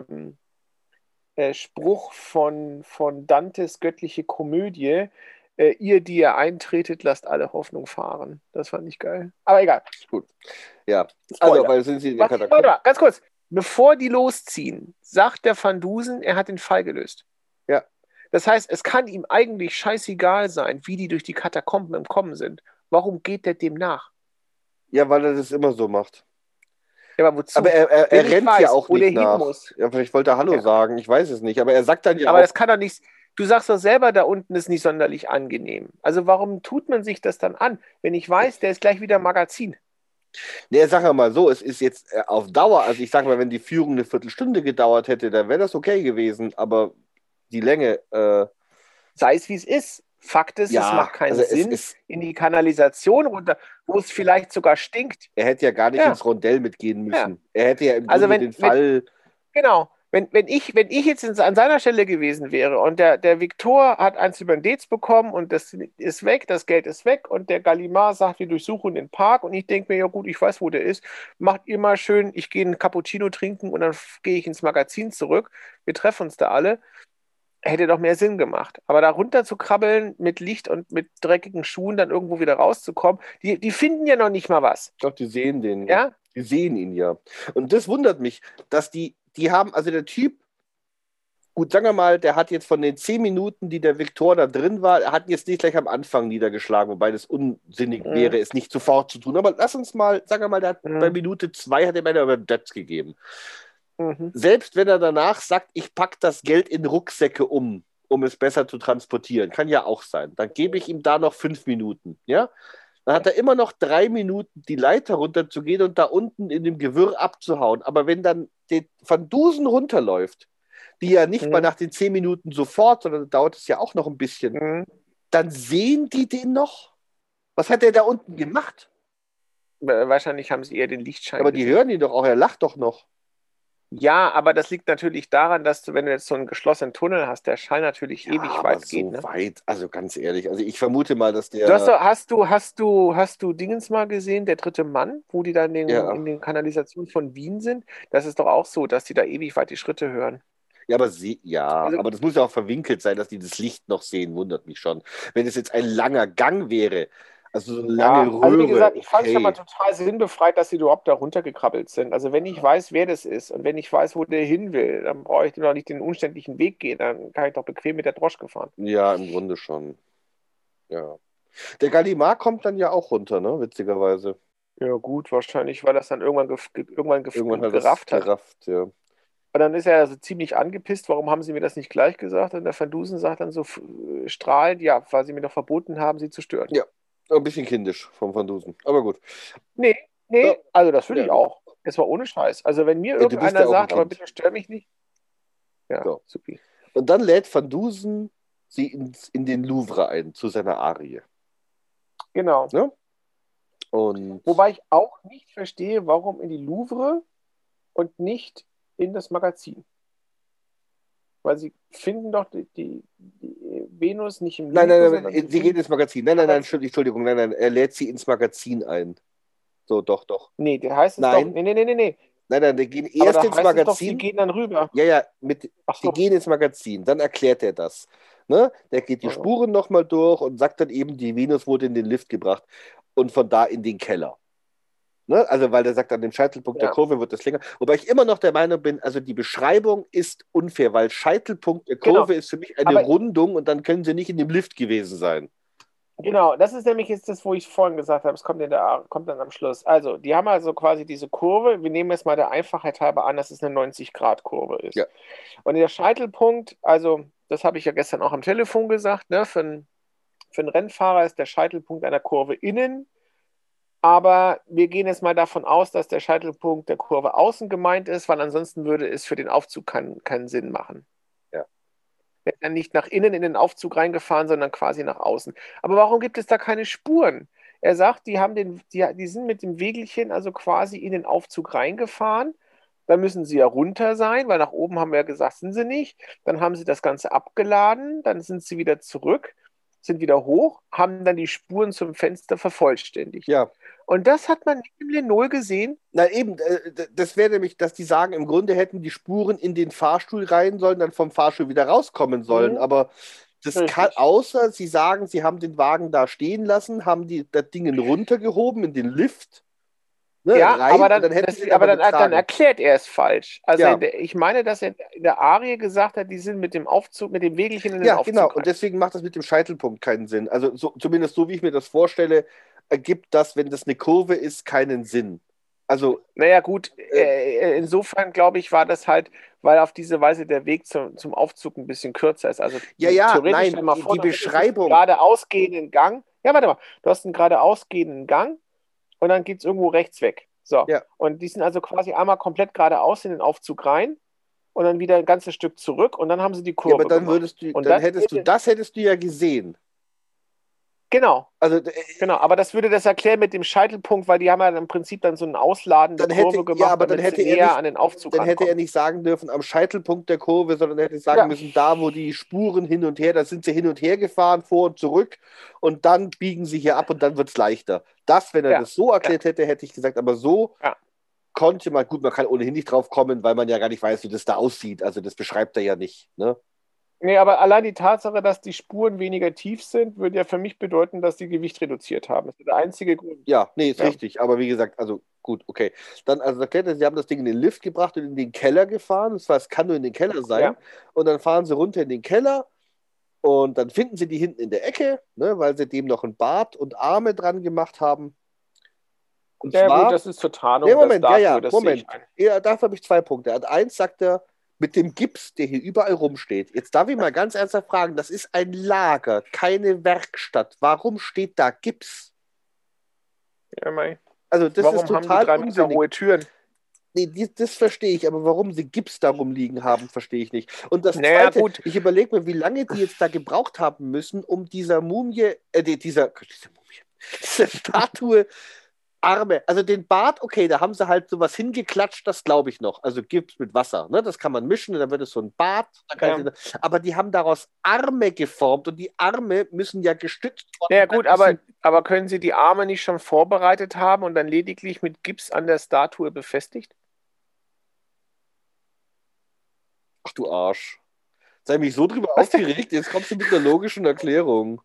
Spruch von Dantes göttliche Komödie. Ihr, die ihr eintretet, lasst alle Hoffnung fahren. Das fand ich geil. Aber egal. Gut. Ja. Spoiler. Also, weil sind sie in der Katakomben. Warte mal, ganz kurz. Bevor die losziehen, sagt der Van Dusen, er hat den Fall gelöst. Ja. Das heißt, es kann ihm eigentlich scheißegal sein, wie die durch die Katakomben entkommen sind. Warum geht der dem nach? Ja, weil er das immer so macht. Ja, aber wozu? Aber er rennt ja auch nicht nach. Muss. Ja, vielleicht wollte er Hallo sagen, ich weiß es nicht. Aber er sagt dann ja aber auch... das kann doch nicht... Du sagst doch selber, da unten ist nicht sonderlich angenehm. Also warum tut man sich das dann an, wenn ich weiß, der ist gleich wieder Magazin? Nee, sag mal so, es ist jetzt auf Dauer, also ich sag mal, wenn die Führung eine Viertelstunde gedauert hätte, dann wäre das okay gewesen, aber die Länge... Sei es wie es ist. Fakt ist, Ja, es macht keinen also Sinn, in die Kanalisation runter, wo es vielleicht sogar stinkt. Er hätte ja gar nicht ins Rondell mitgehen müssen. Ja. Er hätte ja im Also Grunde den Fall... Genau. Wenn ich jetzt an seiner Stelle gewesen wäre und der Viktor hat eins über den Dez bekommen und das ist weg, das Geld ist weg und der Gallimard sagt, wir durchsuchen den Park und ich denke mir, ja gut, ich weiß, wo der ist, macht ihr mal schön, ich gehe einen Cappuccino trinken und dann gehe ich ins Magazin zurück, wir treffen uns da alle, hätte doch mehr Sinn gemacht. Aber da runter zu krabbeln mit Licht und mit dreckigen Schuhen dann irgendwo wieder rauszukommen, die finden ja noch nicht mal was. Doch, die sehen den. Ja? Die sehen ihn ja. Und das wundert mich, dass die haben, also der Typ, gut, sagen wir mal, der hat jetzt von den 10 Minuten, die der Viktor da drin war, er hat ihn jetzt nicht gleich am Anfang niedergeschlagen, wobei das unsinnig wäre, es nicht sofort zu tun. Aber lass uns mal, sagen wir mal, der hat bei Minute 2 hat er mir aber Dötz gegeben. Selbst wenn er danach sagt, ich packe das Geld in Rucksäcke um es besser zu transportieren, kann ja auch sein. Dann gebe ich ihm da noch 5 Minuten, ja? Dann hat er immer noch 3 Minuten, die Leiter runterzugehen und da unten in dem Gewirr abzuhauen. Aber wenn dann der Van Dusen runterläuft, die ja nicht mal nach den 10 Minuten sofort, sondern dauert es ja auch noch ein bisschen, dann sehen die den noch? Was hat er da unten gemacht? Wahrscheinlich haben sie eher den Lichtschein Aber die gesehen. hören ihn doch auch, er lacht doch noch. Ja, aber das liegt natürlich daran, dass du, wenn du jetzt so einen geschlossenen Tunnel hast, der Schall natürlich ewig weit so geht. Ne? weit, also ganz ehrlich, also ich vermute mal, dass der... Hast du Dingens mal gesehen, der dritte Mann, wo die dann in den Kanalisationen von Wien sind? Das ist doch auch so, dass die da ewig weit die Schritte hören. Ja, aber das muss ja auch verwinkelt sein, dass die das Licht noch sehen, wundert mich schon. Wenn es jetzt ein langer Gang wäre, also so eine lange Röhre. Also wie gesagt, ich fand es schon mal total sinnbefreit, dass sie überhaupt da runtergekrabbelt sind. Also wenn ich weiß, wer das ist und wenn ich weiß, wo der hin will, dann brauche ich dem doch nicht den umständlichen Weg gehen. Dann kann ich doch bequem mit der Droschke fahren. Ja, im Grunde schon. Ja. Der Gallimard kommt dann ja auch runter, ne? Witzigerweise. Ja gut, wahrscheinlich, weil das dann irgendwann gerafft hat. Ja. Und dann ist er also ziemlich angepisst, warum haben sie mir das nicht gleich gesagt? Und der Van Dusen sagt dann so strahlend, ja, weil sie mir doch verboten haben, sie zu stören. Ja, ein bisschen kindisch vom Van Dusen, aber gut. Nee, also das finde ich auch. Es war ohne Scheiß. Also wenn mir irgendeiner sagt, aber bitte stör mich nicht. Ja, so. Super. Und dann lädt Van Dusen sie in den Louvre ein, zu seiner Arie. Genau. Ja? Und wobei ich auch nicht verstehe, warum in die Louvre und nicht in das Magazin. Weil sie finden doch die Venus nicht im Louvre. Nein, sie geht ins Magazin. Nein, Entschuldigung, er lädt sie ins Magazin ein. So, doch. Nee, der heißt es doch. Nee. Nein, die gehen erst ins Magazin. Die gehen dann rüber. Ja, die gehen ins Magazin. Dann erklärt er das. Ne? Der geht die Spuren nochmal durch und sagt dann eben, die Venus wurde in den Lift gebracht und von da in den Keller. Ne? Also, weil der sagt, an dem Scheitelpunkt der Kurve wird das länger. Wobei ich immer noch der Meinung bin, also die Beschreibung ist unfair, weil Scheitelpunkt der Kurve ist für mich eine Rundung und dann können sie nicht in dem Lift gewesen sein. Genau, das ist nämlich jetzt das, wo ich vorhin gesagt habe, es kommt dann am Schluss. Also, die haben also quasi diese Kurve. Wir nehmen jetzt mal der Einfachheit halber an, dass es eine 90-Grad-Kurve ist. Ja. Und der Scheitelpunkt, also, das habe ich ja gestern auch am Telefon gesagt, ne, für einen Rennfahrer ist der Scheitelpunkt einer Kurve innen. Aber wir gehen jetzt mal davon aus, dass der Scheitelpunkt der Kurve außen gemeint ist, weil ansonsten würde es für den Aufzug keinen Sinn machen. Ja. Er ist ja nicht nach innen in den Aufzug reingefahren, sondern quasi nach außen. Aber warum gibt es da keine Spuren? Er sagt, die sind mit dem Wägelchen also quasi in den Aufzug reingefahren. Dann müssen sie ja runter sein, weil nach oben haben wir ja gesagt, sind sie nicht. Dann haben sie das Ganze abgeladen, dann sind sie wieder zurück, sind wieder hoch, haben dann die Spuren zum Fenster vervollständigt. Ja. Und das hat man nicht im Lenol gesehen. Na eben, das wäre nämlich, dass die sagen, im Grunde hätten die Spuren in den Fahrstuhl rein sollen, dann vom Fahrstuhl wieder rauskommen sollen. Mhm. Aber das kann, Richtig. außer sie sagen, sie haben den Wagen da stehen lassen, haben das Ding runtergehoben in den Lift, ne, Ja, rein, aber und dann, dann hätten das, sie ihn aber aber dann getragen. erklärt er es falsch. Also Ja. ich meine, dass er in der Arie gesagt hat, die sind mit dem Aufzug, mit dem Wägelchen in den Ja, Aufzug genau. rein. Und deswegen macht das mit dem Scheitelpunkt keinen Sinn. Also zumindest so, wie ich mir das vorstelle, ergibt das, wenn das eine Kurve ist, keinen Sinn. Also, Naja, gut, insofern glaube ich, war das halt, weil auf diese Weise der Weg zum Aufzug ein bisschen kürzer ist. Also ja, theoretisch, nein, stell dir mal vor, die du hättest jetzt Beschreibung. einen gerade ausgehenden Gang. Ja, warte mal, du hast einen gerade ausgehenden Gang und dann geht es irgendwo rechts weg. So. Ja. Und die sind also quasi einmal komplett geradeaus in den Aufzug rein und dann wieder ein ganzes Stück zurück und dann haben sie die Ja, Kurve aber dann gemacht. Und dann hättest du ja gesehen. Genau, Also, genau. Aber das würde das erklären mit dem Scheitelpunkt, weil die haben ja im Prinzip dann so eine ausladende Kurve gemacht, aber dann damit hätte sie er näher nicht, an den Aufzug dann hätte er rankommen. nicht sagen dürfen am Scheitelpunkt der Kurve, sondern er hätte sagen Ja. müssen, da wo die Spuren hin und her, da sind sie hin und her gefahren, vor und zurück, und dann biegen sie hier ab und dann wird es leichter. Das, wenn er Ja. das so erklärt hätte, hätte ich gesagt, aber so Ja. konnte man, gut, man kann ohnehin nicht drauf kommen, weil man ja gar nicht weiß, wie das da aussieht. Also das beschreibt er ja nicht. Ne? Nee, aber allein die Tatsache, dass die Spuren weniger tief sind, würde ja für mich bedeuten, dass die Gewicht reduziert haben. Das ist der einzige Grund. Ja, nee, ist Ja. richtig. Aber wie gesagt, also gut, okay. Dann, also erklärt er, sie haben das Ding in den Lift gebracht und in den Keller gefahren. Das heißt, es kann nur in den Keller sein. Ja. Und dann fahren sie runter in den Keller und dann finden sie die hinten in der Ecke, ne, weil sie dem noch ein Bart und Arme dran gemacht haben. Und Ja, zwar, gut, das ist zur Tarnung. nee, Moment, das ja, das Moment. sehe ich ein. Ja, dafür habe ich 2 Punkte. An 1 sagt er, mit dem Gips, der hier überall rumsteht. Jetzt darf ich mal ganz ernsthaft fragen, das ist ein Lager, keine Werkstatt. Warum steht da Gips? Ja, Mai. Also das Warum ist haben die total 3 Meter unsinnig. hohe Türen? Nee, das verstehe ich, aber warum sie Gips da rumliegen haben, verstehe ich nicht. Und das Naja, Zweite, gut. ich überlege mir, wie lange die jetzt da gebraucht haben müssen, um dieser diese Statue Arme, also den Bart, okay, da haben sie halt sowas hingeklatscht, das glaube ich noch. Also Gips mit Wasser, ne? Das kann man mischen und dann wird es so ein Bart. Aber die haben daraus Arme geformt und die Arme müssen ja gestützt worden Naja, gut, sein. aber können Sie die Arme nicht schon vorbereitet haben und dann lediglich mit Gips an der Statue befestigt? Ach du Arsch. Sei mich so drüber Was denn? aufgeregt, jetzt kommst du mit einer logischen Erklärung.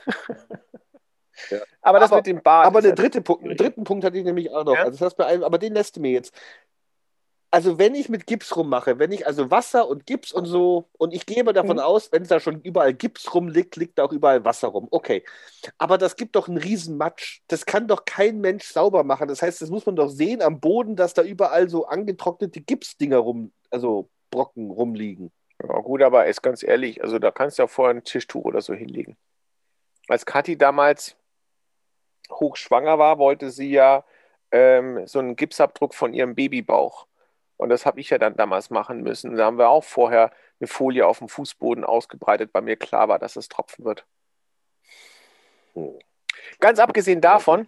Ja. Aber das mit dem Bart. Aber ist einen ja dritten Punkt hatte ich nämlich auch noch. Ja? Also das heißt bei einem, aber den lässt du mir jetzt. Also wenn ich mit Gips rummache, wenn ich also Wasser und Gips und so, und ich gehe mal davon Mhm. aus, wenn da schon überall Gips rumliegt, liegt da auch überall Wasser rum. Okay. Aber das gibt doch einen riesen Matsch. Das kann doch kein Mensch sauber machen. Das heißt, das muss man doch sehen am Boden, dass da überall so angetrocknete Gipsdinger also Brocken rumliegen. Ja, gut, aber ist ganz ehrlich, also da kannst du ja vorher ein Tischtuch oder so hinlegen. Als Kathi damals hochschwanger war, wollte sie ja so einen Gipsabdruck von ihrem Babybauch. Und das habe ich ja dann damals machen müssen. Da haben wir auch vorher eine Folie auf dem Fußboden ausgebreitet, weil mir klar war, dass es tropfen wird. Ganz abgesehen davon,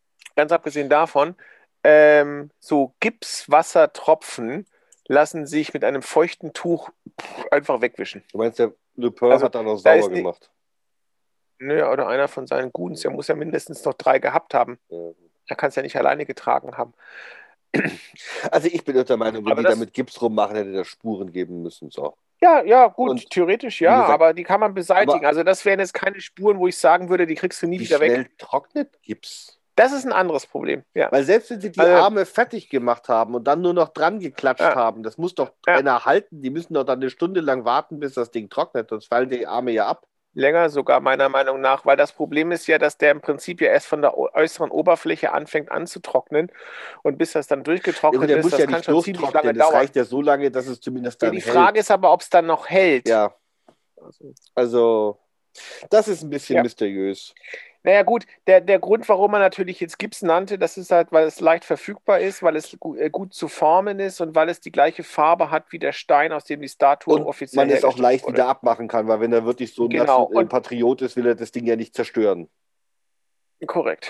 so Gipswassertropfen lassen sich mit einem feuchten Tuch einfach wegwischen. Du meinst, der Le Pen Also, hat da noch da ist sauber nicht- gemacht. Nö, oder einer von seinen Goons, der muss ja mindestens noch 3 gehabt haben. Ja. Er kann es ja nicht alleine getragen haben. Also ich bin der Meinung, wenn Aber die da das- mit Gips rummachen, hätte das Spuren geben müssen. So. Ja, gut, Und theoretisch wie ja, gesagt, aber die kann man beseitigen. aber- Also das wären jetzt keine Spuren, wo ich sagen würde, die kriegst du nie Wie wieder weg. schnell trocknet Gips? Das ist ein anderes Problem, ja. Weil selbst wenn sie die Also- Arme fertig gemacht haben und dann nur noch dran geklatscht Ja. haben, das muss doch Ja. einer halten. Die müssen doch dann eine Stunde lang warten, bis das Ding trocknet, sonst fallen die Arme ja ab. Länger sogar meiner Meinung nach, weil das Problem ist ja, dass der im Prinzip ja erst von der äußeren Oberfläche anfängt anzutrocknen und bis das dann Ja, gut, durchgetrocknet der ist, muss ja das kann nicht schon ziemlich lange durchtrocknen. Das dauern. reicht ja so lange, dass es zumindest Ja, dann die Frage hält. ist aber, ob es dann noch hält. Ja, Also, also das ist ein bisschen ja. mysteriös. Naja gut, der Grund, warum man natürlich jetzt Gips nannte, das ist halt, weil es leicht verfügbar ist, weil es gut zu formen ist und weil es die gleiche Farbe hat wie der Stein, aus dem die Statue Und offiziell man es auch hergestellt leicht wurde. wieder abmachen kann, weil wenn er wirklich so ein Genau, und Patriot ist, will er das Ding ja nicht zerstören. korrekt.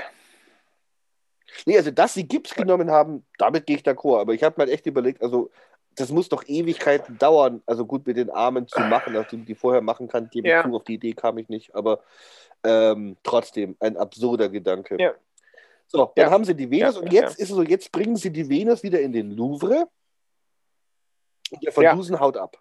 Nee, also dass sie Gips genommen haben, damit gehe ich d'accord. Aber ich habe mir echt überlegt, also das muss doch Ewigkeiten dauern, also gut mit den Armen zu machen, nachdem die vorher machen kann, gebe ich Ja, zu, auf die Idee kam ich nicht, aber trotzdem ein absurder Gedanke. ja, So, dann ja, haben sie die ja, Venus und ja, jetzt ja. ist es so, jetzt bringen sie die Venus wieder in den Louvre und der Van Ja, Dusen haut ab.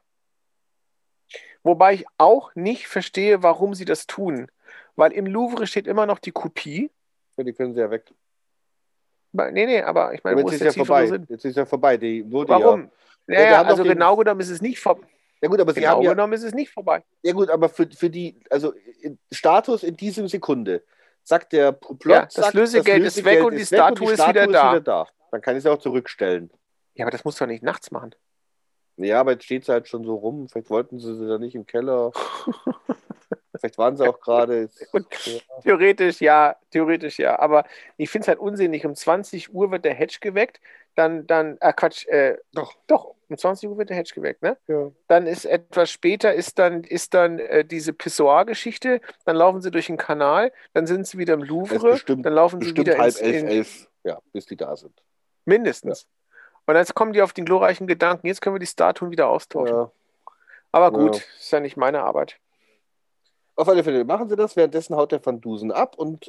wobei ich auch nicht verstehe, warum sie das tun. Weil im Louvre steht immer noch die Kopie. Ja, die können sie ja weg. Nee, aber ich Ja, meine, aber wo jetzt ist ist der ja tiefere vorbei. Sinn? Jetzt ist ja vorbei. Die wurde ja. Warum? Ja, wir Naja, haben doch also den. genau genommen ist es nicht vorbei. Ja gut, aber sie haben Genau ja. genommen ist es nicht vorbei. Ja gut, aber für die, also Status in diesem Sekunde, sagt der Ja, Plot, das sagt, das Lösegeld ist weg Lösegeld und die ist weg und die Statue ist wieder Statue ist wieder da. da. Dann kann ich sie auch zurückstellen. Ja, aber das musst du doch nicht nachts machen. Ja, aber jetzt steht sie halt schon so rum. Vielleicht wollten sie da nicht im Keller. Vielleicht waren sie auch gerade. Und Ja. theoretisch ja. Aber ich finde es halt unsinnig. Um 20 Uhr wird der Hedge geweckt, Quatsch, Doch. doch, um 20 Uhr wird der Hedge geweckt, ne? Ja. Dann ist etwas später ist dann diese Pissoir-Geschichte, dann laufen sie durch den Kanal, dann sind sie wieder im Es ist Louvre, dann laufen sie bestimmt wieder halb elf, ja, bis die da sind. Ja. mindestens. Und jetzt kommen die auf den glorreichen Gedanken, jetzt können wir die Statuen wieder austauschen. Ja, Aber ja. gut, ist ja nicht meine Arbeit. Auf alle Fälle machen sie das. Währenddessen haut der Van Dusen ab und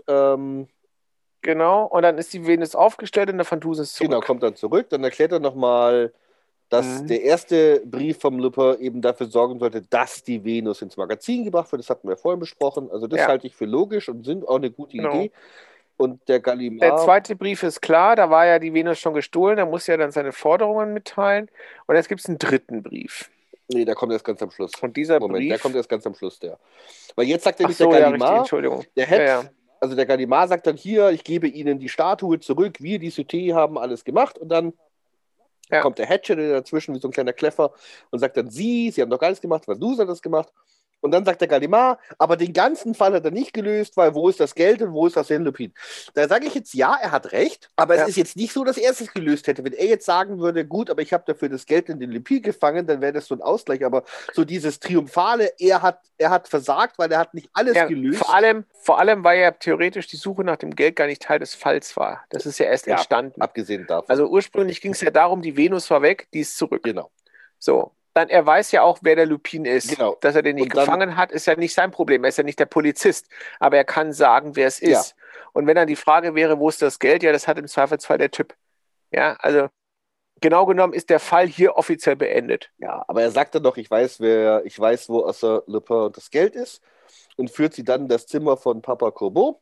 Genau, und dann ist die Venus aufgestellt und der Van Dusen ist zurück. genau, kommt dann zurück. Dann erklärt er nochmal, dass Mhm. der erste Brief vom Lupin eben dafür sorgen sollte, dass die Venus ins Magazin gebracht wird. Das hatten wir vorhin besprochen. Also das Ja. halte ich für logisch und sind auch eine gute Genau. Idee. Und der Der Gallimard, zweite Brief ist klar, da war ja die Venus schon gestohlen, da muss er dann seine Forderungen mitteilen. Und jetzt gibt es einen dritten Brief. nee, der kommt erst ganz am Schluss. Und dieser Moment, der Brief. kommt erst ganz am Schluss, der. Weil jetzt sagt Ach nämlich der so, ja, richtig, Gallimard, Entschuldigung. der Head, Ja, ja. also der Gallimard sagt dann hier, ich gebe Ihnen die Statue zurück, wir, die Cité, haben alles gemacht und dann Ja. kommt der Hatchet dazwischen wie so ein kleiner Kleffer und sagt dann, Sie haben doch alles gemacht, was du hast das gemacht. Und dann sagt der Gallimard, aber den ganzen Fall hat er nicht gelöst, weil wo ist das Geld und wo ist das Lupin? Da sage ich jetzt, ja, er hat recht, aber Ja. es ist jetzt nicht so, dass er es gelöst hätte. Wenn er jetzt sagen würde, gut, aber ich habe dafür das Geld in den Lupin gefangen, dann wäre das so ein Ausgleich. Aber so dieses Triumphale, er hat versagt, weil er hat nicht alles Ja, gelöst. vor allem, weil ja theoretisch die Suche nach dem Geld gar nicht Teil des Falls war. Das ist ja erst Ja, entstanden. abgesehen davon. Also ursprünglich ging es ja darum, die Venus war weg, die ist zurück. Genau. So, dann er weiß ja auch, wer der Lupin ist. Genau. Dass er den nicht Und dann- gefangen hat, ist ja nicht sein Problem. Er ist ja nicht der Polizist. Aber er kann sagen, wer es Ja. ist. Und wenn dann die Frage wäre, wo ist das Geld? Ja, das hat im Zweifelsfall der Typ. Ja, also genau genommen ist der Fall hier offiziell beendet. Ja, aber er sagt dann noch, ich weiß, wo Arsène Lupin das Geld ist und führt sie dann in das Zimmer von Papa Corbeau.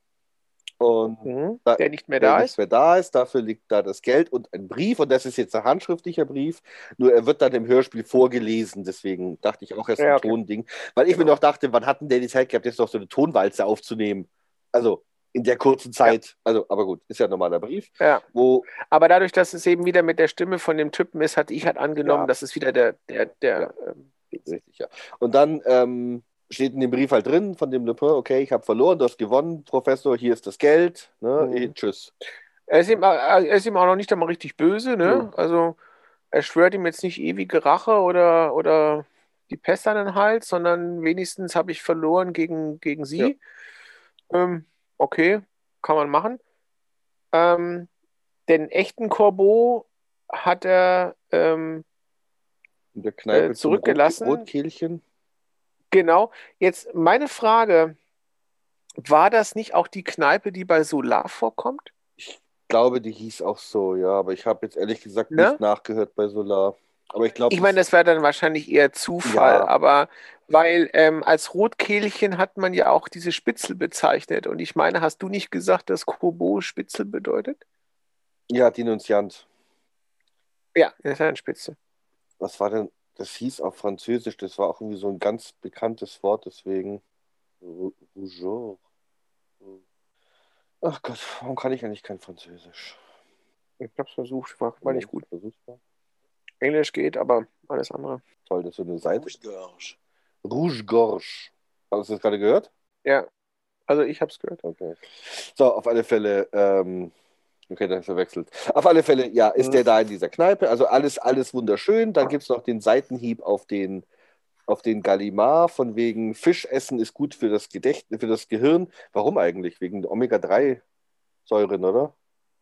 Und Der nicht mehr der da nicht ist. mehr da ist, dafür liegt da das Geld und ein Brief, und das ist jetzt ein handschriftlicher Brief, nur er wird dann im Hörspiel vorgelesen, deswegen dachte ich auch erst Ja, ein okay. Tonding, weil ich mir noch dachte, wann hatten der die Zeit gehabt, jetzt noch so eine Tonwalze aufzunehmen? Also in der kurzen Zeit, also, aber gut, ist ja ein normaler Brief, Ja. wo, Aber dadurch, dass es eben wieder mit der Stimme von dem Typen ist, hatte ich halt angenommen, Ja. dass es wieder der richtig, ja. Und dann steht in dem Brief halt drin von dem Lupin, okay, ich habe verloren, du hast gewonnen, Professor, hier ist das Geld, ne, tschüss. Er ist ihm auch noch nicht einmal richtig böse, ne? Ja. Also er schwört ihm jetzt nicht ewige Rache oder die Pest an den Hals, sondern wenigstens habe ich verloren gegen sie. Okay, kann man machen. Den echten Corbeau hat er In der Kneipe zum zurückgelassen. Rotkehlchen. Genau. Jetzt meine Frage, war das nicht auch die Kneipe, die bei Solar vorkommt? Ich glaube, die hieß auch so, ja, aber ich habe jetzt ehrlich gesagt Ne? nicht nachgehört bei Solar. Aber ich glaube, Ich meine, das wäre dann wahrscheinlich eher Zufall, Ja. aber weil als Rotkehlchen hat man ja auch diese Spitzel bezeichnet. Und ich meine, hast du nicht gesagt, dass Corbeau Spitzel bedeutet? ja, Denunziant. Ja, das ist ein Spitzel. Was war denn? Das hieß auf Französisch, das war auch irgendwie so ein ganz bekanntes Wort, deswegen. Rougeau. Ach Gott, warum kann ich eigentlich kein Französisch? Ich habe es versucht, war nicht gut. Versuch's mal. Englisch geht, aber alles andere. Toll, das ist so eine Seite. Rouge Gorge. Hast du das gerade gehört? Ja, also ich habe es gehört. Okay. So, auf alle Fälle, okay, dann verwechselt. Auf alle Fälle, ja, ist der da in dieser Kneipe. Also alles wunderschön. Dann gibt es noch den Seitenhieb auf den Gallimard, von wegen Fischessen ist gut für das Gedächtnis, für das Gehirn. Warum eigentlich? Wegen Omega-3-Säuren, oder?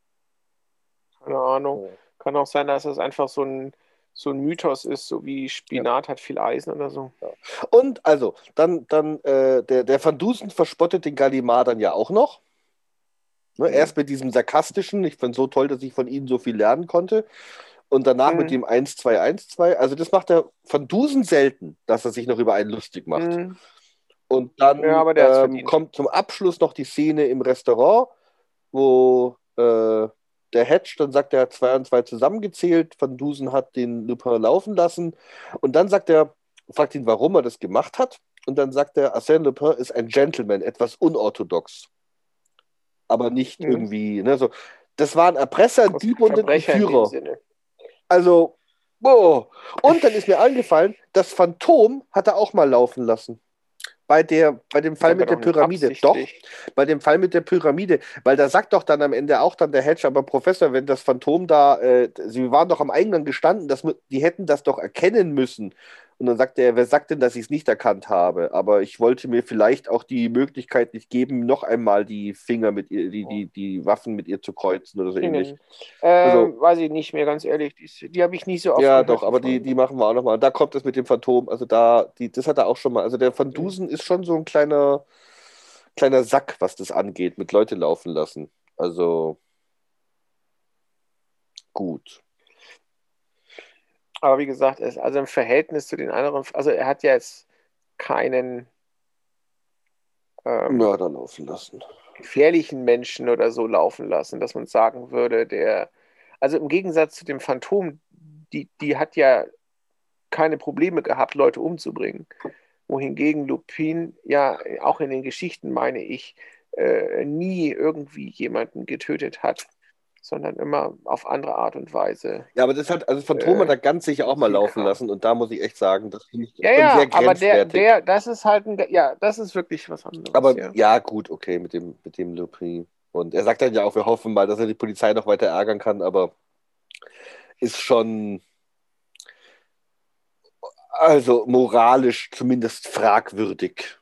Keine Ahnung. Kann auch sein, dass es einfach so ein Mythos ist, so wie Spinat hat viel Eisen oder so. Ja. Und also, dann der Van Dusen verspottet den Gallimard dann ja auch noch. Ne, erst mit diesem sarkastischen, ich fand so toll, dass ich von ihnen so viel lernen konnte. Und danach mit dem 1-2-1-2. Also das macht der Van Dusen selten, dass er sich noch über einen lustig macht. Und dann kommt zum Abschluss noch die Szene im Restaurant, wo der Hedge dann sagt, er hat 2 und 2 zusammengezählt, Van Dusen hat den Lupin laufen lassen. Und dann fragt ihn, warum er das gemacht hat. Und dann sagt er, Arsène Lupin ist ein Gentleman, etwas unorthodox. Aber nicht irgendwie, ne, so. Das war ein Erpresser, ein Dieb und ein Entführer. Also, oh. Und dann ist mir eingefallen, das Phantom hat er auch mal laufen lassen. Bei dem Fall mit der Pyramide. Doch, bei dem Fall mit der Pyramide. Weil da sagt doch dann am Ende auch dann der Hedge, aber Professor, wenn das Phantom da, sie waren doch am Eingang gestanden, die hätten das doch erkennen müssen. Und dann sagt er, wer sagt denn, dass ich es nicht erkannt habe? Aber ich wollte mir vielleicht auch die Möglichkeit nicht geben, noch einmal die Finger mit ihr, die Waffen mit ihr zu kreuzen oder so ähnlich. Weiß ich nicht mehr, ganz ehrlich. Die habe ich nicht so oft gehört. Ja, doch, aber die machen wir auch nochmal. Da kommt es mit dem Phantom. Also das hat er auch schon mal. Also der Van Dusen ist schon so ein kleiner Sack, was das angeht, mit Leute laufen lassen. Also gut. Aber wie gesagt, also im Verhältnis zu den anderen, also er hat ja jetzt keinen Mörder laufen lassen. Gefährlichen Menschen oder so laufen lassen, dass man sagen würde, also im Gegensatz zu dem Phantom, die hat ja keine Probleme gehabt, Leute umzubringen. Wohingegen Lupin ja auch in den Geschichten, meine ich, nie irgendwie jemanden getötet hat, sondern immer auf andere Art und Weise. Ja, aber also Phantom hat er ganz sicher auch mal laufen lassen und da muss ich echt sagen, das finde ich schon sehr grenzwertig. Aber das ist halt das ist wirklich was anderes. Aber ja gut, okay, mit dem Lupin. Und er sagt dann ja auch, wir hoffen mal, dass er die Polizei noch weiter ärgern kann, aber ist schon, also moralisch zumindest fragwürdig.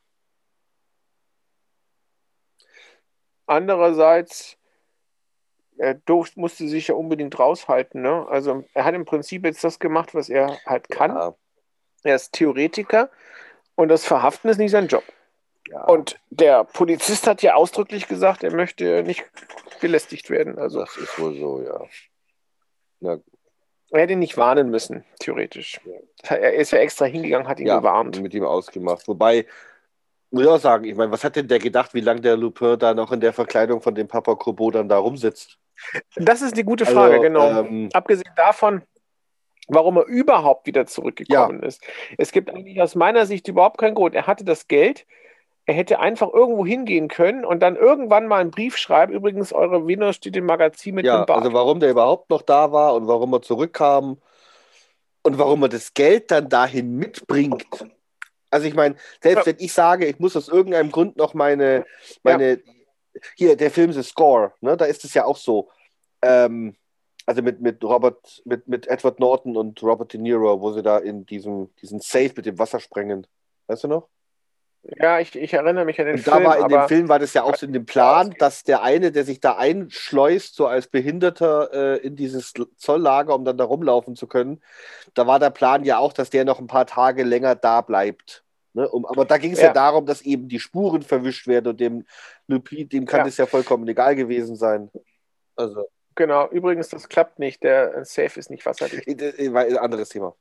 Andererseits, er musste sich ja unbedingt raushalten, ne? Also er hat im Prinzip jetzt das gemacht, was er halt kann. Ja. Er ist Theoretiker und das Verhaften ist nicht sein Job. Ja. Und der Polizist hat ja ausdrücklich gesagt, er möchte nicht belästigt werden. Also, das ist wohl so, ja. Na gut. Er hätte ihn nicht warnen müssen, theoretisch. Ja. Er ist ja extra hingegangen, hat ihn gewarnt. Mit ihm ausgemacht. Wobei, muss ich auch sagen, ich meine, was hat denn der gedacht, wie lange der Lupin da noch in der Verkleidung von dem Papa Corbeau dann da rumsitzt? Das ist die gute Frage, also, genau. Abgesehen davon, warum er überhaupt wieder zurückgekommen ist. Es gibt eigentlich aus meiner Sicht überhaupt keinen Grund. Er hatte das Geld, er hätte einfach irgendwo hingehen können und dann irgendwann mal einen Brief schreiben. Übrigens, eure Venus steht im Magazin mit dem Bart. Also warum der überhaupt noch da war und warum er zurückkam und warum er das Geld dann dahin mitbringt. Also ich meine, selbst wenn ich sage, ich muss aus irgendeinem Grund noch meine hier, der Film The Score, ne, da ist es ja auch so, also mit Edward Norton und Robert De Niro, wo sie da in diesen Safe mit dem Wasser sprengen. Weißt du noch? Ja, ich erinnere mich an den Film. In dem Film war das ja auch so in dem Plan, dass der eine, der sich da einschleust, so als Behinderter in dieses Zolllager, um dann da rumlaufen zu können, da war der Plan ja auch, dass der noch ein paar Tage länger da bleibt. Ne? Aber da ging es ja darum, dass eben die Spuren verwischt werden und dem Lupin, dem kann das ja vollkommen egal gewesen sein. Also. Genau, übrigens, das klappt nicht. Der Safe ist nicht wasserdicht. War ein anderes Thema.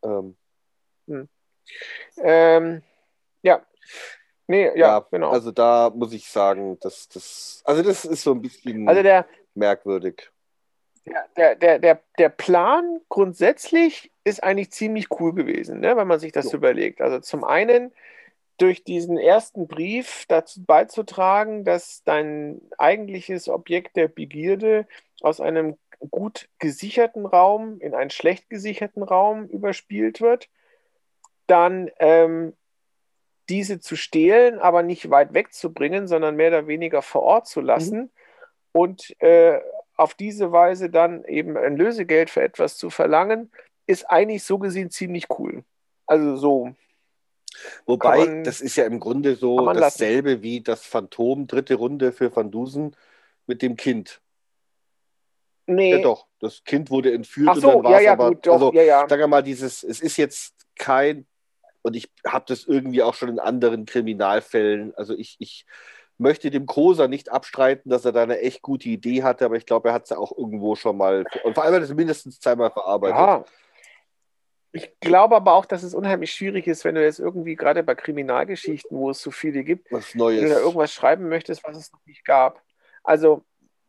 Ja. Nee, ja, genau. Also da muss ich sagen, das ist so ein bisschen merkwürdig. Der Plan grundsätzlich ist eigentlich ziemlich cool gewesen, ne, wenn man sich das überlegt. Also zum einen durch diesen ersten Brief dazu beizutragen, dass dein eigentliches Objekt der Begierde aus einem gut gesicherten Raum in einen schlecht gesicherten Raum überspielt wird, dann diese zu stehlen, aber nicht weit wegzubringen, sondern mehr oder weniger vor Ort zu lassen und auf diese Weise dann eben ein Lösegeld für etwas zu verlangen, ist eigentlich so gesehen ziemlich cool. Also so. Wobei, das ist ja im Grunde so man dasselbe wie das Phantom, dritte Runde für Van Dusen mit dem Kind. Nee. Ja doch, das Kind wurde entführt Ach so, und dann war es ja, aber, gut, doch, also ja. sagen wir mal, es ist jetzt kein, und ich habe das irgendwie auch schon in anderen Kriminalfällen, also ich möchte dem Koser nicht abstreiten, dass er da eine echt gute Idee hatte, aber ich glaube, er hat es ja auch irgendwo schon mal, und vor allem hat er es mindestens zweimal verarbeitet. Ja. Ich glaube aber auch, dass es unheimlich schwierig ist, wenn du jetzt irgendwie gerade bei Kriminalgeschichten, wo es so viele gibt, Was wenn du da Neues. irgendwas schreiben möchtest, was es noch nicht gab. Also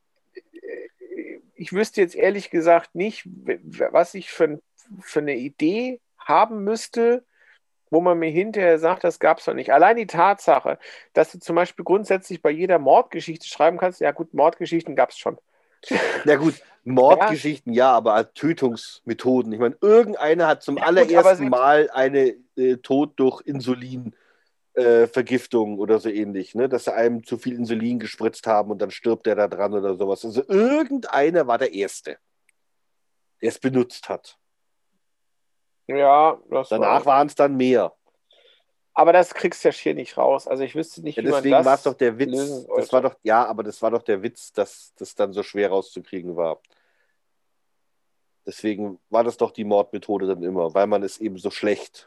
ich wüsste jetzt ehrlich gesagt nicht, was ich für eine Idee haben müsste, wo man mir hinterher sagt, das gab es noch nicht. Allein die Tatsache, dass du zum Beispiel grundsätzlich bei jeder Mordgeschichte schreiben kannst, ja gut, Mordgeschichten gab es schon. Na gut, Mordgeschichten ja, aber als Tötungsmethoden. Ich meine, irgendeiner hat zum allerersten Mal eine Tod durch Insulinvergiftung oder so ähnlich, ne? Dass sie einem zu viel Insulin gespritzt haben und dann stirbt der da dran oder sowas. Also irgendeiner war der Erste, der es benutzt hat. Ja, danach waren es dann mehr. Aber das kriegst du ja hier nicht raus. Also ich wüsste nicht, ja, wie man das deswegen war es doch der Witz. lösen Das war doch, ja, aber das war doch der Witz, dass das dann so schwer rauszukriegen war. Deswegen war das doch die Mordmethode dann immer, weil man es eben so schlecht.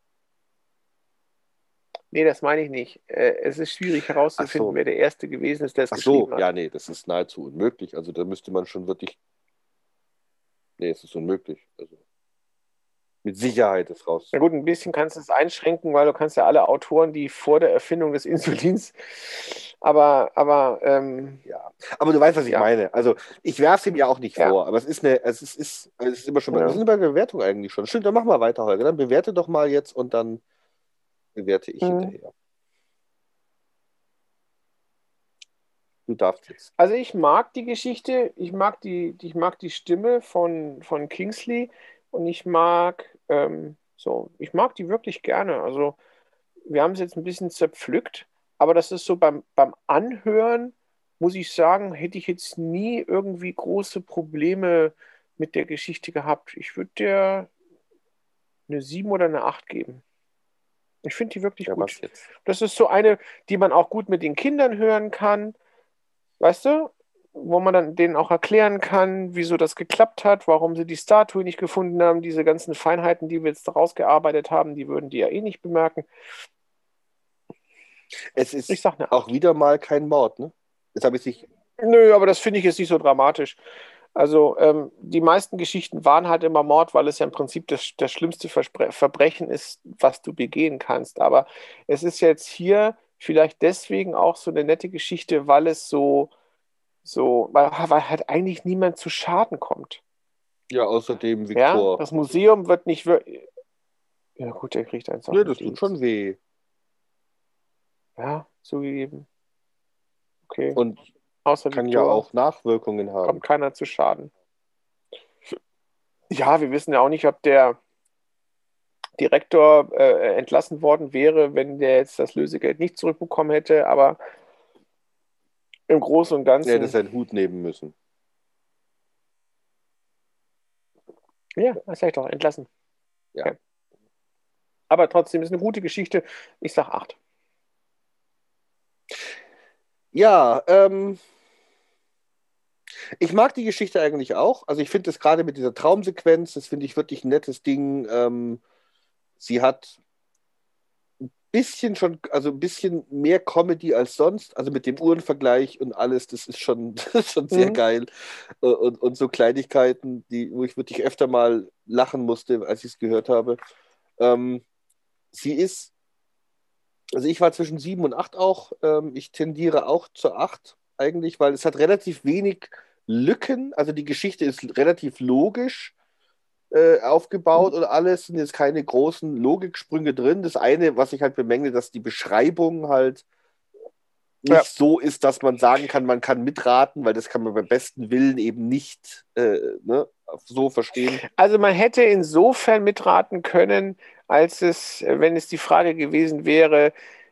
Nee, das meine ich nicht. Es ist schwierig herauszufinden, wer der Erste gewesen ist, der es geschrieben hat. Ja, nee, das ist nahezu unmöglich. Also da müsste man schon wirklich... Nee, es ist unmöglich. Also mit Sicherheit ist raus. Na gut, ein bisschen kannst du es einschränken, weil du kannst ja alle Autoren, die vor der Erfindung des Insulins, aber ja. Aber du weißt, was ich meine. Also ich werfe es ihm ja auch nicht vor, aber es ist immer schon mal, wir sind bei Bewertung eigentlich schon. Stimmt, dann mach mal weiter, Holger. Dann bewerte doch mal jetzt und dann bewerte ich hinterher. Du darfst jetzt. Also ich mag die Geschichte, ich mag die Stimme von Kingsley und ich mag die wirklich gerne. Also wir haben es jetzt ein bisschen zerpflückt, aber das ist so beim Anhören, muss ich sagen, hätte ich jetzt nie irgendwie große Probleme mit der Geschichte gehabt. Ich würde der eine 7 oder eine 8 geben. Ich finde die wirklich gut. Was jetzt? Das ist so eine, die man auch gut mit den Kindern hören kann. Weißt du? Wo man dann denen auch erklären kann, wieso das geklappt hat, warum sie die Statue nicht gefunden haben. Diese ganzen Feinheiten, die wir jetzt rausgearbeitet haben, die würden die ja eh nicht bemerken. Es ist auch wieder mal kein Mord, ne? Jetzt habe ich sich. Nö, aber das finde ich jetzt nicht so dramatisch. Also die meisten Geschichten waren halt immer Mord, weil es ja im Prinzip das schlimmste Verbrechen ist, was du begehen kannst. Aber es ist jetzt hier vielleicht deswegen auch so eine nette Geschichte, weil es weil halt eigentlich niemand zu Schaden kommt. Ja, außerdem Viktor. Ja, das Museum wird nicht wirklich. Ja, gut, der kriegt eins. Ja, das tut schon weh. Ja, zugegeben. Okay. Und außer kann Viktor ja auch Nachwirkungen haben. Kommt keiner zu Schaden. Ja, wir wissen ja auch nicht, ob der Direktor entlassen worden wäre, wenn der jetzt das Lösegeld nicht zurückbekommen hätte, aber im Großen und Ganzen. Er hätte seinen Hut nehmen müssen. Ja, das sag ich doch, entlassen. Ja. Okay. Aber trotzdem ist eine gute Geschichte. Ich sag 8. Ja, ich mag die Geschichte eigentlich auch. Also ich finde das gerade mit dieser Traumsequenz, das finde ich wirklich ein nettes Ding. Sie hat ein bisschen mehr Comedy als sonst. Also mit dem Uhrenvergleich und alles, das ist schon sehr geil. Und so Kleinigkeiten, wo ich wirklich öfter mal lachen musste, als ich es gehört habe. Also ich war zwischen 7 und 8 auch. Ich tendiere auch zur 8 eigentlich, weil es hat relativ wenig Lücken. Also die Geschichte ist relativ logisch. aufgebaut und alles, sind jetzt keine großen Logiksprünge drin. Das eine, was ich halt bemängle, dass die Beschreibung halt Ja. nicht so ist, dass man sagen kann, man kann mitraten, weil das kann man beim besten Willen eben nicht so verstehen. Also man hätte insofern mitraten können, als es, wenn es die Frage gewesen wäre,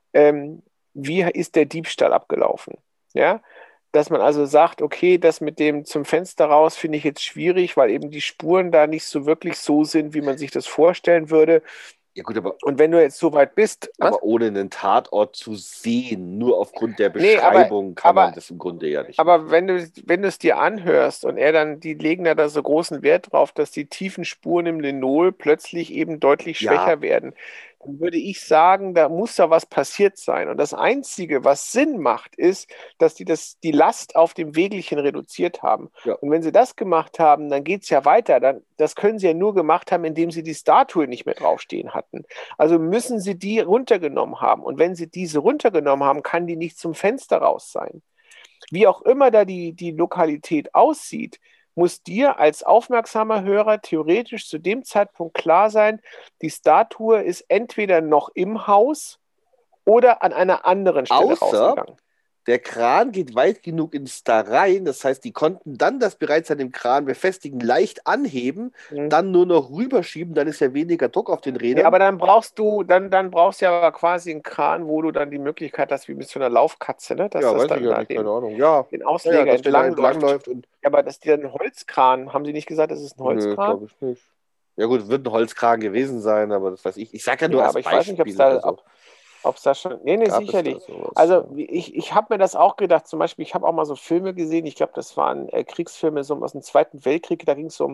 wie ist der Diebstahl abgelaufen? Ja, dass man also sagt, okay, das mit dem zum Fenster raus finde ich jetzt schwierig, weil eben die Spuren da nicht so wirklich so sind, wie man sich das vorstellen würde. Ja gut, aber Und wenn du jetzt so weit bist, aber ohne einen Tatort zu sehen, nur aufgrund der Nee, Beschreibung kann man aber, das im Grunde ja nicht aber machen. wenn du es dir anhörst und die legen da so großen Wert drauf, dass die tiefen Spuren im Linol plötzlich eben deutlich Ja, schwächer werden, dann würde ich sagen, da muss da was passiert sein. Und das Einzige, was Sinn macht, ist, dass die Last auf dem Wägelchen reduziert haben. ja. Und wenn sie das gemacht haben, dann geht es ja weiter. Das können sie ja nur gemacht haben, indem sie die Statue nicht mehr draufstehen hatten. Also müssen sie die runtergenommen haben. Und wenn sie diese runtergenommen haben, kann die nicht zum Fenster raus sein. Wie auch immer da die Lokalität aussieht, muss dir als aufmerksamer Hörer theoretisch zu dem Zeitpunkt klar sein, die Statue ist entweder noch im Haus oder an einer anderen Stelle Außer rausgegangen. der Kran geht weit genug ins da rein, das heißt, die konnten dann das bereits an dem Kran befestigen, leicht anheben, Hm. dann nur noch rüberschieben, dann ist ja weniger Druck auf den Ja, Rädern. aber dann brauchst du ja aber quasi einen Kran, wo du dann die Möglichkeit hast, wie mit so einer Laufkatze, ne? Dass Ja, das weiß ich dann ja da nicht, keine Ahnung. Ja, den ja, Ausleger dass der da entlang läuft. entlangläuft und. Ja, aber dass die dann einen Holzkran, haben sie nicht gesagt, das ist ein Nö, Holzkran? glaube ich nicht. Ja gut, wird ein Holzkragen gewesen sein, aber das weiß ich. Ich sage ja nur Ja, als aber ich weiß nicht, Beispiel, also ob es da schon. Nee, nee, gab es da sicherlich. sowas. Also ich habe mir das auch gedacht, zum Beispiel, ich habe auch mal so Filme gesehen, ich glaube, das waren Kriegsfilme so aus dem Zweiten Weltkrieg, da ging es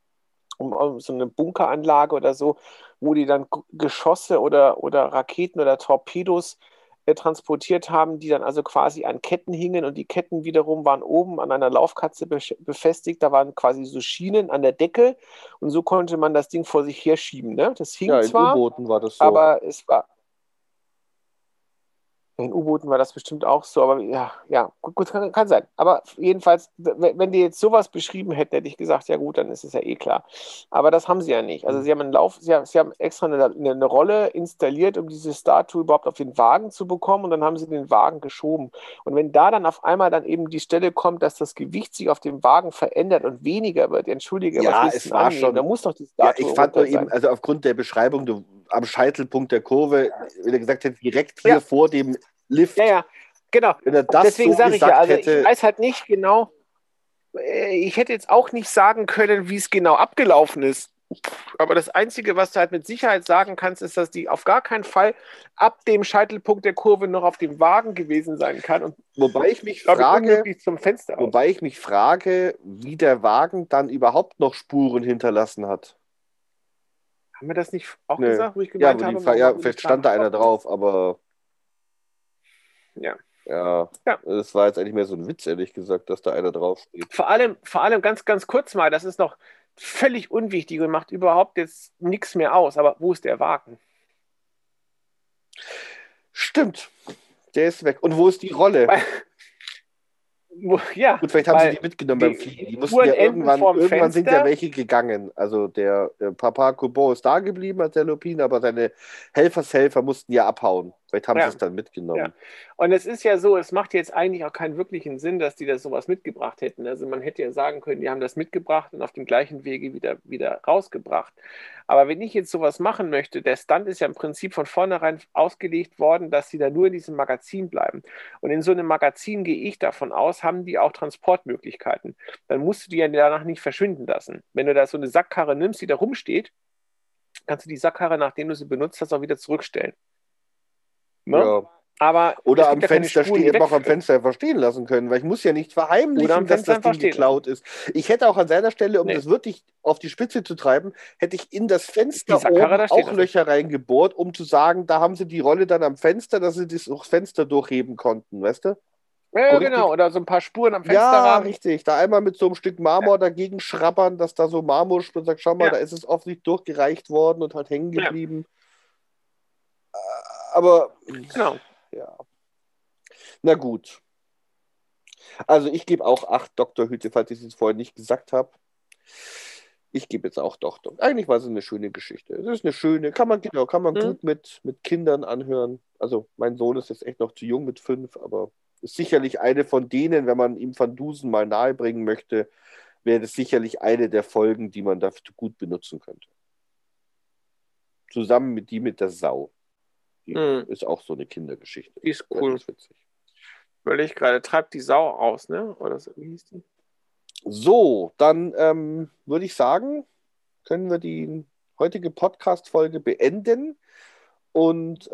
um so eine Bunkeranlage oder so, wo die dann Geschosse oder Raketen oder Torpedos transportiert haben, die dann also quasi an Ketten hingen und die Ketten wiederum waren oben an einer Laufkatze befestigt. Da waren quasi so Schienen an der Decke und so konnte man das Ding vor sich herschieben. Ne? Das hing Ja, in zwar, U-Booten war das so. aber es war. In U-Booten war das bestimmt auch so, aber ja, gut, kann sein. Aber jedenfalls, wenn die jetzt sowas beschrieben hätten, hätte ich gesagt, ja gut, dann ist es ja eh klar. Aber das haben sie ja nicht. Also Hm. sie haben sie haben extra eine Rolle installiert, um diese Statue überhaupt auf den Wagen zu bekommen und dann haben sie den Wagen geschoben. Und wenn da dann auf einmal dann eben die Stelle kommt, dass das Gewicht sich auf dem Wagen verändert und weniger wird, entschuldige, was Ja, willst du es denn war annehmen? Da schon. muss doch die Ja, Statue ich fand nur runter eben, sein. also aufgrund der Beschreibung, am Scheitelpunkt der Kurve, wenn er gesagt hätte, direkt hier Ja, vor dem Lift, ja, genau. wenn er das Deswegen so sage ich ja, gesagt also ich hätte, weiß halt nicht genau. Ich hätte jetzt auch nicht sagen können, wie es genau abgelaufen ist. Aber das Einzige, was du halt mit Sicherheit sagen kannst, ist, dass die auf gar keinen Fall ab dem Scheitelpunkt der Kurve noch auf dem Wagen gewesen sein kann. Und wobei ich mich glaube ich, frage, unmöglich zum Fenster raus. wobei ich mich frage, wie der Wagen dann überhaupt noch Spuren hinterlassen hat. Haben wir das nicht auch Nö. gesagt, wo ich Ja, gemeint habe, vielleicht stand da einer drauf, aber Ja. ja, Ja. es war jetzt eigentlich mehr so ein Witz, ehrlich gesagt, dass da einer draufsteht. Vor allem ganz, ganz kurz mal, das ist noch völlig unwichtig und macht überhaupt jetzt nichts mehr aus. Aber wo ist der Wagen? Stimmt, der ist weg. Und wo ist die Rolle? Weil, ja, Gut, vielleicht haben sie weil die mitgenommen beim die Fliegen. Die mussten Uhren ja enden irgendwann vorm sind ja Fenster. welche gegangen. Also der Papa Courbon ist da geblieben als der Lupin, aber seine Helfershelfer mussten ja abhauen. Vielleicht haben sie Ja. es dann mitgenommen. Ja. Und es ist ja so, es macht jetzt eigentlich auch keinen wirklichen Sinn, dass die das sowas mitgebracht hätten. Also man hätte ja sagen können, die haben das mitgebracht und auf dem gleichen Wege wieder rausgebracht. Aber wenn ich jetzt sowas machen möchte, der Stunt ist ja im Prinzip von vornherein ausgelegt worden, dass sie da nur in diesem Magazin bleiben. Und in so einem Magazin gehe ich davon aus, haben die auch Transportmöglichkeiten. Dann musst du die ja danach nicht verschwinden lassen. Wenn du da so eine Sackkarre nimmst, die da rumsteht, kannst du die Sackkarre, nachdem du sie benutzt hast, auch wieder zurückstellen. Ne? Ja. Aber Oder es am gibt ja keine Fenster Spuren, die stehen, auch am wegführen. Fenster einfach stehen lassen können, weil ich muss ja nicht Oder verheimlichen, am dass Fenster das einfach Ding stehen geklaut ist. Ich hätte auch an seiner Stelle, um Nee. das wirklich auf die Spitze zu treiben, hätte ich in das Die Fenster Sackkarre oben da stehen auch lassen. Löcher reingebohrt, um zu sagen, da haben sie die Rolle dann am Fenster, dass sie das Fenster durchheben konnten, weißt du? Ja, So genau. richtig, Oder so ein paar Spuren am ja, Fensterrahmen. richtig. Da einmal mit so einem Stück Marmor dagegen schrabbern, dass da so Marmor und sagt, schau mal, Ja. da ist es offensichtlich durchgereicht worden und halt hängen Ja. geblieben. Aber Genau. ja, na gut. Also ich gebe auch 8 Doktorhüte, falls ich es vorher nicht gesagt habe. Ich gebe jetzt auch doch. Eigentlich war es eine schöne Geschichte. Es ist eine schöne, kann man gut mit Kindern anhören. Also mein Sohn ist jetzt echt noch zu jung mit 5, aber ist sicherlich eine von denen, wenn man ihm Van Dusen mal nahebringen möchte, wäre das sicherlich eine der Folgen, die man dafür gut benutzen könnte. Zusammen mit die mit der Sau. Die ist auch so eine Kindergeschichte. Die ist cool. Das ist witzig. Weil ich gerade treibt die Sau aus, ne? Oder so, wie hieß die? So, dann würde ich sagen, können wir die heutige Podcast-Folge beenden und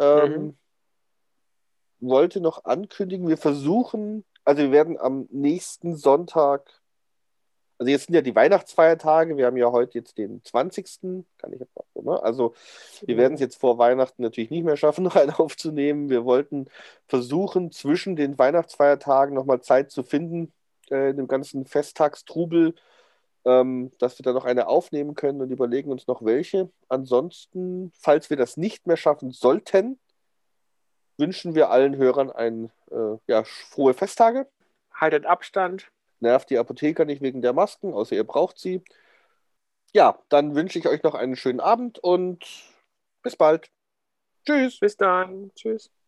wollte noch ankündigen, wir versuchen, also wir werden am nächsten Sonntag, also jetzt sind ja die Weihnachtsfeiertage, wir haben ja heute jetzt den 20. Kann ich jetzt sagen, ne? Also wir werden es jetzt vor Weihnachten natürlich nicht mehr schaffen, noch einen aufzunehmen. Wir wollten versuchen, zwischen den Weihnachtsfeiertagen nochmal Zeit zu finden, in dem ganzen Festtagstrubel, dass wir da noch eine aufnehmen können und überlegen uns noch welche. Ansonsten, falls wir das nicht mehr schaffen sollten, wünschen wir allen Hörern frohe Festtage. Haltet Abstand. Nervt die Apotheker nicht wegen der Masken, außer ihr braucht sie. Ja, dann wünsche ich euch noch einen schönen Abend und bis bald. Tschüss. Bis dann. Tschüss.